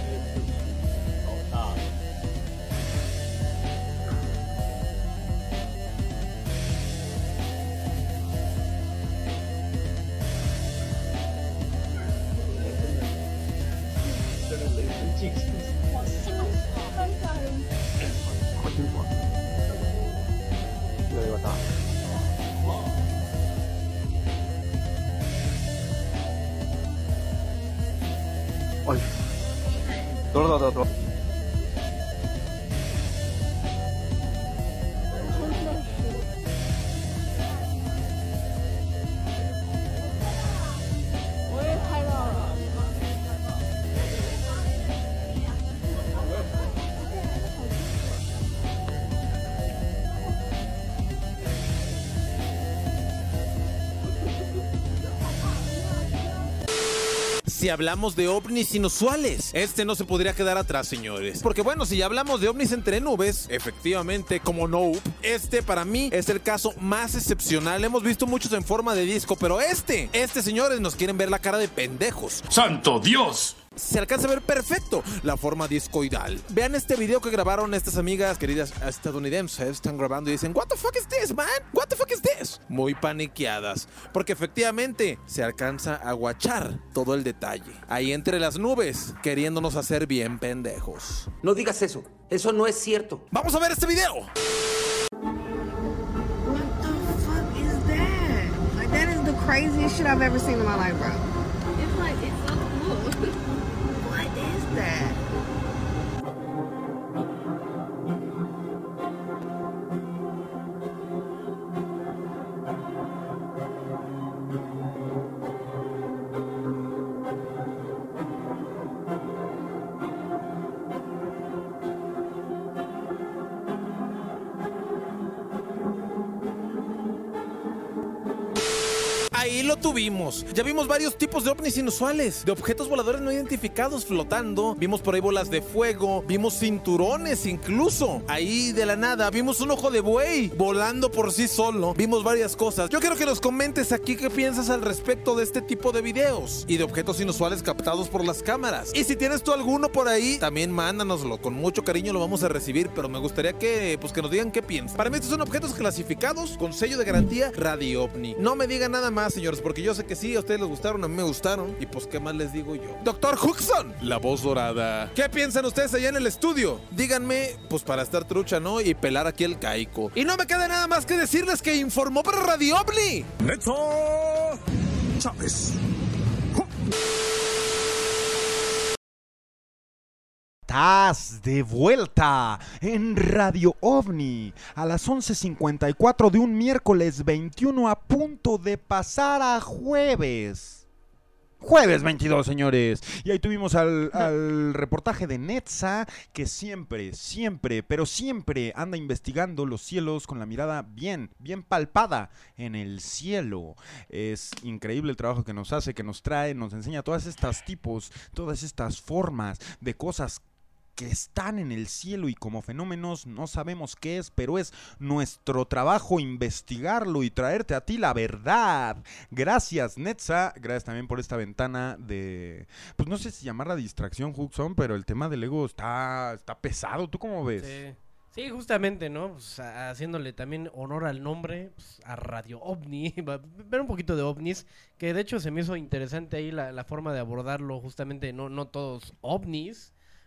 哎，得了得了得了。 我也拍到了。 Si hablamos de ovnis inusuales, este no se podría quedar atrás, señores. Porque bueno, si ya hablamos de ovnis entre nubes, efectivamente, como no, este para mí es el caso más excepcional. Hemos visto muchos en forma de disco, pero este, este, señores, nos quieren ver la cara de pendejos. ¡Santo Dios! Se alcanza a ver perfecto la forma discoidal. Vean este video que grabaron estas amigas queridas estadounidenses. Están grabando y dicen, what the fuck is this, man? What the fuck is this? Muy paniqueadas, porque efectivamente se alcanza a guachar todo el detalle. Ahí entre las nubes, queriéndonos hacer bien pendejos. No digas eso, eso no es cierto. ¡Vamos a ver este video! What the fuck is that? Like, that is the craziest shit I've ever seen in my life, bro. It's like, it's so cool. What is that? Ahí lo tuvimos. Ya vimos varios tipos de ovnis inusuales, de objetos voladores no identificados flotando. Vimos por ahí bolas de fuego, vimos cinturones incluso. Ahí de la nada vimos un ojo de buey volando por sí solo. Vimos varias cosas. Yo quiero que nos comentes aquí qué piensas al respecto de este tipo de videos y de objetos inusuales captados por las cámaras. Y si tienes tú alguno por ahí, también mándanoslo. Con mucho cariño lo vamos a recibir, pero me gustaría que, pues, que nos digan qué piensan. Para mí estos son objetos clasificados con sello de garantía Radio OVNI. No me digan nada más, señores, porque yo sé que sí, a ustedes les gustaron, a mí me gustaron. Y pues, ¿qué más les digo yo? Doctor Huxon, la voz dorada. ¿Qué piensan ustedes allá en el estudio? Díganme, pues para estar trucha, ¿no? Y pelar aquí el caico. Y no me queda nada más que decirles que informó para Radio OVNI Neto Chávez. Estás de vuelta en Radio OVNI a las once cincuenta y cuatro de un miércoles veintiuno, a punto de pasar a jueves. Jueves veintidós, señores. Y ahí tuvimos al, al reportaje de Netza, que siempre, siempre, pero siempre anda investigando los cielos con la mirada bien, bien palpada en el cielo. Es increíble el trabajo que nos hace, que nos trae, nos enseña todas estas tipos, todas estas formas de cosas que están en el cielo y como fenómenos no sabemos qué es, pero es nuestro trabajo investigarlo y traerte a ti la verdad. Gracias, Netza. Gracias también por esta ventana de, pues no sé si llamarla distracción, Huxon, pero el tema del ego está, está pesado. ¿Tú cómo ves? Sí. Sí, justamente, ¿no? Pues, a, haciéndole también honor al nombre, pues, a Radio OVNI, ver un poquito de ovnis, que de hecho se me hizo interesante ahí la, la forma de abordarlo, justamente no, no todos ovnis,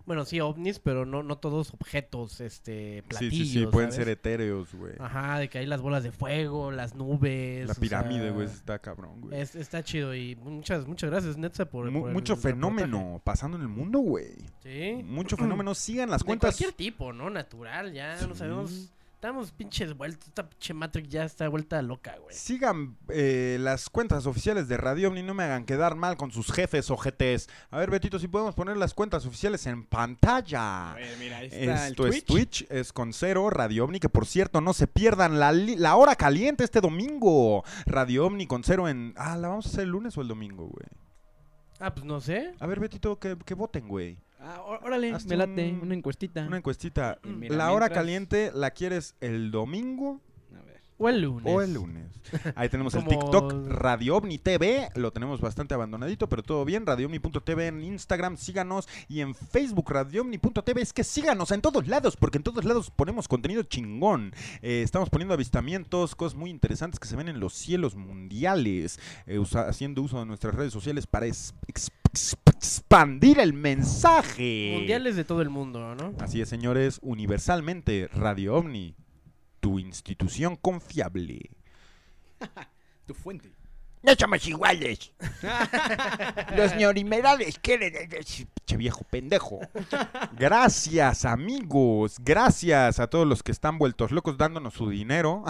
Bueno, sí, ovnis, pero no, no todos objetos, este, platillos, Sí, sí, sí, pueden ¿sabes? ser etéreos, güey. Ajá, de que hay las bolas de fuego, las nubes. La o pirámide, sea, güey, está cabrón, güey. es- está chido y muchas, muchas gracias, Netza, por, Mu- por el mucho reportaje. fenómeno pasando en el mundo, güey. Sí. Mucho fenómeno. Sigan las De cuentas. cualquier tipo, ¿no? Natural, ya, no Sí. sabemos. Estamos pinches vueltos, esta pinche Matrix ya está vuelta loca, güey. Sigan eh, las cuentas oficiales de Radio Omni, no me hagan quedar mal con sus jefes ojetes. A ver, Betito, si podemos poner las cuentas oficiales en pantalla. A ver, mira, ahí está Esto el es Twitch, es con cero, Radio Omni, que por cierto, no se pierdan la, li- la hora caliente este domingo. Radio Omni con cero en... Ah, ¿la vamos a hacer el lunes o el domingo, güey? Ah, pues no sé. A ver, Betito, que, que voten, güey. Ah, ó- órale, Hazte me late, un- una encuestita. Una encuestita. Y mira, ¿La hora mientras- caliente la quieres el domingo A ver. O el lunes. o el lunes? Ahí tenemos el Como- TikTok Radio Omni T V, lo tenemos bastante abandonadito, pero todo bien. Radio Omni punto T V en Instagram, síganos. Y en Facebook, Radio Omni punto T V, es que síganos en todos lados, porque en todos lados ponemos contenido chingón. Eh, estamos poniendo avistamientos, cosas muy interesantes que se ven en los cielos mundiales, eh, usa- haciendo uso de nuestras redes sociales para es- ex- ex- expandir el mensaje. Mundiales de todo el mundo, ¿no? Así es, señores, universalmente, Radio Omni, tu institución confiable. Tu fuente. No somos iguales. Los neoliberales quieren... Che viejo pendejo. Gracias, amigos. Gracias a todos los que están vueltos locos dándonos su dinero.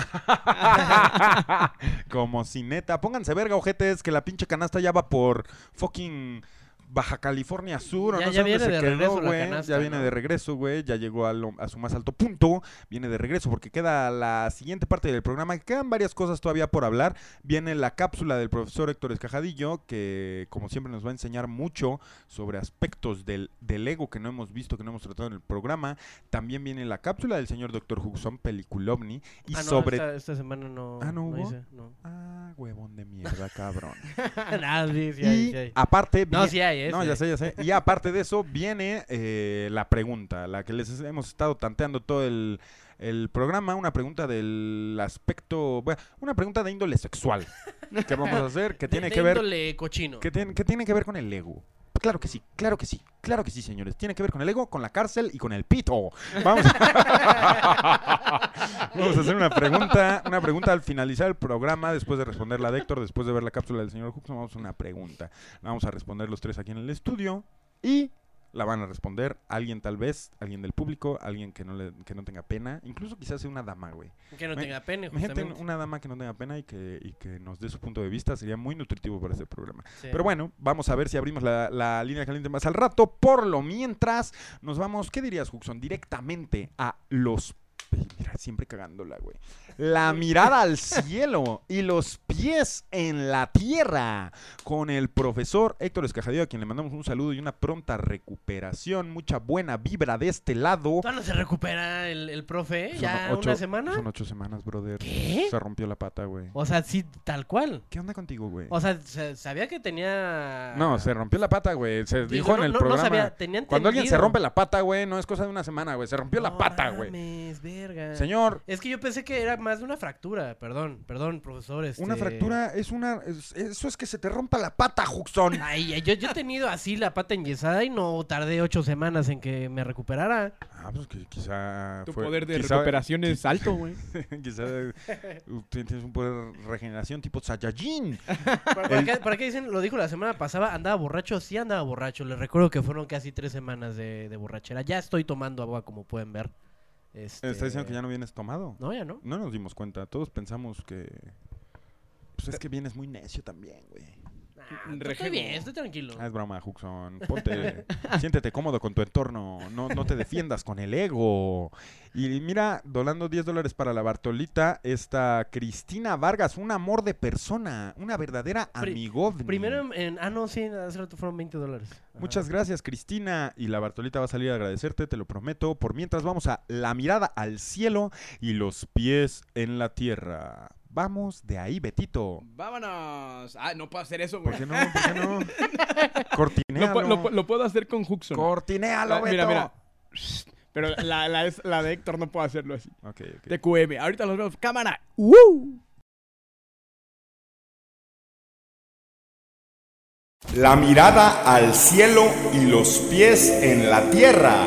Como si neta. Pónganse verga, ojetes, que la pinche canasta ya va por fucking... Baja California Sur, o Ya- no sé ya dónde viene se de quedó, regreso la güey. canasta, Ya viene ¿no? de regreso, güey. Ya llegó a, lo- a su más alto punto. Viene de regreso porque queda la siguiente parte del programa. Quedan varias cosas todavía por hablar. Viene la cápsula del profesor Héctor Escajadillo, que como siempre nos va a enseñar mucho sobre aspectos del, del ego que no hemos visto, que no hemos tratado en el programa. También viene la cápsula del señor doctor Huxon, Peliculovni. Y Ah, no, sobre... esta, esta semana no. Ah, ¿no hubo? hice, no. Ah, huevón de mierda, cabrón. Nada, sí, sí y hay, sí hay. aparte... No, vi- sí hay, eh, No, sí ya hay. sé, ya sé. Y aparte de eso viene eh, la pregunta, la que les hemos estado tanteando todo el, el programa. Una pregunta del aspecto... Bueno, una pregunta de índole sexual que vamos a hacer, que De- tiene de que ver... índole cochino. Que, tiene- que tiene que ver con el ego. Claro que sí, claro que sí, claro que sí, señores. Tiene que ver con el ego, con la cárcel y con el pito. Vamos a, Vamos a hacer una pregunta, una pregunta al finalizar el programa, después de responder la de Héctor, después de ver la cápsula del señor Huxon, vamos a hacer una pregunta. La vamos a responder los tres aquí en el estudio y la van a responder alguien tal vez, alguien del público, alguien que no le, que no tenga pena, incluso quizás sea una dama, güey. Que no Me- tenga pena, Imagínate justamente. una dama que no tenga pena y que, y que nos dé su punto de vista, sería muy nutritivo para este programa. Sí. Pero bueno, vamos a ver si abrimos la, la línea caliente más al rato. Por lo mientras, nos vamos, ¿qué dirías, Huxon? Directamente a los... Mira, siempre cagándola, güey. La mirada al cielo y los pies en la tierra con el profesor Héctor Escajadillo, a quien le mandamos un saludo y una pronta recuperación. Mucha buena vibra de este lado. ¿Cuándo se recupera el, el profe? Son ¿Ya ocho- una semana? Son ocho semanas, brother. ¿Qué? Se rompió la pata, güey. O sea, sí, tal cual. ¿Qué onda contigo, güey? O sea, se- sabía que tenía... No, se rompió la pata, güey. Se Digo, dijo no- en el no- no programa. sabía, tenía Cuando alguien se entendido. rompe la pata, güey, no es cosa de una semana, güey. Se rompió la pata, güey. Mames, verga. Señor. Es que yo pensé que era más de una fractura. Perdón, perdón, profesor. Este... Una fractura es una... es- eso es que se te rompa la pata, Juxon. Ay, yo, yo he tenido así la pata enyesada y no tardé ocho semanas en que me recuperara. Ah, pues que quizá... Tu fue- poder de quizá- recuperación es alto, güey. Quizá uh, tienes un poder de regeneración tipo Saiyajin. ¿Por, por qué, por qué dicen? Lo dijo la semana pasada, andaba borracho. Sí andaba borracho. Les recuerdo que fueron casi tres semanas de, de borrachera. Ya estoy tomando agua, como pueden ver. Este... ¿Estás diciendo que ya no vienes tomado? No, ya no. No nos dimos cuenta. Todos pensamos que... Pues es que vienes muy necio también, güey. Estoy bien, estoy tranquilo. Ah, es broma, Huxon. Ponte, siéntete cómodo con tu entorno. No, no te defiendas con el ego. Y mira, donando diez dólares para la Bartolita, esta Cristina Vargas, un amor de persona, una verdadera Pri- amigovni. Primero en, en- Ah, no, sí, hace rato fueron veinte dólares. Ajá. Muchas gracias, Cristina. Y la Bartolita va a salir a agradecerte, te lo prometo. Por mientras vamos a la mirada al cielo y los pies en la tierra. Vamos de ahí, Betito. Vámonos. Ah, no puedo hacer eso, güey. ¿Por qué no? ¿Por qué no? Cortinéalo. Lo, pu- lo pu- lo puedo hacer con Huxon. Cortinéalo, Ah, Mira, Beto. mira. Pero la, la, es- la de Héctor no puedo hacerlo así. Ok, ok. T Q M. Ahorita los vemos. ¡Cámara! ¡Woo! La mirada al cielo y los pies en la tierra.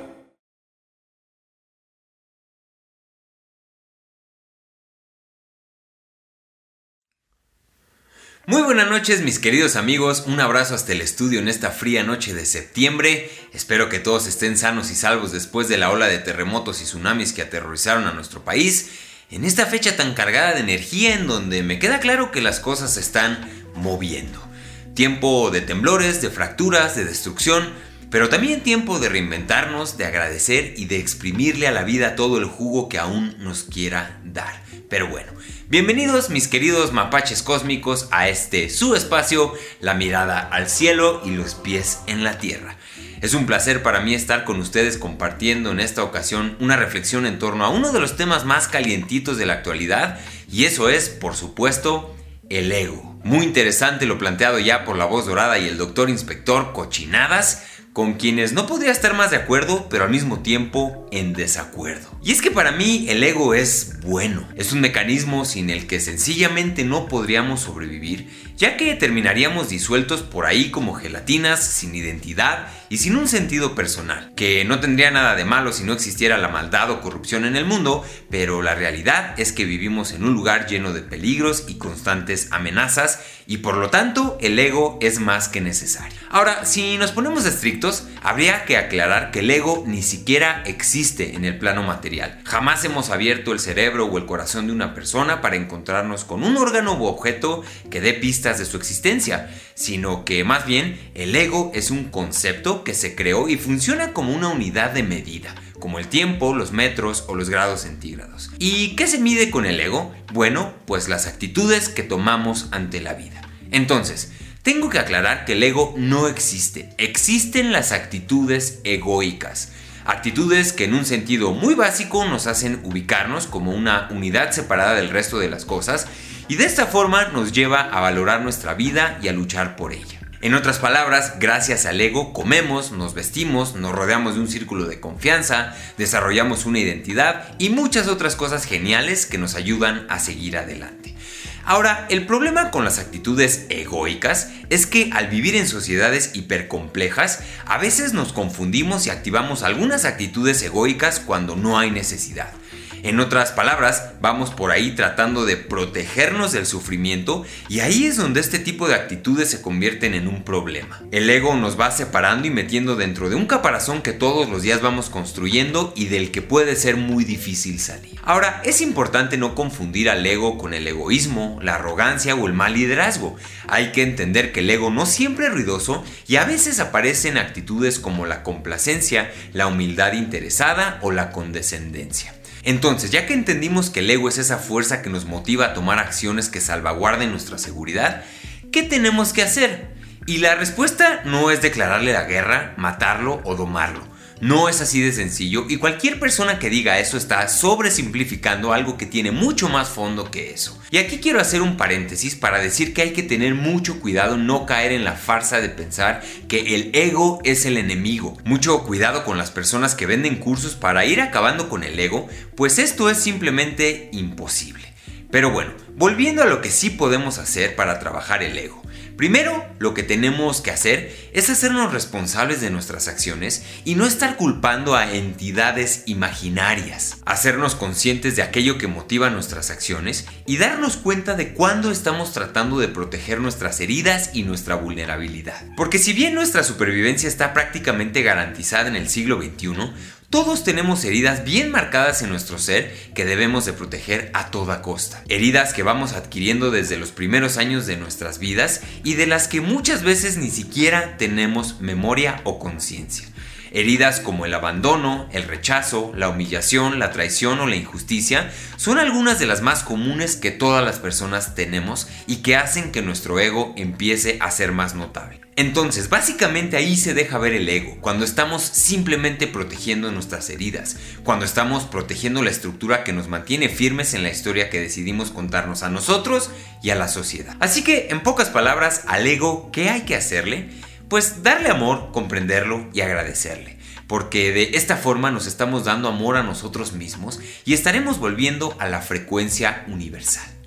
Muy buenas noches mis queridos amigos, un abrazo hasta el estudio en esta fría noche de septiembre. Espero que todos estén sanos y salvos después de la ola de terremotos y tsunamis que aterrorizaron a nuestro país. En esta fecha tan cargada de energía en donde me queda claro que las cosas se están moviendo. Tiempo de temblores, de fracturas, de destrucción, pero también tiempo de reinventarnos, de agradecer y de exprimirle a la vida todo el jugo que aún nos quiera dar. Pero bueno, bienvenidos mis queridos mapaches cósmicos a este su espacio, la mirada al cielo y los pies en la tierra. Es un placer para mí estar con ustedes compartiendo en esta ocasión una reflexión en torno a uno de los temas más calientitos de la actualidad, y eso es, por supuesto, el ego. Muy interesante lo planteado ya por la voz dorada y el doctor inspector Cochinadas, con quienes no podría estar más de acuerdo, pero al mismo tiempo en desacuerdo. Y es que para mí el ego es bueno, es un mecanismo sin el que sencillamente no podríamos sobrevivir, ya que terminaríamos disueltos por ahí como gelatinas, sin identidad y sin un sentido personal, que no tendría nada de malo si no existiera la maldad o corrupción en el mundo, pero la realidad es que vivimos en un lugar lleno de peligros y constantes amenazas, y por lo tanto el ego es más que necesario. Ahora, si nos ponemos estrictos, habría que aclarar que el ego ni siquiera existe en el plano material. Jamás hemos abierto el cerebro o el corazón de una persona para encontrarnos con un órgano u objeto que dé pistas de su existencia, sino que más bien el ego es un concepto que se creó y funciona como una unidad de medida, como el tiempo, los metros o los grados centígrados. ¿Y qué se mide con el ego? Bueno, pues las actitudes que tomamos ante la vida. Entonces, tengo que aclarar que el ego no existe. Existen las actitudes egoicas. Actitudes que en un sentido muy básico nos hacen ubicarnos como una unidad separada del resto de las cosas, y de esta forma nos lleva a valorar nuestra vida y a luchar por ella. En otras palabras, gracias al ego comemos, nos vestimos, nos rodeamos de un círculo de confianza, desarrollamos una identidad y muchas otras cosas geniales que nos ayudan a seguir adelante. Ahora, el problema con las actitudes egoicas es que al vivir en sociedades hipercomplejas, a veces nos confundimos y activamos algunas actitudes egoicas cuando no hay necesidad. En otras palabras, vamos por ahí tratando de protegernos del sufrimiento, y ahí es donde este tipo de actitudes se convierten en un problema. El ego nos va separando y metiendo dentro de un caparazón que todos los días vamos construyendo y del que puede ser muy difícil salir. Ahora, es importante no confundir al ego con el egoísmo, la arrogancia o el mal liderazgo. Hay que entender que el ego no siempre es ruidoso y a veces aparecen actitudes como la complacencia, la humildad interesada o la condescendencia. Entonces, ya que entendimos que el ego es esa fuerza que nos motiva a tomar acciones que salvaguarden nuestra seguridad, ¿qué tenemos que hacer? Y la respuesta no es declararle la guerra, matarlo o domarlo. No es así de sencillo, y cualquier persona que diga eso está sobresimplificando algo que tiene mucho más fondo que eso. Y aquí quiero hacer un paréntesis para decir que hay que tener mucho cuidado en no caer en la farsa de pensar que el ego es el enemigo. Mucho cuidado con las personas que venden cursos para ir acabando con el ego, pues esto es simplemente imposible. Pero bueno, volviendo a lo que sí podemos hacer para trabajar el ego. Primero, lo que tenemos que hacer es hacernos responsables de nuestras acciones y no estar culpando a entidades imaginarias. Hacernos conscientes de aquello que motiva nuestras acciones y darnos cuenta de cuándo estamos tratando de proteger nuestras heridas y nuestra vulnerabilidad. Porque si bien nuestra supervivencia está prácticamente garantizada en el siglo veintiuno, todos tenemos heridas bien marcadas en nuestro ser que debemos de proteger a toda costa. Heridas que vamos adquiriendo desde los primeros años de nuestras vidas y de las que muchas veces ni siquiera tenemos memoria o conciencia. Heridas como el abandono, el rechazo, la humillación, la traición o la injusticia son algunas de las más comunes que todas las personas tenemos y que hacen que nuestro ego empiece a ser más notable. Entonces, básicamente ahí se deja ver el ego, cuando estamos simplemente protegiendo nuestras heridas, cuando estamos protegiendo la estructura que nos mantiene firmes en la historia que decidimos contarnos a nosotros y a la sociedad. Así que, en pocas palabras, al ego, ¿qué hay que hacerle? Pues darle amor, comprenderlo y agradecerle, porque de esta forma nos estamos dando amor a nosotros mismos y estaremos volviendo a la frecuencia universal.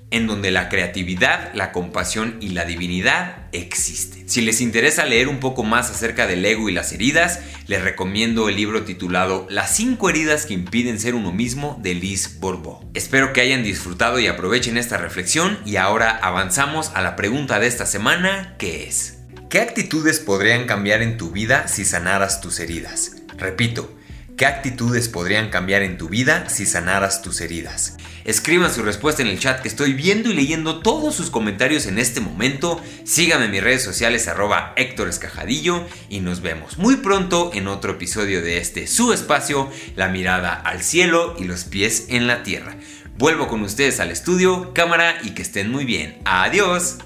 en donde la creatividad, la compasión y la divinidad existen. Si les interesa leer un poco más acerca del ego y las heridas, les recomiendo el libro titulado Las cinco heridas que impiden ser uno mismo de Liz Bourbeau. Espero que hayan disfrutado y aprovechen esta reflexión, y ahora avanzamos a la pregunta de esta semana, que es: ¿qué actitudes podrían cambiar en tu vida si sanaras tus heridas? Repito, ¿qué actitudes podrían cambiar en tu vida si sanaras tus heridas? Escriban su respuesta en el chat, que estoy viendo y leyendo todos sus comentarios en este momento. Síganme en mis redes sociales arroba Héctor Escajadillo, y nos vemos muy pronto en otro episodio de este su espacio, La mirada al cielo y los pies en la tierra. Vuelvo con ustedes al estudio, cámara, y que estén muy bien. ¡Adiós!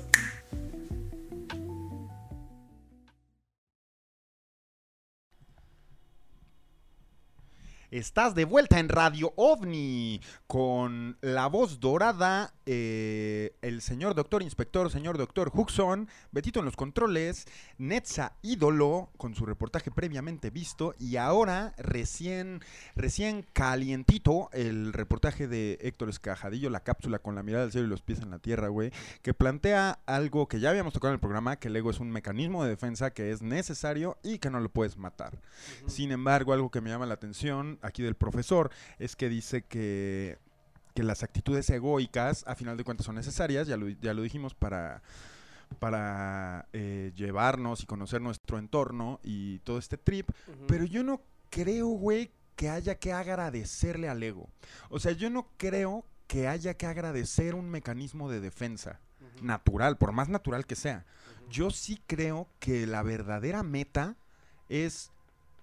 Estás de vuelta en Radio OVNI con la voz dorada, eh, el señor doctor inspector, señor doctor Huxon, Betito en los controles, Netza Ídolo con su reportaje previamente visto, y ahora recién, recién calientito el reportaje de Héctor Escajadillo, la cápsula con la mirada al cielo y los pies en la tierra, güey, que plantea algo que ya habíamos tocado en el programa, que el ego es un mecanismo de defensa que es necesario y que no lo puedes matar. Uh-huh. Sin embargo, algo que me llama la atención aquí del profesor es que dice que, que las actitudes egoicas a final de cuentas son necesarias, ya lo, ya lo dijimos, para, para eh, llevarnos y conocer nuestro entorno y todo este trip, uh-huh. Pero yo no creo, güey, que haya que agradecerle al ego. O sea, yo no creo que haya que agradecer un mecanismo de defensa uh-huh. natural, por más natural que sea. Uh-huh. Yo sí creo que la verdadera meta es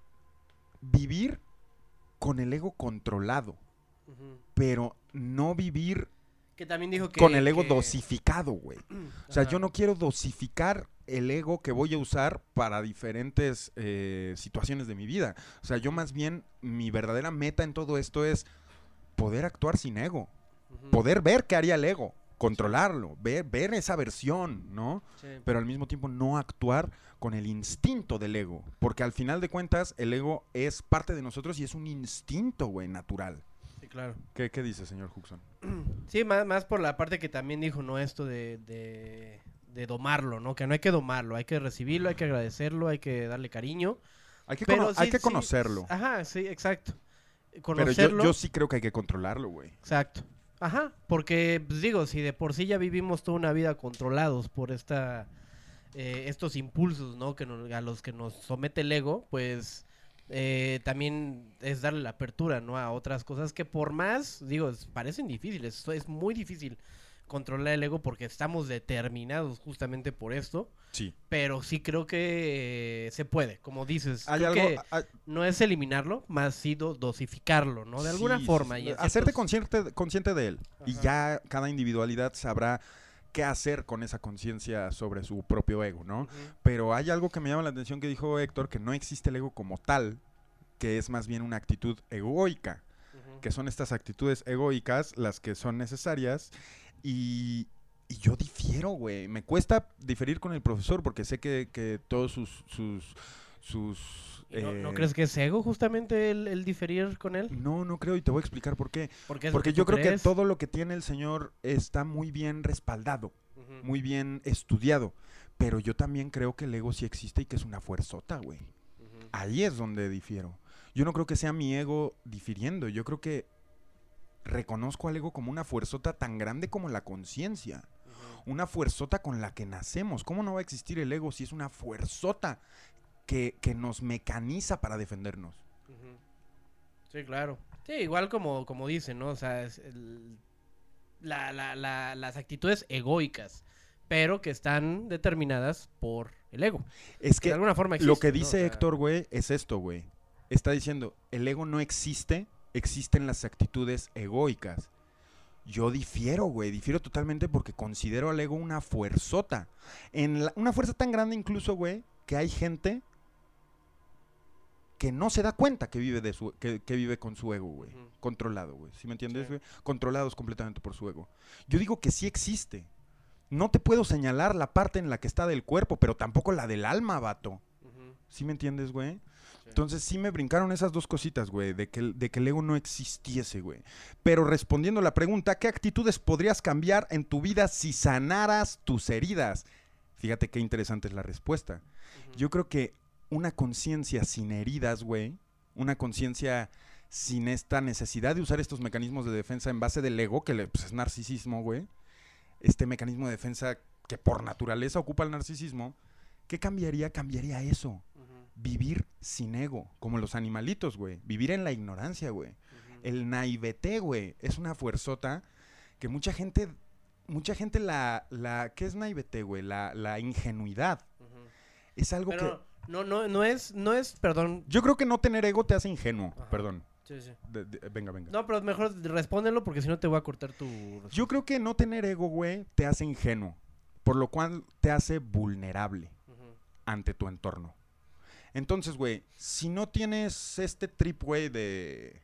vivir con el ego controlado, uh-huh. pero no vivir que también dijo que, con el ego que... dosificado, güey. O sea, yo no quiero dosificar el ego que voy a usar para diferentes eh, situaciones de mi vida. O sea, yo más bien, mi verdadera meta en todo esto es poder actuar sin ego, uh-huh. poder ver qué haría el ego, controlarlo, ver, ver esa versión, ¿no? Sí. Pero al mismo tiempo no actuar con el instinto del ego, porque al final de cuentas el ego es parte de nosotros y es un instinto, güey, natural. Sí, claro. ¿Qué, qué dice, señor Huxon? Sí, más, más por la parte que también dijo, ¿no? Esto de, de, de domarlo, ¿no? Que no hay que domarlo, hay que recibirlo, hay que agradecerlo, hay que darle cariño. Hay que, cono- sí, hay que sí, conocerlo. Ajá, sí, exacto. Conocerlo. Pero yo, yo sí creo que hay que controlarlo, güey. Exacto. Ajá, porque, pues digo, si de por sí ya vivimos toda una vida controlados por esta eh, estos impulsos, ¿no? Que nos, a los que nos somete el ego, pues eh, también es darle la apertura, ¿no? A otras cosas que por más, digo, parecen difíciles, es muy difícil controlar el ego porque estamos determinados justamente por esto. Sí. Pero sí creo que eh, se puede, como dices. Hay creo algo, que hay... no es eliminarlo, más sí do- dosificarlo, ¿no? De alguna sí, forma. Sí, y hacerte ciertos... consciente, consciente de él. Ajá. Y ya cada individualidad sabrá qué hacer con esa conciencia sobre su propio ego, ¿no? Uh-huh. Pero hay algo que me llama la atención que dijo Héctor, que no existe el ego como tal, que es más bien una actitud egoica, uh-huh. que son estas actitudes egoicas las que son necesarias. Y, y yo difiero, güey. Me cuesta diferir con el profesor porque sé que, que todos sus... sus, sus ¿No, eh... ¿No crees que es ego justamente el, el diferir con él? No, no creo y te voy a explicar por qué. ¿Por qué porque yo creo crees? que todo lo que tiene el señor está muy bien respaldado, uh-huh. muy bien estudiado. Pero yo también creo que el ego sí existe y que es una fuerzota, güey. Uh-huh. Ahí es donde difiero. Yo no creo que sea mi ego difiriendo. Yo creo que reconozco al ego como una fuerzota tan grande como la conciencia. Uh-huh. Una fuerzota con la que nacemos. ¿Cómo no va a existir el ego si es una fuerzota que, que nos mecaniza para defendernos? Uh-huh. Sí, claro. Sí, igual como, como dicen, ¿no? O sea, es el, la, la, la, las actitudes egoicas, pero que están determinadas por el ego. Es que de alguna forma existe, lo que dice ¿no? O sea, Héctor, güey, es esto, güey. Está diciendo, el ego no existe, existen las actitudes egoicas. Yo difiero, güey, difiero totalmente porque considero al ego una fuerzota. En la, una fuerza tan grande incluso, güey, que hay gente que no se da cuenta que vive de su que, que vive con su ego, güey. Uh-huh. Controlado, güey. ¿Sí me entiendes, güey? Sí. Controlados completamente por su ego. Yo digo que sí existe. No te puedo señalar la parte en la que está del cuerpo, pero tampoco la del alma, vato. Uh-huh. ¿Sí me entiendes, güey? Entonces sí me brincaron esas dos cositas, güey, de que, de que el ego no existiese, güey. Pero respondiendo a la pregunta, ¿qué actitudes podrías cambiar en tu vida si sanaras tus heridas? Fíjate qué interesante es la respuesta. Uh-huh. Yo creo que una conciencia sin heridas, güey, una conciencia sin esta necesidad de usar estos mecanismos de defensa en base del ego, que le, pues, es narcisismo, güey, este mecanismo de defensa que por naturaleza ocupa el narcisismo, ¿qué cambiaría? Cambiaría eso. Vivir sin ego, como los animalitos, güey. Vivir en la ignorancia, güey. Uh-huh. El naivete, güey, es una fuerzota que mucha gente, mucha gente la, la ¿qué es naivete, güey? La, la ingenuidad. Uh-huh. Es algo Pero que... no, no, no es, no es, perdón. Yo creo que no tener ego te hace ingenuo, Ajá. perdón. Sí, sí. De, de, venga, venga. No, pero mejor respóndelo porque si no te voy a cortar tu... Yo creo que no tener ego, güey, te hace ingenuo, por lo cual te hace vulnerable uh-huh. ante tu entorno. Entonces, güey, si no tienes este trip, güey, de,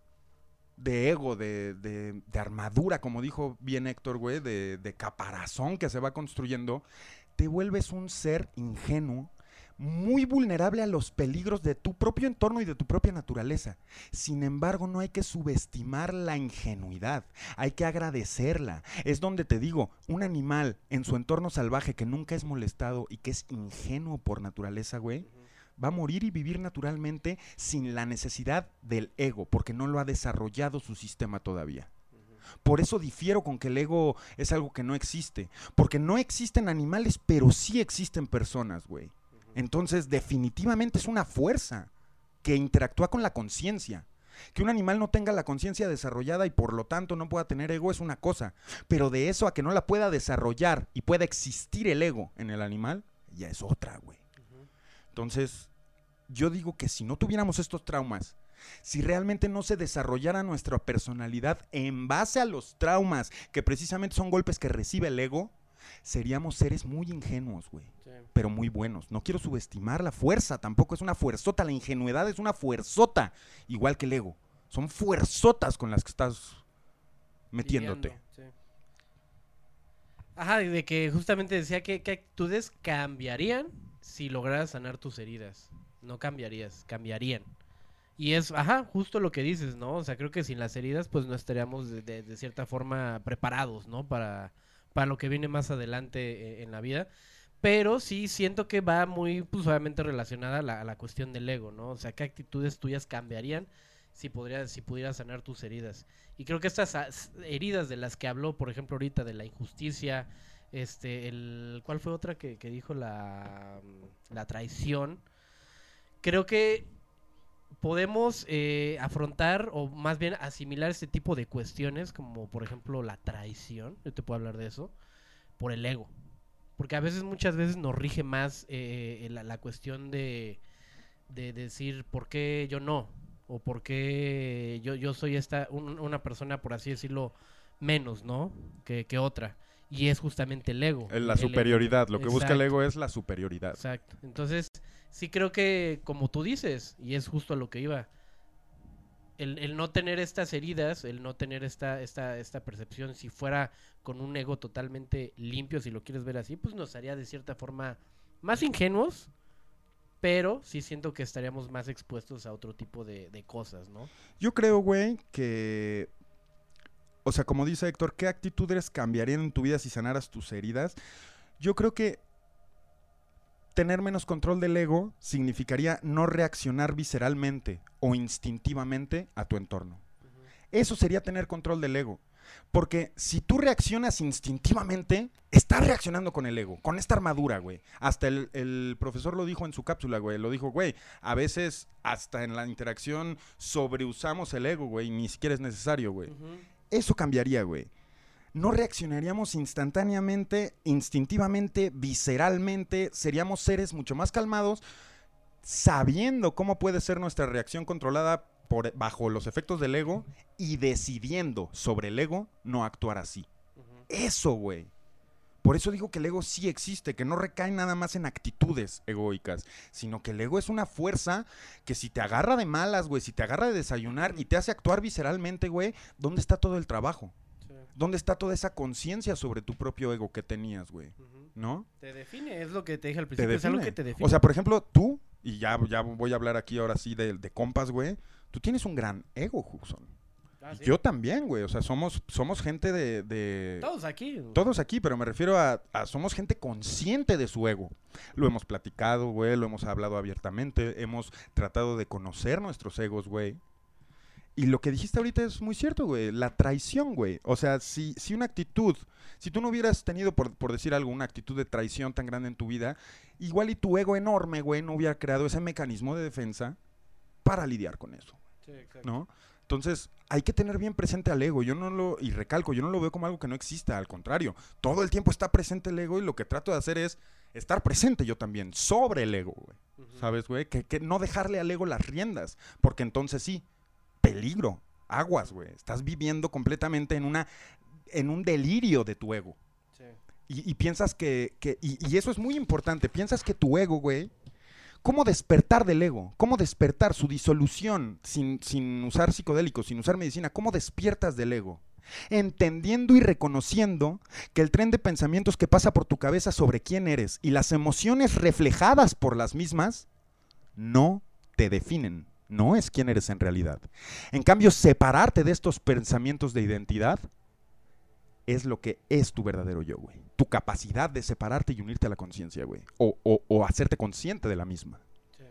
de ego, de, de, de armadura, como dijo bien Héctor, güey, de, de caparazón que se va construyendo, te vuelves un ser ingenuo, muy vulnerable a los peligros de tu propio entorno y de tu propia naturaleza. Sin embargo, no hay que subestimar la ingenuidad, hay que agradecerla. Es donde te digo, un animal en su entorno salvaje que nunca es molestado y que es ingenuo por naturaleza, güey, uh-huh. va a morir y vivir naturalmente sin la necesidad del ego, porque no lo ha desarrollado su sistema todavía. Uh-huh. Por eso difiero con que el ego es algo que no existe, porque no existen animales, pero sí existen personas, güey. Uh-huh. Entonces, definitivamente es una fuerza que interactúa con la conciencia. Que un animal no tenga la conciencia desarrollada y por lo tanto no pueda tener ego es una cosa, pero de eso a que no la pueda desarrollar y pueda existir el ego en el animal, ya es otra, güey. Uh-huh. Entonces, yo digo que si no tuviéramos estos traumas, si realmente no se desarrollara nuestra personalidad en base a los traumas, que precisamente son golpes que recibe el ego, seríamos seres muy ingenuos, güey, sí. pero muy buenos. No quiero subestimar la fuerza, tampoco es una fuerzota, la ingenuidad es una fuerzota, igual que el ego. Son fuerzotas con las que estás metiéndote. Lidiando, sí. Ajá, de que justamente decía que, que actitudes cambiarían si lograras sanar tus heridas. No cambiarías, cambiarían. Y es, ajá, justo lo que dices, ¿no? O sea, creo que sin las heridas, pues no estaríamos de, de, de cierta forma preparados, ¿no? Para, para lo que viene más adelante eh, en la vida. Pero sí siento que va muy, pues obviamente relacionada a la, a la cuestión del ego, ¿no? O sea, ¿qué actitudes tuyas cambiarían si, podrías, si pudieras sanar tus heridas? Y creo que estas heridas de las que habló, por ejemplo, ahorita, de la injusticia, este, el, ¿cuál fue otra que, que dijo? La, la traición. Creo que podemos eh, afrontar o más bien asimilar este tipo de cuestiones como por ejemplo la traición, yo te puedo hablar de eso, por el ego. Porque a veces, muchas veces nos rige más eh, la, la cuestión de, de decir por qué yo no, o por qué yo, yo soy esta un, una persona, por así decirlo, menos, ¿no? Que, que otra. Y es justamente el ego. La el superioridad, ego. Lo que Exacto. busca el ego es la superioridad. Exacto. Entonces, sí creo que, como tú dices, y es justo a lo que iba, el, el no tener estas heridas, el no tener esta, esta, esta percepción, si fuera con un ego totalmente limpio, si lo quieres ver así, pues nos haría de cierta forma más ingenuos, pero sí siento que estaríamos más expuestos a otro tipo de, de cosas, ¿no? Yo creo, güey, que... O sea, como dice Héctor, ¿qué actitudes cambiarían en tu vida si sanaras tus heridas? Yo creo que tener menos control del ego significaría no reaccionar visceralmente o instintivamente a tu entorno. Uh-huh. Eso sería tener control del ego. Porque si tú reaccionas instintivamente, estás reaccionando con el ego, con esta armadura, güey. Hasta el, el profesor lo dijo en su cápsula, güey. Lo dijo, güey, a veces hasta en la interacción sobreusamos el ego, güey. Ni siquiera es necesario, güey. Uh-huh. Eso cambiaría, güey. No reaccionaríamos instantáneamente, instintivamente, visceralmente. Seríamos seres mucho más calmados, sabiendo cómo puede ser nuestra reacción controlada por, bajo los efectos del ego y decidiendo sobre el ego no actuar así. Uh-huh. Eso, güey. Por eso digo que el ego sí existe, que no recae nada más en actitudes egoicas, sino que el ego es una fuerza que si te agarra de malas, güey, si te agarra de desayunar y te hace actuar visceralmente, güey, ¿dónde está todo el trabajo? Sí. ¿Dónde está toda esa conciencia sobre tu propio ego que tenías, güey? Uh-huh. ¿No? Te define, es lo que te dije al principio, es algo que te define. O sea, por ejemplo, tú y ya, ya voy a hablar aquí ahora sí de, de compas, güey, tú tienes un gran ego, Huxon. Ah, ¿sí? Yo también, güey, o sea, somos, somos gente de, de... Todos aquí. Todos aquí, pero me refiero a, a... Somos gente consciente de su ego. Lo hemos platicado, güey, lo hemos hablado abiertamente, hemos tratado de conocer nuestros egos, güey. Y lo que dijiste ahorita es muy cierto, güey, la traición, güey. O sea, si, si una actitud, si tú no hubieras tenido, por, por decir algo, una actitud de traición tan grande en tu vida, igual y tu ego enorme, güey, no hubiera creado ese mecanismo de defensa para lidiar con eso. Sí, exacto. ¿No? Entonces, hay que tener bien presente al ego. Yo no lo, y recalco, yo no lo veo como algo que no exista, al contrario. Todo el tiempo está presente el ego y lo que trato de hacer es estar presente yo también, sobre el ego, güey. Uh-huh. ¿Sabes, güey? Que, que no dejarle al ego las riendas, porque entonces sí, peligro, aguas, güey. Estás viviendo completamente en una, en un delirio de tu ego. Sí. Y, y piensas que, que y, y eso es muy importante, piensas que tu ego, güey, ¿cómo despertar del ego? ¿Cómo despertar su disolución sin, sin usar psicodélicos, sin usar medicina? ¿Cómo despiertas del ego? Entendiendo y reconociendo que el tren de pensamientos que pasa por tu cabeza sobre quién eres y las emociones reflejadas por las mismas no te definen, no es quién eres en realidad. En cambio, separarte de estos pensamientos de identidad es lo que es tu verdadero yo, güey. Tu capacidad de separarte y unirte a la conciencia, güey. O, o, o hacerte consciente de la misma. Sí.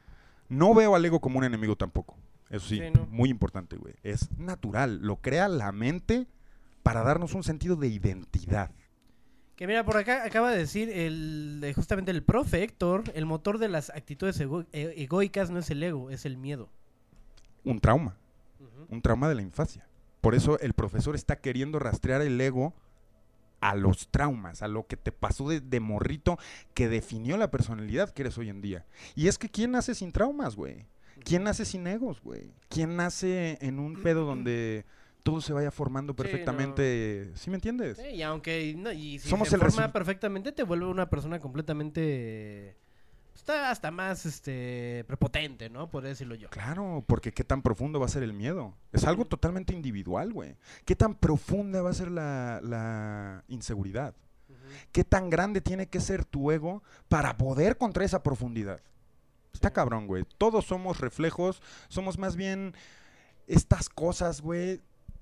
No veo al ego como un enemigo tampoco. Eso sí, sí, ¿no? Muy importante, güey. Es natural. Lo crea la mente para darnos un sentido de identidad. Que mira, por acá acaba de decir el, justamente el profe Héctor, el motor de las actitudes ego, e, egoicas no es el ego, es el miedo. Un trauma. Uh-huh. Un trauma de la infancia. Por eso el profesor está queriendo rastrear el ego a los traumas, a lo que te pasó de, de morrito que definió la personalidad que eres hoy en día. Y es que ¿quién nace sin traumas, güey? ¿Quién nace sin egos, güey? ¿Quién nace en un pedo donde todo se vaya formando perfectamente? ¿Sí, no? ¿Sí me entiendes? Sí, y aunque no, y si Somos se el forma resu- perfectamente te vuelve una persona completamente... Está hasta más este prepotente, ¿no? Podría decirlo yo. Claro, porque qué tan profundo va a ser el miedo. Es algo totalmente individual, güey. ¿Qué tan profunda va a ser la, la inseguridad? Uh-huh. ¿Qué tan grande tiene que ser tu ego para poder contra esa profundidad? Está cabrón, güey. Todos somos reflejos, somos más bien estas cosas, güey,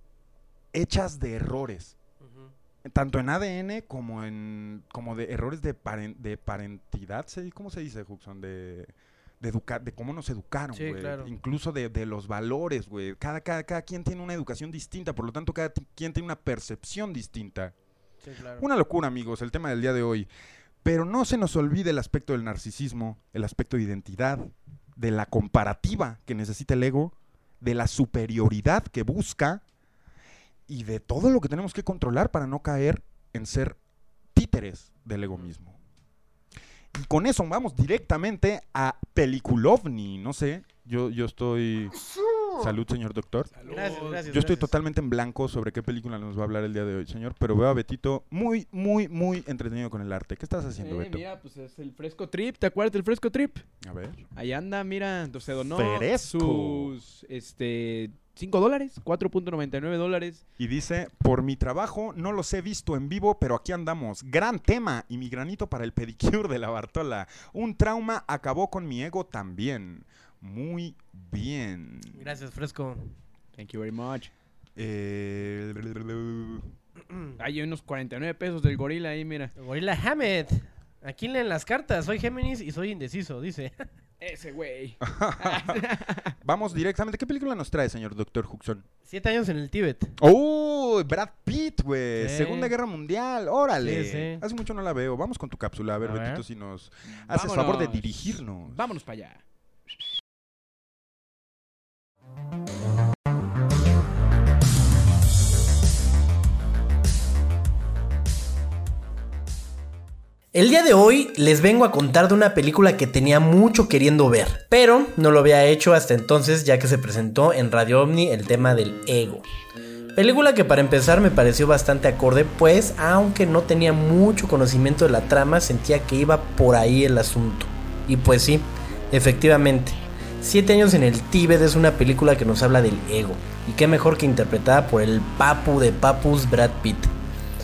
hechas de errores. Tanto en A D N como en como de errores de, paren, de parentidad, ¿cómo se dice, Huxon? De, de educar, de cómo nos educaron, güey. Sí, claro. Incluso de, de los valores, güey. Cada, cada, cada quien tiene una educación distinta, por lo tanto, cada t- quien tiene una percepción distinta. Sí, claro. Una locura, amigos, el tema del día de hoy. Pero no se nos olvide el aspecto del narcisismo, el aspecto de identidad, de la comparativa que necesita el ego, de la superioridad que busca, y de todo lo que tenemos que controlar para no caer en ser títeres del ego mismo. Y con eso vamos directamente a Peliculovni. No sé, yo, yo estoy... Salud, señor doctor. Salud. Gracias, gracias. Yo estoy gracias. totalmente en blanco sobre qué película nos va a hablar el día de hoy, señor, pero veo a Betito muy, muy, muy entretenido con el arte. ¿Qué estás haciendo, eh, Beto? Mira, pues es el Fresco Trip. ¿Te acuerdas del Fresco Trip? A ver. Ahí anda, mira. Entonces donó Fresco. sus, este... cinco dólares, cuatro punto noventa y nueve dólares. Y dice, por mi trabajo no los he visto en vivo, pero aquí andamos. Gran tema y mi granito para el pedicure de la Bartola. Un trauma acabó con mi ego también. Muy bien. Gracias, Fresco. Thank you very much. Eh... Hay unos cuarenta y nueve pesos del gorila ahí, mira. El gorila Hamed. Aquí leen las cartas. Soy Géminis y soy indeciso, dice. Ese güey. Vamos directamente. ¿Qué película nos trae, señor doctor Huxon? Siete años en el Tíbet. ¡Oh! Brad Pitt, güey. Sí. Segunda Guerra Mundial. ¡Órale! Sí, sí. Hace mucho no la veo. Vamos con tu cápsula. A ver, A Betito, ver. si nos haces favor de dirigirnos. Vámonos para allá. El día de hoy les vengo a contar de una película que tenía mucho queriendo ver, pero no lo había hecho hasta entonces ya que se presentó en Radio Omni el tema del ego. Película que para empezar me pareció bastante acorde, pues aunque no tenía mucho conocimiento de la trama, sentía que iba por ahí el asunto. Y pues sí, efectivamente, Siete años en el Tíbet es una película que nos habla del ego, y qué mejor que interpretada por el papu de papus Brad Pitt.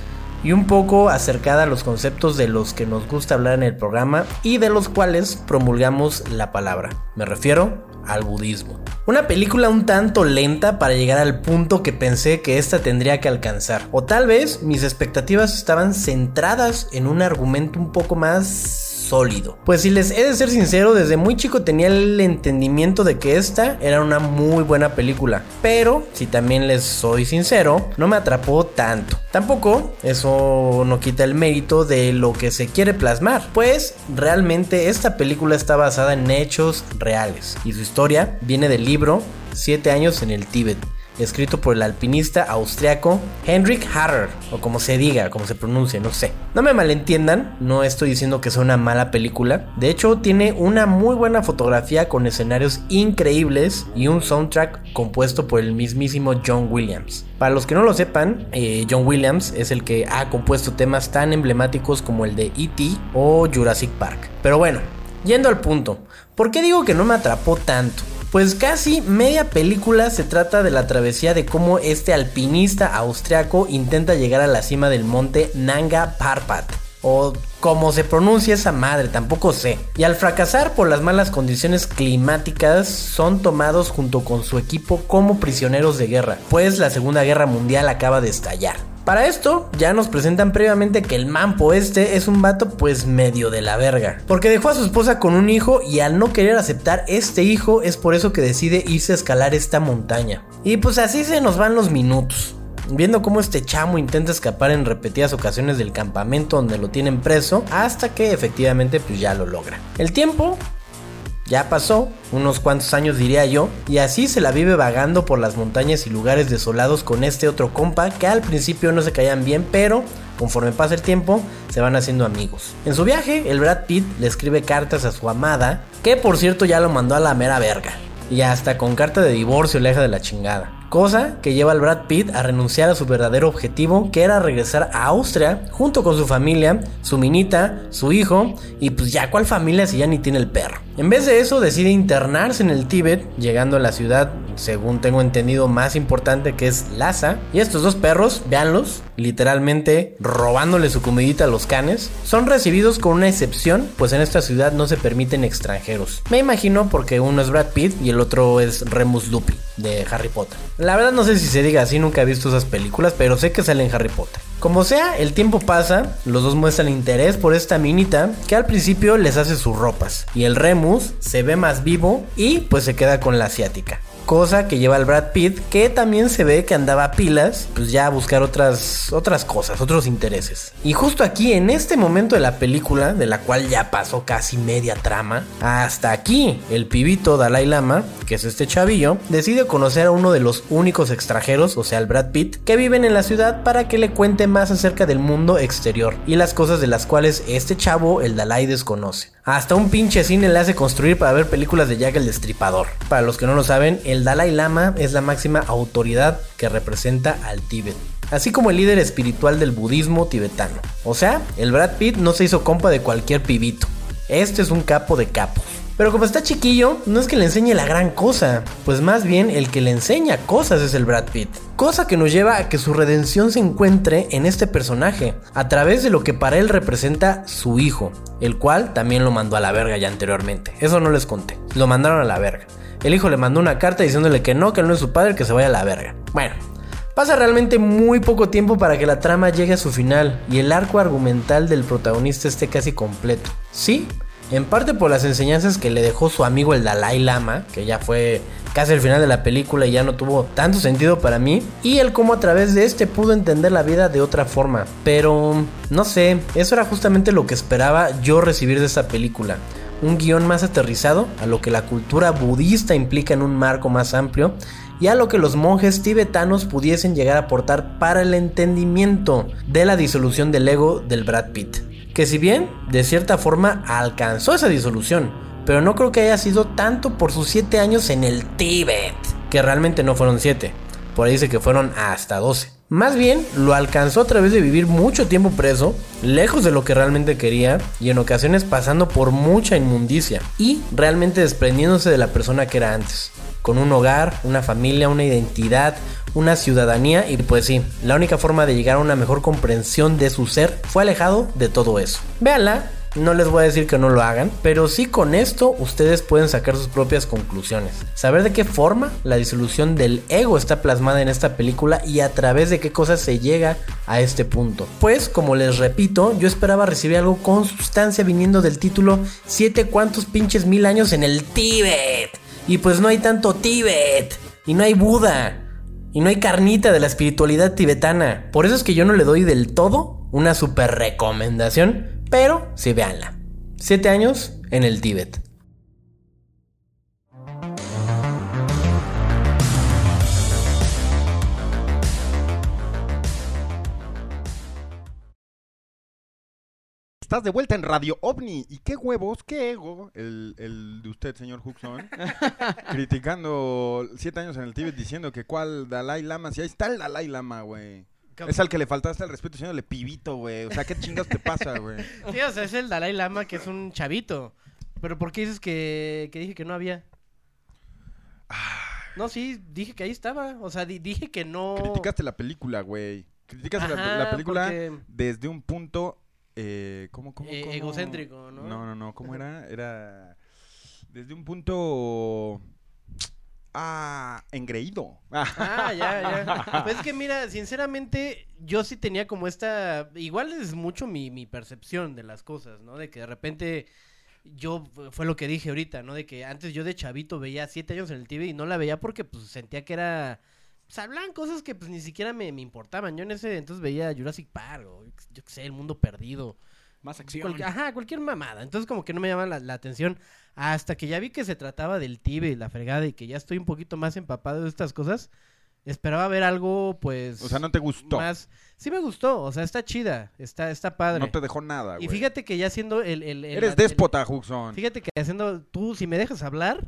y un poco acercada a los conceptos de los que nos gusta hablar en el programa y de los cuales promulgamos la palabra. Me refiero al budismo. Una película un tanto lenta para llegar al punto que pensé que esta tendría que alcanzar. O tal vez mis expectativas estaban centradas en un argumento un poco más sólido. Pues si les he de ser sincero, desde muy chico tenía el entendimiento de que esta era una muy buena película. Pero, si también les soy sincero, no me atrapó tanto. Tampoco, eso no quita el mérito de lo que se quiere plasmar. Pues, realmente esta película está basada en hechos reales. Y su historia viene del libro Siete años en el Tíbet, escrito por el alpinista austriaco Heinrich Harrer, o como se diga, como se pronuncie, no sé. No me malentiendan, no estoy diciendo que sea una mala película. De hecho, tiene una muy buena fotografía con escenarios increíbles y un soundtrack compuesto por el mismísimo John Williams. Para los que no lo sepan, eh, John Williams es el que ha compuesto temas tan emblemáticos como el de E T o Jurassic Park. Pero bueno, yendo al punto, ¿por qué digo que no me atrapó tanto? Pues casi media película se trata de la travesía de cómo este alpinista austriaco intenta llegar a la cima del monte Nanga Parbat, o como se pronuncia esa madre, tampoco sé. Y al fracasar por las malas condiciones climáticas, son tomados junto con su equipo como prisioneros de guerra, pues la Segunda Guerra Mundial acaba de estallar. Para esto, ya nos presentan previamente que el mampo este es un vato pues medio de la verga, porque dejó a su esposa con un hijo y al no querer aceptar este hijo es por eso que decide irse a escalar esta montaña. Y pues así se nos van los minutos, viendo cómo este chamo intenta escapar en repetidas ocasiones del campamento donde lo tienen preso, hasta que efectivamente pues ya lo logra. El tiempo ya pasó, unos cuantos años diría yo, y así se la vive vagando por las montañas y lugares desolados con este otro compa que al principio no se caían bien, pero conforme pasa el tiempo se van haciendo amigos. En su viaje, el Brad Pitt le escribe cartas a su amada, que por cierto ya lo mandó a la mera verga, y hasta con carta de divorcio le deja de la chingada. Cosa que lleva al Brad Pitt a renunciar a su verdadero objetivo, que era regresar a Austria junto con su familia, su minita, su hijo, y pues ya cuál familia si ya ni tiene el perro. En vez de eso decide internarse en el Tíbet, llegando a la ciudad, según tengo entendido, más importante, que es Lhasa. Y estos dos perros, véanlos, literalmente robándole su comidita a los canes, son recibidos con una excepción, pues en esta ciudad no se permiten extranjeros. Me imagino porque uno es Brad Pitt y el otro es Remus Lupin de Harry Potter. La verdad no sé si se diga así, nunca he visto esas películas, pero sé que sale en Harry Potter. Como sea, el tiempo pasa, los dos muestran interés por esta minita que al principio les hace sus ropas, y el Remus se ve más vivo y pues se queda con la asiática. Cosa que lleva al Brad Pitt, que también se ve que andaba a pilas, pues ya a buscar otras, otras cosas, otros intereses. Y justo aquí, en este momento de la película, de la cual ya pasó casi media trama, hasta aquí, el pibito Dalai Lama, que es este chavillo, decide conocer a uno de los únicos extranjeros, o sea, el Brad Pitt, que viven en la ciudad para que le cuente más acerca del mundo exterior y las cosas de las cuales este chavo, el Dalai, desconoce. Hasta un pinche cine le hace construir para ver películas de Jack el Destripador. Para los que no lo saben, el Dalai Lama es la máxima autoridad que representa al Tíbet, así como el líder espiritual del budismo tibetano. O sea, el Brad Pitt no se hizo compa de cualquier pibito. Este es un capo de capos. Pero como está chiquillo, no es que le enseñe la gran cosa, pues más bien el que le enseña cosas es el Brad Pitt. Cosa que nos lleva a que su redención se encuentre en este personaje, a través de lo que para él representa su hijo, el cual también lo mandó a la verga ya anteriormente. Eso no les conté, lo mandaron a la verga. El hijo le mandó una carta diciéndole que no, que él no es su padre, que se vaya a la verga. Bueno, pasa realmente muy poco tiempo para que la trama llegue a su final y el arco argumental del protagonista esté casi completo. Sí, en parte por las enseñanzas que le dejó su amigo el Dalai Lama, que ya fue casi el final de la película y ya no tuvo tanto sentido para mí, y el cómo a través de este pudo entender la vida de otra forma. Pero no sé, eso era justamente lo que esperaba yo recibir de esta película. Un guión más aterrizado a lo que la cultura budista implica en un marco más amplio y a lo que los monjes tibetanos pudiesen llegar a aportar para el entendimiento de la disolución del ego del Brad Pitt. Que si bien, de cierta forma, alcanzó esa disolución, pero no creo que haya sido tanto por sus siete años en el Tíbet, que realmente no fueron siete, por ahí dice que fueron hasta doce. Más bien, lo alcanzó a través de vivir mucho tiempo preso, lejos de lo que realmente quería, y en ocasiones pasando por mucha inmundicia, y realmente desprendiéndose de la persona que era antes. con un hogar, una familia, una identidad, una ciudadanía y pues sí, la única forma de llegar a una mejor comprensión de su ser fue alejado de todo eso. Véanla. No les voy a decir que no lo hagan, pero sí con esto ustedes pueden sacar sus propias conclusiones. Saber de qué forma la disolución del ego está plasmada en esta película y a través de qué cosas se llega a este punto. Pues, como les repito, yo esperaba recibir algo con sustancia viniendo del título Siete cuantos pinches mil años en el Tíbet. Y pues no hay tanto Tíbet, y no hay Buda, y no hay carnita de la espiritualidad tibetana. Por eso es que yo no le doy del todo una super recomendación. Pero sí, véanla. Siete años en el Tíbet. Estás de vuelta en Radio OVNI. ¿Y qué huevos, qué ego el, el de usted, señor Huxon? Criticando siete años en el Tíbet diciendo que cuál Dalai Lama. Si ahí está el Dalai Lama, güey. Es al que le faltaste el respeto diciéndole pibito, güey. O sea, ¿qué chingados te pasa, güey? Sí, o sea, es el Dalai Lama que es un chavito. Pero ¿por qué dices que, que dije que no había? No, sí, dije que ahí estaba. O sea, di- dije que no... Criticaste la película, güey. Criticaste la, Ajá, la película porque- desde un punto... Eh, ¿Cómo, cómo, Eh, cómo? egocéntrico, ¿no? No, no, no. ¿Cómo era? Era... Desde un punto... Ah, engreído. Ah, ya, ya. Pues es que mira, sinceramente, yo sí tenía como esta... Igual es mucho mi, mi percepción de las cosas, ¿no? De que de repente yo, fue lo que dije ahorita, ¿no? De que antes yo de chavito veía siete años en el T V y no la veía porque pues sentía que era... Pues hablaban cosas que pues ni siquiera me, me importaban. Yo en ese entonces veía Jurassic Park o yo qué sé, El Mundo Perdido. Más acción. Cualquier, ajá, cualquier mamada. Entonces como que no me llama la, la atención. Hasta que ya vi que se trataba del Tíbet y la fregada y que ya estoy un poquito más empapado de estas cosas. Esperaba ver algo, pues... O sea, ¿no te gustó? Más... Sí me gustó, o sea, está chida, está, está padre. No te dejó nada, Y güey. fíjate que ya haciendo el... el, el Eres el- déspota, Huxon. Fíjate que haciendo... Tú, si me dejas hablar...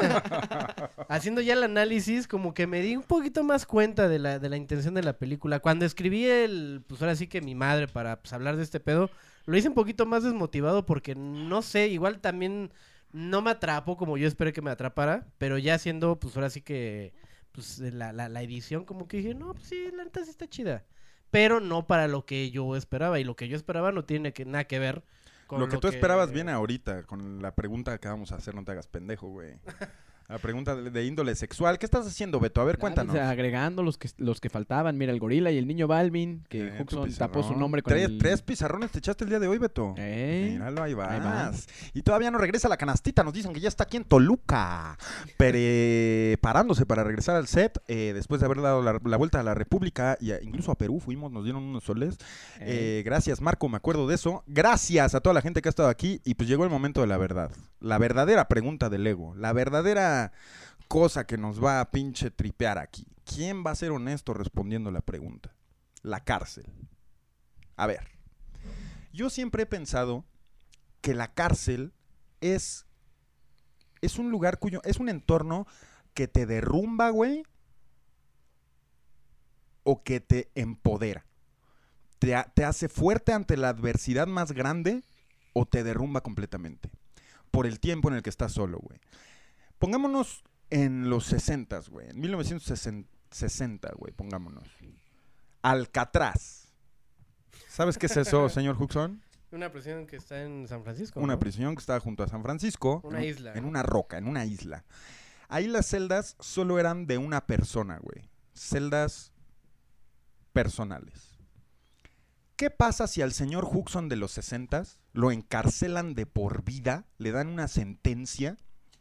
haciendo ya el análisis, como que me di un poquito más cuenta de la, de la intención de la película. Cuando escribí el... Pues ahora sí que mi madre para pues, hablar de este pedo... Lo hice un poquito más desmotivado porque, no sé, igual también no me atrapó como yo esperé que me atrapara, pero ya haciendo, pues ahora sí que, pues la, la, la edición como que dije, no, pues sí, la neta sí está chida, pero no para lo que yo esperaba, y lo que yo esperaba no tiene que, nada que ver con Lo que tú esperabas viene ahorita, con la pregunta que vamos a hacer, no te hagas pendejo, güey. La pregunta de, de índole sexual. ¿Qué estás haciendo, Beto? A ver, cuéntanos. O sea, agregando los que, los que faltaban. Mira, el gorila y el niño Balvin, que Eh, tu Huxon tapó su pizarrón. nombre con tres, el... tres pizarrones te echaste el día de hoy, Beto. Eh, Míralo, ahí vas. ahí vas. Y todavía no regresa la canastita. Nos dicen que ya está aquí en Toluca. Preparándose para regresar al set. eh, después de haber dado la, la vuelta a la República. Y a- incluso a Perú fuimos, nos dieron unos soles. Eh. Eh, gracias, Marco, me acuerdo de eso. Gracias a toda la gente que ha estado aquí. Y pues llegó el momento de la verdad. La verdadera pregunta del ego. La verdadera... cosa que nos va a pinche tripear aquí. ¿Quién va a ser honesto respondiendo la pregunta? La cárcel. A ver, yo siempre he pensado que la cárcel es, es un lugar cuyo, es un entorno que te derrumba, güey, o que te empodera. Te, ha- te hace fuerte ante la adversidad más grande o te derrumba completamente. Por el tiempo en el que estás solo, güey. Pongámonos en los sesentas, güey. En mil novecientos sesenta, güey, pongámonos. Alcatraz. ¿Sabes qué es eso, señor Huxon? Una prisión que está en San Francisco, Una ¿no? prisión que está junto a San Francisco. Una en, un- isla, En ¿no? una roca, en una isla. Ahí las celdas solo eran de una persona, güey. Celdas personales. ¿Qué pasa si al señor Huxon de los sesentas lo encarcelan de por vida, le dan una sentencia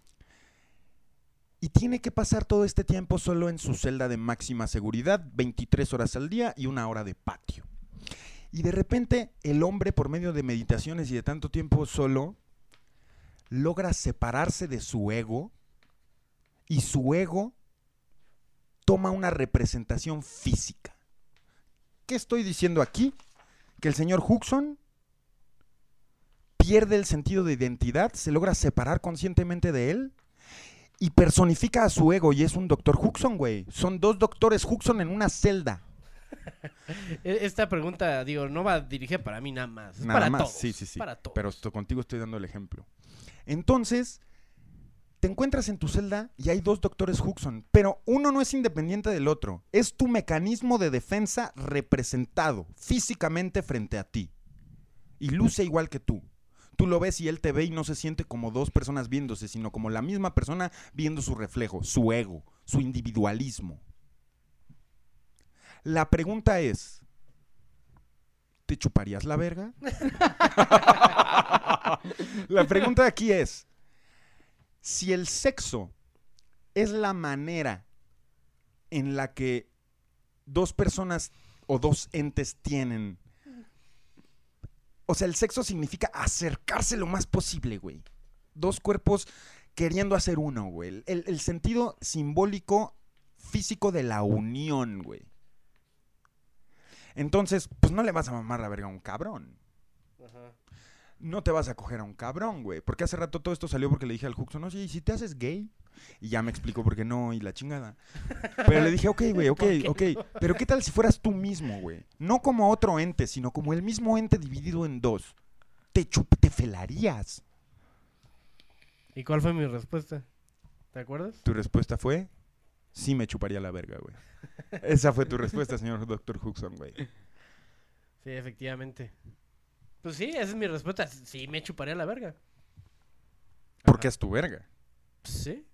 y tiene que pasar todo este tiempo solo en su celda de máxima seguridad, veintitrés horas al día y una hora de patio? Y de repente el hombre, por medio de meditaciones y de tanto tiempo solo, logra separarse de su ego, y su ego toma una representación física. ¿Qué estoy diciendo aquí? Que el señor Huxon pierde el sentido de identidad, se logra separar conscientemente de él y personifica a su ego, y es un doctor Huxon, güey. Son dos doctores Huxon en una celda. E- Esta pregunta, digo, no va dirigida para mí nada más. Es Nada para más, todos. sí, sí, sí. Para todos. Pero esto, contigo estoy dando el ejemplo. Entonces, Te encuentras en tu celda y hay dos doctores Huxon, pero uno no es independiente del otro. Es tu mecanismo de defensa representado físicamente frente a ti. Y luce igual que tú. Tú lo ves y él te ve y no se siente como dos personas viéndose, sino como la misma persona viendo su reflejo, su ego, su individualismo. La pregunta es, ¿te chuparías la verga? La pregunta aquí es, si el sexo es la manera en la que dos personas o dos entes tienen... O sea, el sexo significa acercarse lo más posible, güey. Dos cuerpos queriendo hacer uno, güey. El, el sentido simbólico, físico de la unión, güey. Entonces, pues no le vas a mamar la verga a un cabrón. Ajá. No te vas a coger a un cabrón, güey. Porque hace rato todo esto salió porque le dije al Huxon, oye, ¿y si te haces gay? Y ya me explicó por qué no y la chingada. Pero le dije, ok, güey, ok, ok. Pero ¿qué tal si fueras tú mismo, güey? No como otro ente, sino como el mismo ente dividido en dos. Te chup, te felarías. ¿Y cuál fue mi respuesta? ¿Te acuerdas? Tu respuesta fue, sí me chuparía la verga, güey. Esa fue tu respuesta, señor doctor Huxon, güey. Sí, efectivamente. Pues sí, esa es mi respuesta. Sí me chuparía la verga. Porque es tu verga. Pues sí.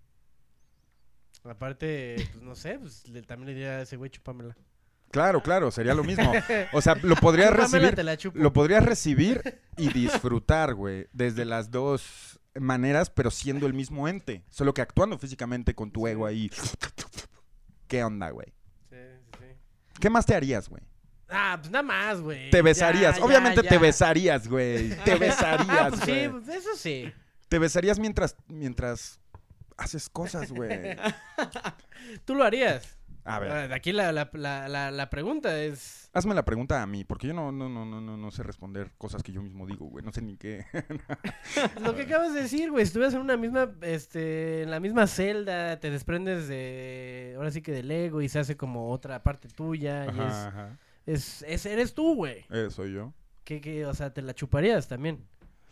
Aparte, pues no sé, pues le, también le diría a ese güey, chúpamela. Claro, claro, sería lo mismo. O sea, lo podrías Chúpamela, recibir, te la chupo. lo podrías recibir y disfrutar, güey, desde las dos maneras, pero siendo el mismo ente, solo que actuando físicamente con tu ego ahí. ¿Qué onda, güey? Sí, sí, sí. ¿Qué más te harías, güey? Ah, pues nada más, güey. Te besarías, Ya, obviamente ya, te ya. besarías, güey. Te besarías, Pues güey. sí, pues eso sí. Te besarías mientras, mientras haces cosas, güey. ¿Tú lo harías? A ver. Aquí la, la, la, la, la pregunta es... Hazme la pregunta a mí, porque yo no, no, no, no, no, no sé responder cosas que yo mismo digo, güey. No sé ni qué. Lo que acabas de decir, güey. Estuvieras en una misma, este, en la misma celda, te desprendes de, ahora sí que del ego y se hace como otra parte tuya. Ajá, y es, ajá. es, es, eres tú, güey. Eh, soy yo. ¿Qué, qué, o sea, te la chuparías también?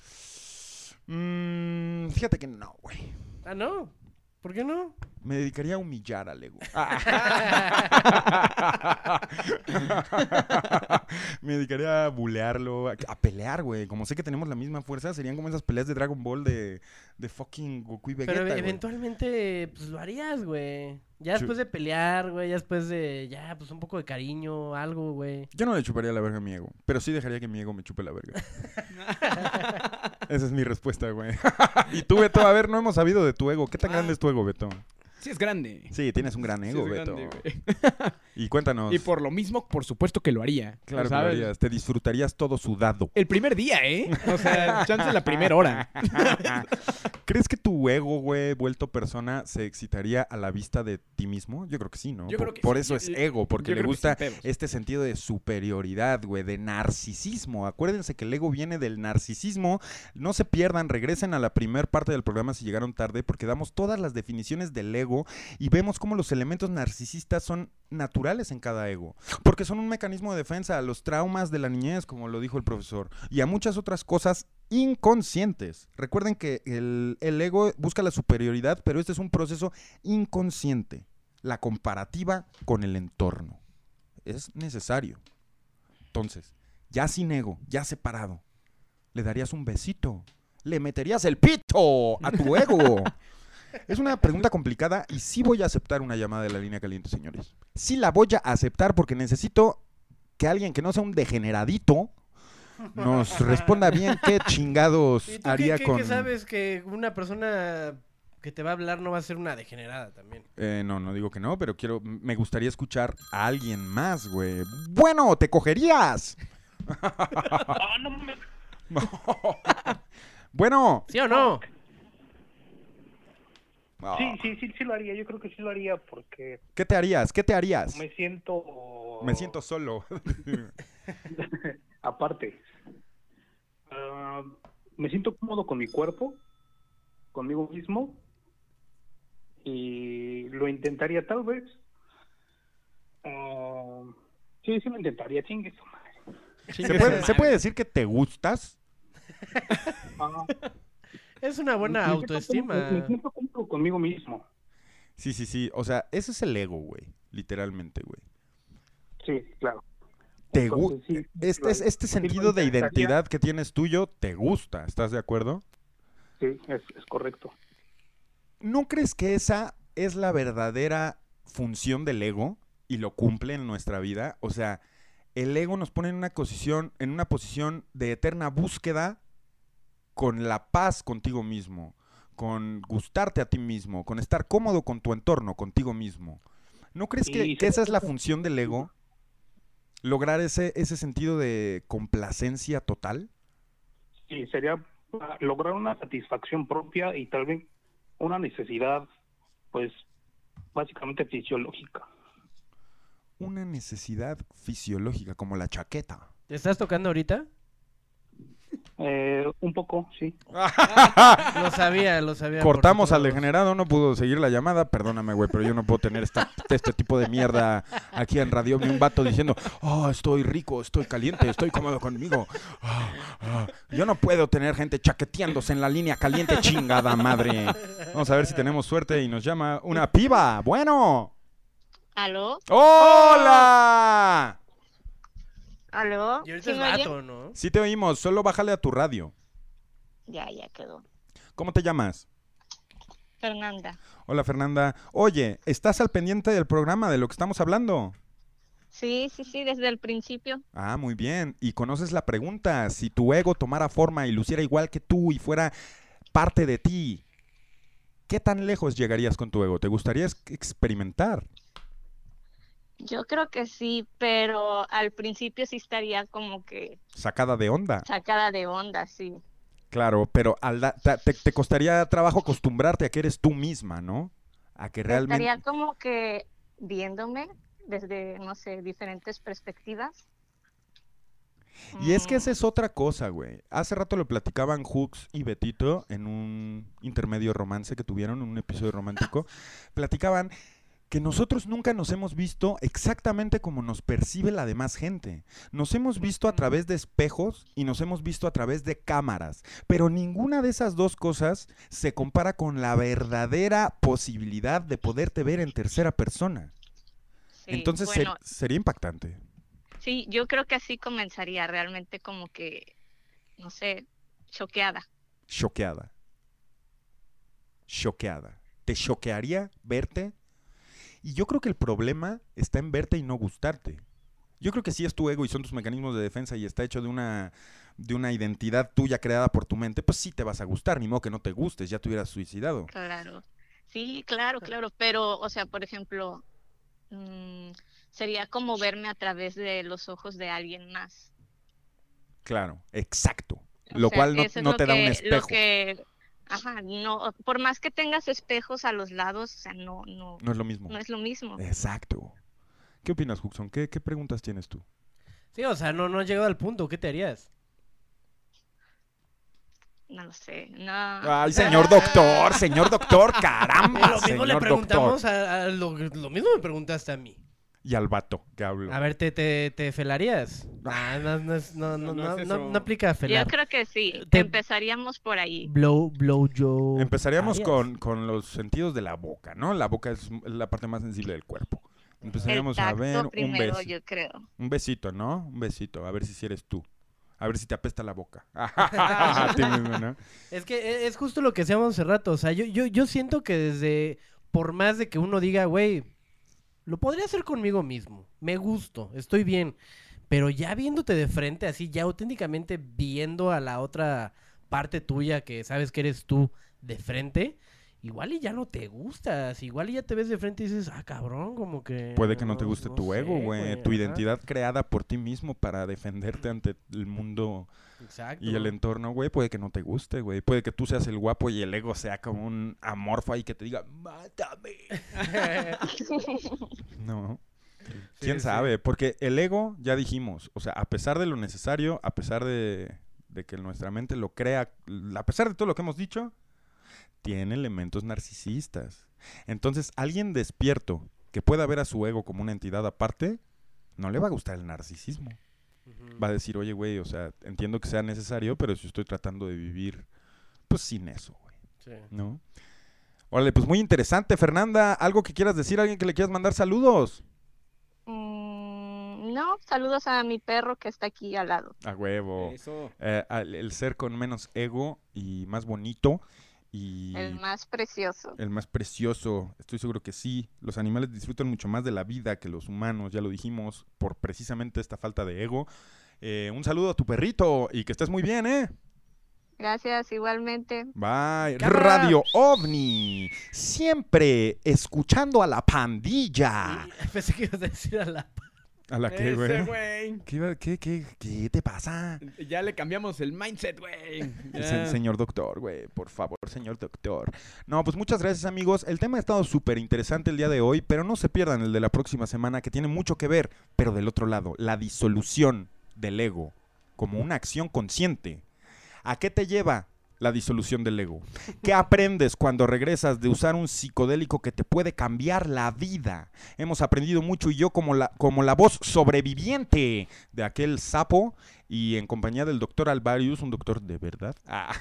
Mm, fíjate que no, güey. Ah, ¿no? ¿Por qué no? Me dedicaría a humillar al ego. Me dedicaría a bulearlo, a, a pelear, güey. Como sé que tenemos la misma fuerza, serían como esas peleas de Dragon Ball de, de fucking Goku y Vegeta, Pero güey. eventualmente, pues lo harías, güey. Ya después de pelear, güey, ya después de, ya, pues un poco de cariño, algo, güey. Yo no le chuparía la verga a mi ego, pero sí dejaría que mi ego me chupe la verga. Esa es mi respuesta, güey. Y tú, Beto, a ver, no hemos sabido de tu ego. ¿Qué tan Ah. grande es tu ego, Beto? Sí, es grande. Sí, tienes un gran Sí, ego, es Beto. grande, güey. Y cuéntanos. Y por lo mismo, por supuesto que lo haría. Claro que lo ¿sabes? harías. Te disfrutarías todo sudado. El primer día, ¿eh? O sea, chance la primera hora. ¿Crees que tu ego, güey, vuelto persona, se excitaría a la vista de ti mismo? Yo creo que sí, ¿no? Yo por creo que por sí. eso Yo- es ego, porque yo le creo que gusta sin pedos. este sentido de superioridad, güey, de narcisismo. Acuérdense que el ego viene del narcisismo. No se pierdan, regresen a la primer parte del programa si llegaron tarde, porque damos todas las definiciones del ego y vemos cómo los elementos narcisistas son naturales en cada ego, porque son un mecanismo de defensa a los traumas de la niñez, como lo dijo el profesor, y a muchas otras cosas inconscientes. Recuerden que el, el ego busca la superioridad, pero este es un proceso inconsciente, la comparativa con el entorno. Es necesario. Entonces, ya sin ego, ya separado, le darías un besito, le meterías el pito a tu ego. Es una pregunta complicada y sí voy a aceptar una llamada de la línea caliente, señores. Sí la voy a aceptar porque necesito que alguien que no sea un degeneradito nos responda bien qué chingados ¿Y tú haría qué, qué- con... qué sabes que una persona que te va a hablar no va a ser una degenerada también? Eh, no, no digo que no, pero quiero, me gustaría escuchar a alguien más, güey. Bueno, ¿te cogerías? Bueno. ¿Sí o no? Sí, sí, sí, sí lo haría. Yo creo que sí lo haría porque ¿Qué te harías? ¿Qué te harías? me siento... Me siento solo. Aparte, ah, me siento cómodo con mi cuerpo, conmigo mismo, y lo intentaría tal vez. Ah, sí, sí lo intentaría, chingue su madre. ¿Se puede, ¿Se puede decir que te gustas? Ah, Es una buena Me siento autoestima. cómodo- Me siento cómodo conmigo mismo. Sí, sí, sí. O sea, ese es el ego, güey. Literalmente, güey. Sí, claro. Te gu- Entonces, sí, este, es- este sí sentido me de interesaría- identidad que tienes tuyo, te gusta. ¿Estás de acuerdo? Sí, es, es correcto. ¿No crees que esa es la verdadera función del ego y lo cumple en nuestra vida? O sea, el ego nos pone en una posición, en una posición de eterna búsqueda con la paz contigo mismo, con gustarte a ti mismo, con estar cómodo con tu entorno, contigo mismo. ¿No crees que, Sí, que esa es la sí. función del ego? ¿Lograr ese, ese sentido de complacencia total? Sí, sería ah, lograr una satisfacción propia y tal vez una necesidad, pues, básicamente fisiológica. Una necesidad fisiológica, como la chaqueta. ¿Te estás tocando ahorita? Eh, un poco, sí. Lo sabía, lo sabía. Cortamos por al todos. degenerado, no pudo seguir la llamada. Perdóname, güey, pero yo no puedo tener esta, este tipo de mierda aquí en Radio. Un vato diciendo, oh, estoy rico, estoy caliente, estoy cómodo conmigo. Ah, ah. Yo no puedo tener gente chaqueteándose en la línea caliente, chingada madre. Vamos a ver si tenemos suerte y nos llama una piba. Bueno. ¿Aló? ¡Hola! ¿Aló? Y ahorita ¿Sí es me oyen? vato, ¿no? Sí te oímos, solo bájale a tu radio. Ya, ya quedó. ¿Cómo te llamas? Fernanda. Hola, Fernanda. Oye, ¿estás al pendiente del programa, de lo que estamos hablando? Sí, sí, sí, desde el principio. Ah, muy bien. ¿Y conoces la pregunta? Si tu ego tomara forma y luciera igual que tú y fuera parte de ti, ¿qué tan lejos llegarías con tu ego? ¿Te gustaría ex- experimentar? Yo creo que sí, pero al principio sí estaría como que Sacada de onda. sacada de onda, sí. Claro, pero al da- ta- te, te costaría trabajo acostumbrarte a que eres tú misma, ¿no? A que realmente... Estaría como que viéndome desde, no sé, diferentes perspectivas. Y es que esa es otra cosa, güey. Hace rato lo platicaban Hooks y Betito en un intermedio romance que tuvieron, en un episodio romántico. Platicaban que nosotros nunca nos hemos visto exactamente como nos percibe la demás gente. Nos hemos visto a través de espejos y nos hemos visto a través de cámaras, pero ninguna de esas dos cosas se compara con la verdadera posibilidad de poderte ver en tercera persona. Sí, Entonces ser- bueno, sería impactante. sí, yo creo que así comenzaría realmente como que, no sé, choqueada. Choqueada. Choqueada. ¿Te choquearía verte? Y yo creo que el problema está en verte y no gustarte. Yo creo que sí es tu ego y son tus mecanismos de defensa y está hecho de una, de una identidad tuya creada por tu mente, pues sí te vas a gustar, ni modo que no te gustes, ya te hubieras suicidado. Claro, sí, claro, claro, pero, o sea, por ejemplo, mm, sería como verme a través de los ojos de alguien más. Claro, exacto. O Lo sea, cual no, eso es no lo te da un que- lo espejo. que, ajá, no, por más que tengas espejos a los lados, o sea, no, no, No es lo mismo. no es lo mismo. Exacto. ¿Qué opinas, Huxon? ¿Qué, qué preguntas tienes tú? Sí, o sea, no, no has llegado al punto. ¿Qué te harías? No lo sé, no. Ay, señor doctor, señor doctor, caramba, Lo mismo le señor preguntamos doctor. a, a lo, lo mismo me preguntaste a mí. Y al vato que hablo. A ver, ¿te, te, te felarías? Ah, no, no, es- no, no, No, no no, es no, eso. no aplica Yo felar. creo que sí, Te- empezaríamos por ahí. Blow, blow, yo. Empezaríamos harías. con, con los sentidos de la boca, ¿no? La boca es la parte más sensible del cuerpo. El Empezaríamos a tacto ver un primero, beso. yo creo. Un besito, ¿no? Un besito, a ver si sí eres tú. A ver si te apesta la boca. A ti mismo, ¿no? Es que e- es justo lo que hacíamos hace rato. O sea, yo, yo, yo siento que desde, por más de que uno diga, güey, lo podría hacer conmigo mismo. Me gusto, estoy bien. Pero ya viéndote de frente, así, ya auténticamente viendo a la otra parte tuya que sabes que eres tú de frente, igual y ya no te gustas. Igual y ya te ves de frente y dices, ah, cabrón, como que... Puede que no te guste no tu sé, ego, güey. Tu ajá. identidad creada por ti mismo para defenderte ante el mundo Exacto. y el entorno, güey. Puede que no te guste, güey. Puede que tú seas el guapo y el ego sea como un amorfo ahí que te diga, mátame. No. ¿Quién Sí, sabe? sí. Porque el ego, ya dijimos, o sea, a pesar de lo necesario, a pesar de, de que nuestra mente lo crea, a pesar de todo lo que hemos dicho, tiene elementos narcisistas. Entonces, alguien despierto que pueda ver a su ego como una entidad aparte, no le va a gustar el narcisismo. Va a decir, oye, güey, o sea, entiendo que sea necesario, pero si estoy tratando de vivir pues sin eso, güey. Sí. ¿No? Órale, pues muy interesante, Fernanda. ¿Algo que quieras decir? ¿Alguien que le quieras mandar saludos? Mm, no, saludos a mi perro que está aquí al lado. A huevo. Eso. Eh, al- el ser con menos ego y más bonito y El más precioso. el más precioso. Estoy seguro que sí. Los animales disfrutan mucho más de la vida que los humanos, ya lo dijimos, por precisamente esta falta de ego. Eh, un saludo a tu perrito y que estés muy bien, ¿eh? Gracias, igualmente. Bye. Cámara. Radio OVNI. Siempre escuchando a la pandilla. Pensé que ibas a decir a la... ¿A la qué, Ese güey? güey. ¿Qué, iba- qué, qué, ¿Qué te pasa? Ya le cambiamos el mindset, güey. El Ya. se- señor doctor, güey, por favor, señor doctor. No, pues muchas gracias, amigos. El tema ha estado súper interesante el día de hoy, pero no se pierdan el de la próxima semana, que tiene mucho que ver, pero del otro lado, la disolución del ego como una acción consciente. ¿A qué te lleva la disolución del ego? ¿Qué aprendes cuando regresas de usar un psicodélico que te puede cambiar la vida? Hemos aprendido mucho y yo como la, como la voz sobreviviente de aquel sapo y en compañía del doctor Alvarius, un doctor de verdad,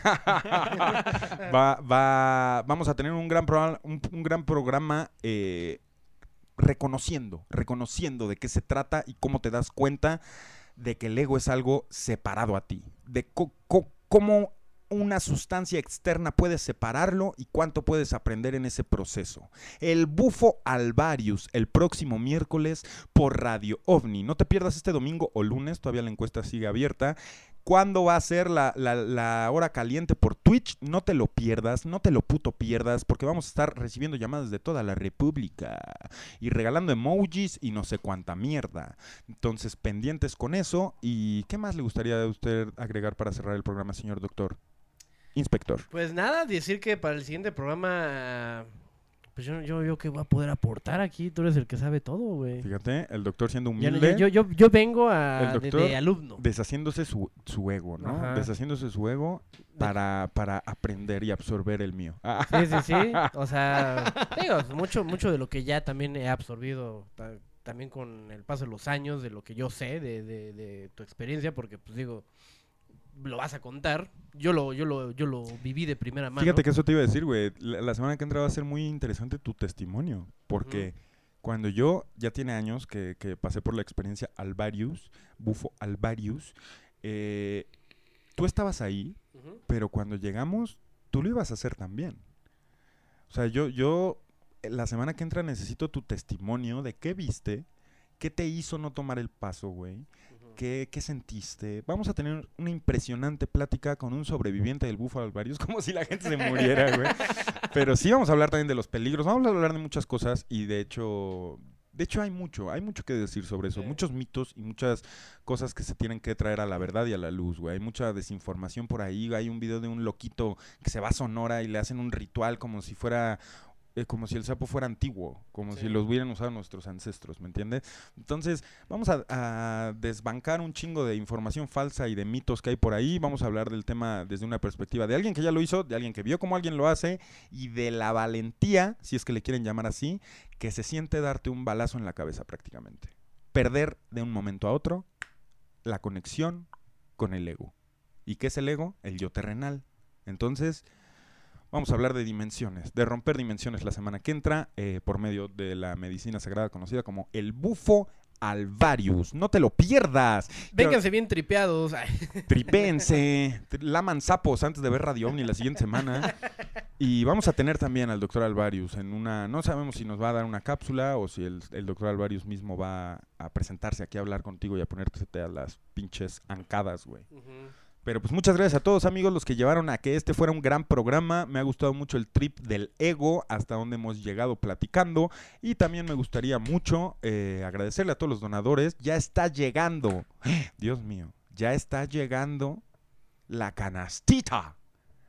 va, va, vamos a tener un gran, programa, un, un gran programa eh, reconociendo, reconociendo de qué se trata y cómo te das cuenta de que el ego es algo separado a ti, de co- co- cómo una sustancia externa puedes separarlo y cuánto puedes aprender en ese proceso. El Bufo Alvarius, el próximo miércoles por Radio OVNI. No te pierdas este domingo o lunes, todavía la encuesta sigue abierta. ¿Cuándo va a ser la, la, la hora caliente por Twitch? No te lo pierdas, no te lo puto pierdas, porque vamos a estar recibiendo llamadas de toda la república y regalando emojis y no sé cuánta mierda. Entonces, pendientes con eso. ¿Y qué más le gustaría a usted agregar para cerrar el programa, señor doctor? Inspector. Pues nada, decir que para el siguiente programa, pues yo, yo, yo que voy a poder aportar aquí, tú eres el que sabe todo, güey. Fíjate, el doctor siendo Ya no- humilde. Yo, yo, yo vengo a, el de, doctor de alumno. deshaciéndose su, su ego, ¿no? Ajá. Deshaciéndose su ego para, para aprender y absorber el mío. Sí, sí, sí. O sea, digo, mucho, mucho de lo que ya también he absorbido, ta- también con el paso de los años, de lo que yo sé, de, de, de tu experiencia, porque pues digo, lo vas a contar. Yo lo, yo lo, yo lo viví de primera mano. Fíjate que eso te iba a decir, güey. La, la semana que entra va a ser muy interesante tu testimonio. Porque cuando yo, ya tiene años que, que pasé por la experiencia Alvarius, Bufo Alvarius, eh, tú estabas ahí, Ujú. pero cuando llegamos, tú lo ibas a hacer también. O sea, yo, yo, eh, la semana que entra necesito tu testimonio de qué viste, qué te hizo no tomar el paso, güey. ¿Qué, ¿Qué sentiste? Vamos a tener una impresionante plática con un sobreviviente del Búfalo Alvarius, como si la gente se muriera, güey. Pero sí vamos a hablar también de los peligros, vamos a hablar de muchas cosas y de hecho, de hecho hay mucho, hay mucho que decir sobre eso, muchos mitos y muchas cosas que se tienen que traer a la verdad y a la luz, güey. Hay mucha desinformación por ahí, hay un video de un loquito que se va a Sonora y le hacen un ritual como si fuera... eh, como si el sapo fuera antiguo, como Sí. si los hubieran usado nuestros ancestros, ¿me entiendes? Entonces, vamos a, a desbancar un chingo de información falsa y de mitos que hay por ahí. Vamos a hablar del tema desde una perspectiva de alguien que ya lo hizo, de alguien que vio cómo alguien lo hace y de la valentía, si es que le quieren llamar así, que se siente darte un balazo en la cabeza prácticamente. Perder de un momento a otro la conexión con el ego. ¿Y qué es el ego? El yo terrenal. Entonces... vamos a hablar de dimensiones, de romper dimensiones la semana que entra eh, por medio de la medicina sagrada conocida como el Bufo Alvarius. No te lo pierdas. Vénganse bien tripeados. Ay. Tripéense, tri- laman sapos antes de ver Radio OVNI la siguiente semana. Y vamos a tener también al doctor Alvarius en una... no sabemos si nos va a dar una cápsula o si el, el doctor Alvarius mismo va a presentarse aquí a hablar contigo y a ponerte a las pinches ancadas, güey. Pero pues muchas gracias a todos, amigos, los que llevaron a que este fuera un gran programa. Me ha gustado mucho el trip del ego, hasta donde hemos llegado platicando. Y también me gustaría mucho eh, agradecerle a todos los donadores. Ya está llegando, Dios mío, ya está llegando la canastita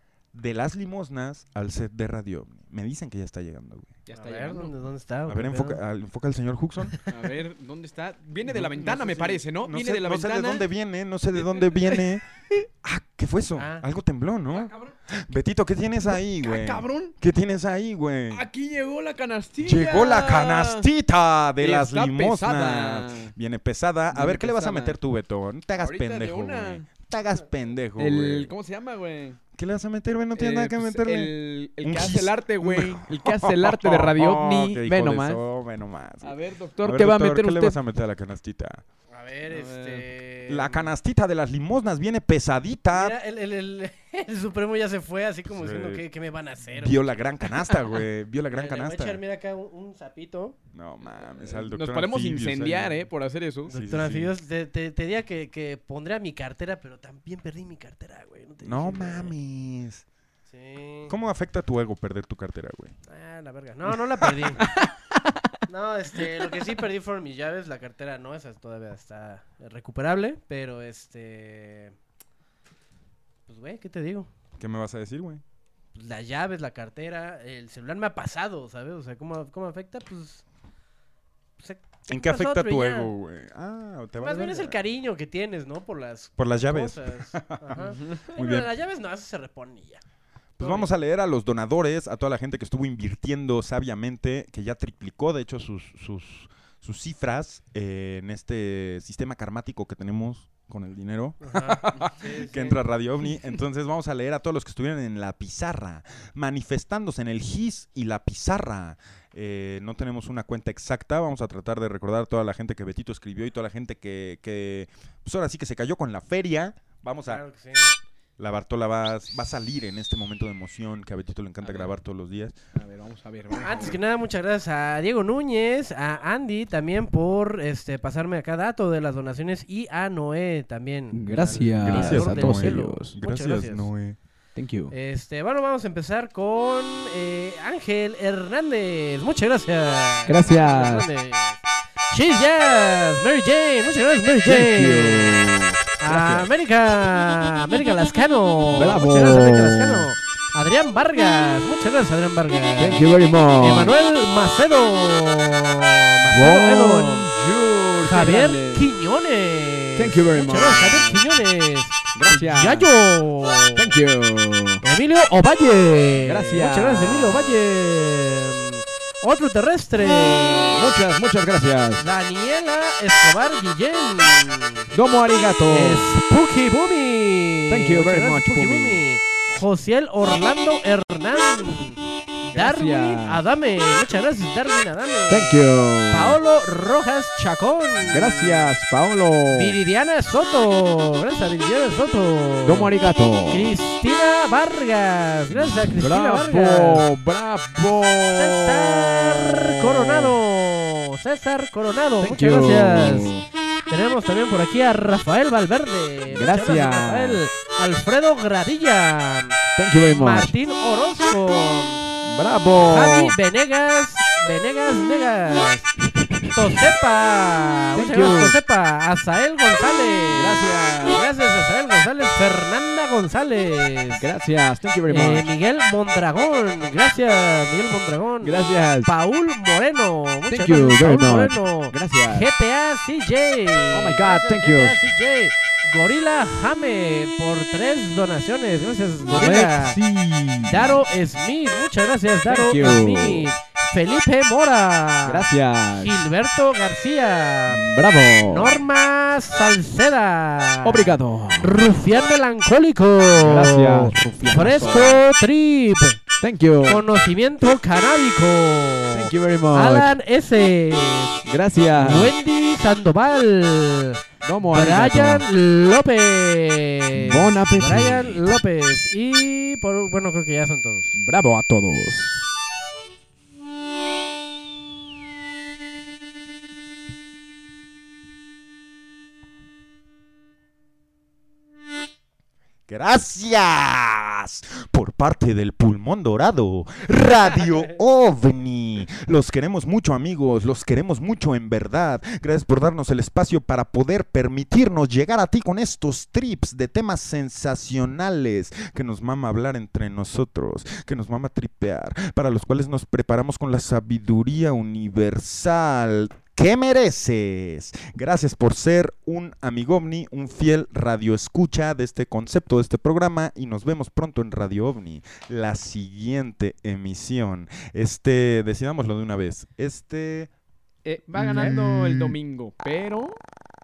de las limosnas al set de Radio OVNI. Me dicen que ya está llegando, güey. Ya está A ver, llegando. ¿dónde, dónde está? A ver, enfoca, al- enfoca al señor Huxon. A ver, ¿dónde está? Viene de la No- no ventana, sé me si- parece, ¿no? no Viene sé- de la no sé ventana. de dónde viene, no sé de dónde viene. Ah, ¿qué fue eso? Ah. Algo tembló, ¿no? Betito, ¿qué tienes ahí, güey? cabrón. ¿Qué tienes ahí, güey? Aquí llegó la canastilla. Llegó la canastita de las Está limosnas. pesada. Viene pesada. A Viene ver, ¿qué le vas a pesada. meter tú, Beto? No te hagas Ahorita de pendejo, una. güey. te hagas pendejo, El, güey. ¿Cómo se llama, güey? ¿Qué le vas a meter, güey? No tiene Eh, nada que pues, meterle. El, el Un que hace gis. el arte, güey. El que hace el arte de Radio OVNI. Qué hijo Ve de nomás. so, ve nomás. A ver, doctor, A ver, ¿qué va a doctor, meter ¿qué usted? le vas a meter a la canastita? A ver, este... La canastita de las limosnas viene pesadita. Mira, el, el, el, el Supremo ya se fue así como Sí. diciendo, ¿qué, qué me van a hacer? Vio la gran canasta, güey. Vio la gran Le voy a canasta. echar, mira acá un, un sapito. No mames, al doctor Nos podemos Anfibios incendiar, ahí. ¿eh? Por hacer eso. Sí, Doctor sí, Anfibios, te, te, te diría que, que pondría mi cartera, pero también perdí mi cartera, güey. No, te No dije, güey. mames. Sí. ¿Cómo afecta a tu ego perder tu cartera, güey? Ah, la verga. No, no la perdí. No, este, lo que sí perdí fueron mis llaves, la cartera no, esa todavía está recuperable, pero este... Pues, güey, ¿qué te digo? ¿Qué me vas a decir, güey? Pues, las llaves, la cartera, el celular me ha pasado, ¿sabes? O sea, ¿cómo, cómo afecta? Pues... pues, ¿En qué pasó afecta otro y tu ya. ego, güey? Ah, te Más vale bien es verga. el cariño que tienes, ¿no? Por las Por las llaves. cosas. Ajá. Muy Bueno, bien. las llaves no, eso se repone y ya. Pues Todo vamos a leer a los donadores, a toda la gente que estuvo invirtiendo sabiamente, que ya triplicó, de hecho, sus, sus, sus cifras eh, en este sistema karmático que tenemos con el dinero Ajá. Sí, que sí. entra a Radio OVNI. Entonces vamos a leer a todos los que estuvieron en la pizarra, manifestándose en el G I S y la pizarra. Eh, no tenemos una cuenta exacta, vamos a tratar de recordar a toda la gente que Betito escribió y toda la gente que, que pues ahora sí que se cayó con la feria. Vamos a... Claro que sí. La Bartola va, va a salir en este momento de emoción que a Betito le encanta grabar todos los días. A ver, vamos a ver. Vamos a Antes ver. que nada, muchas gracias a Diego Núñez, a Andy también por este pasarme acá dato de las donaciones y a Noé también. Gracias. al Gracias mediador a del todos cielo. ellos. Muchas Gracias, Noé. Thank you. Este, bueno, vamos a empezar con eh, Ángel Hernández. Muchas gracias. Gracias. Ángel Hernández. Cheese Jazz, Mary Jane. Muchas gracias, Mary Thank Jane. you. A América, América Lascano. Bravo. Muchas gracias, América Lascano. Adrián Vargas. Muchas gracias, Adrián Vargas. Thank you very much. Emanuel Macedo. Macedo Edon. Bonjour. Javier Qué grande. Quiñones. Thank you very Muchas much. gracias, Javier Quiñones. Gracias. Yayo. Thank you. Emilio Ovalle. Gracias. Muchas gracias, Emilio Ovalle. Otro terrestre. Muchas, muchas gracias. Daniela Escobar Guillén. Domo arigato. Spooky Boomy. Thank you Muchas very gracias, much, Spooky Boomy. Boomy. Josiel Orlando Hernán. Darwin Gracias. Adame. Muchas gracias, Darwin Adame. Thank you. Paolo Rojas Chacón. Gracias, Paolo. Viridiana Soto. Gracias, Viridiana Soto. Domo arigato. Cristina Vargas. Gracias, Cristina Vargas. Bravo, bravo. César Coronado. César Coronado. Thank Muchas you. gracias. Tenemos también por aquí a Rafael Valverde. Muchas Gracias. Rafael. Alfredo Gradilla. Thank you very much. Martín Orozco. Bravo. Javi Venegas. Venegas Venegas. Tosepa. Thank Muchas you. gracias, Tosepa. Azael González. Gracias. Gracias, Azael González. Fernanda González. Gracias. Thank you very Eh, much. Miguel Mondragón. Gracias, Miguel Mondragón. Gracias. Paul Moreno. Muchas Thank you gracias, very Paul much. Moreno. Gracias. G T A C J. Oh my God, Gracias, thank G T A you. C J. Gorila Jame por tres donaciones. Gracias, Gorila. Rexy. Daro Smith. Muchas gracias, Daro Thank you. Smith. Felipe Mora. Gracias. Gilberto García. Bravo. Norma Salceda. Obrigado. Rufián Melancólico. Gracias, Rufián. Fresco Trip. Thank you. Conocimiento canábico. Thank you very much. Alan S. Gracias. Wendy Sandoval. Domo arigato. Brian López. Bon appetit. Brian López. Y por, bueno, creo que ya son todos. Bravo a todos. Gracias por parte del Pulmón Dorado, Radio OVNI. Los queremos mucho, amigos, los queremos mucho en verdad. Gracias por darnos el espacio para poder permitirnos llegar a ti con estos trips de temas sensacionales que nos mama hablar entre nosotros, que nos mama tripear, para los cuales nos preparamos con la sabiduría universal. ¿Qué mereces? Gracias por ser un amigomni, un fiel radioescucha de este concepto, de este programa, y nos vemos pronto en Radio OVNI, la siguiente emisión. Este, decidámoslo de una vez. Este... Eh, va ganando el domingo, pero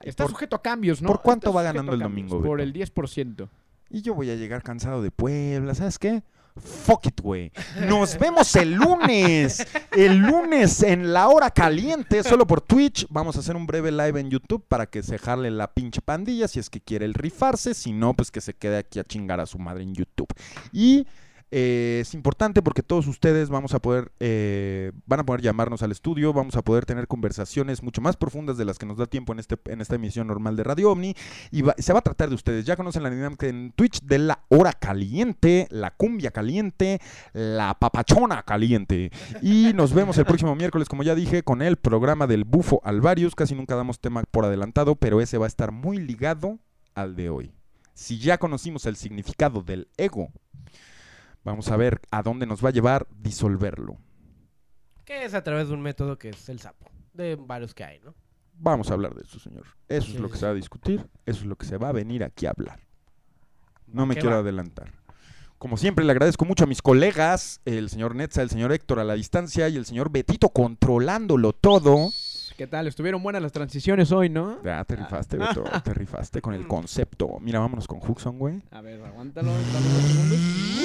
Está por, sujeto a cambios, ¿no? ¿Por cuánto Está va sujeto ganando a el cambios, domingo, Por Beto? el diez por ciento. Y yo voy a llegar cansado de Puebla, ¿sabes qué? Fuck it, güey. Nos vemos el lunes. El lunes en la hora caliente, solo por Twitch. Vamos a hacer un breve live en YouTube para que se jale la pinche pandilla si es que quiere el rifarse. Si no, pues que se quede aquí a chingar a su madre en YouTube. Y eh, es importante porque todos ustedes vamos a poder, eh, van a poder llamarnos al estudio. Vamos a poder tener conversaciones mucho más profundas de las que nos da tiempo en, este, en esta emisión normal de Radio Omni. Y va, se va a tratar de ustedes. Ya conocen la dinámica en Twitch de la hora caliente, la cumbia caliente, la papachona caliente. Y nos vemos el próximo miércoles, como ya dije, con el programa del Bufo Alvarius. Casi nunca damos tema por adelantado, pero ese va a estar muy ligado al de hoy. Si ya conocimos el significado del ego, vamos a ver a dónde nos va a llevar disolverlo. Que es a través de un método que es el sapo. De varios que hay, ¿no? Vamos a hablar de eso, señor. Eso Sí, es lo que sí, se va a discutir. Eso es lo que se va a venir aquí a hablar. No me ¿Qué quiero va? adelantar. Como siempre, le agradezco mucho a mis colegas, el señor Netza, el señor Héctor a la distancia y el señor Betito controlándolo todo. ¿Qué tal? Estuvieron buenas las transiciones hoy, ¿no? Ya, te rifaste, Beto. Te rifaste con el concepto. Mira, vámonos con Huxon, güey. A ver, aguántalo. Dame unos segundos.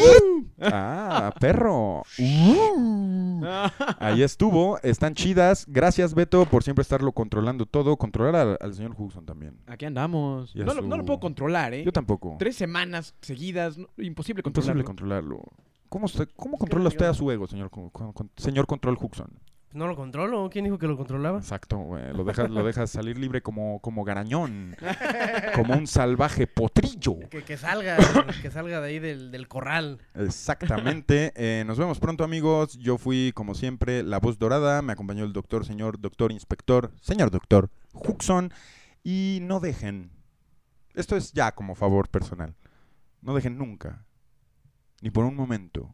Ah, perro. Uh. Ahí estuvo. Están chidas. Gracias, Beto, por siempre estarlo controlando todo. Controlar al, al señor Huxon también. Aquí andamos. Y a No, lo- su- no lo puedo controlar, ¿eh? Yo tampoco. Tres semanas seguidas. no- imposible controlarlo. Imposible controlarlo. ¿Cómo, usted- cómo controla usted a su ego, señor, con- con- con- señor Control Huxon? No lo controlo. ¿Quién dijo que lo controlaba? Exacto, güey. Lo dejas, lo dejas salir libre como, como garañón. Como un salvaje potrillo. Que, que salga, que salga de ahí del, del corral. Exactamente. Eh, nos vemos pronto, amigos. Yo fui, como siempre, la voz dorada. Me acompañó el doctor, señor, doctor, inspector, señor doctor Huxon. Y no dejen, esto es ya como favor personal, no dejen nunca, ni por un momento,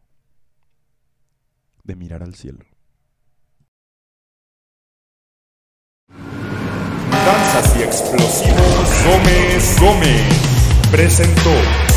de mirar al cielo. Danzas y explosivos Gómez Gómez presentó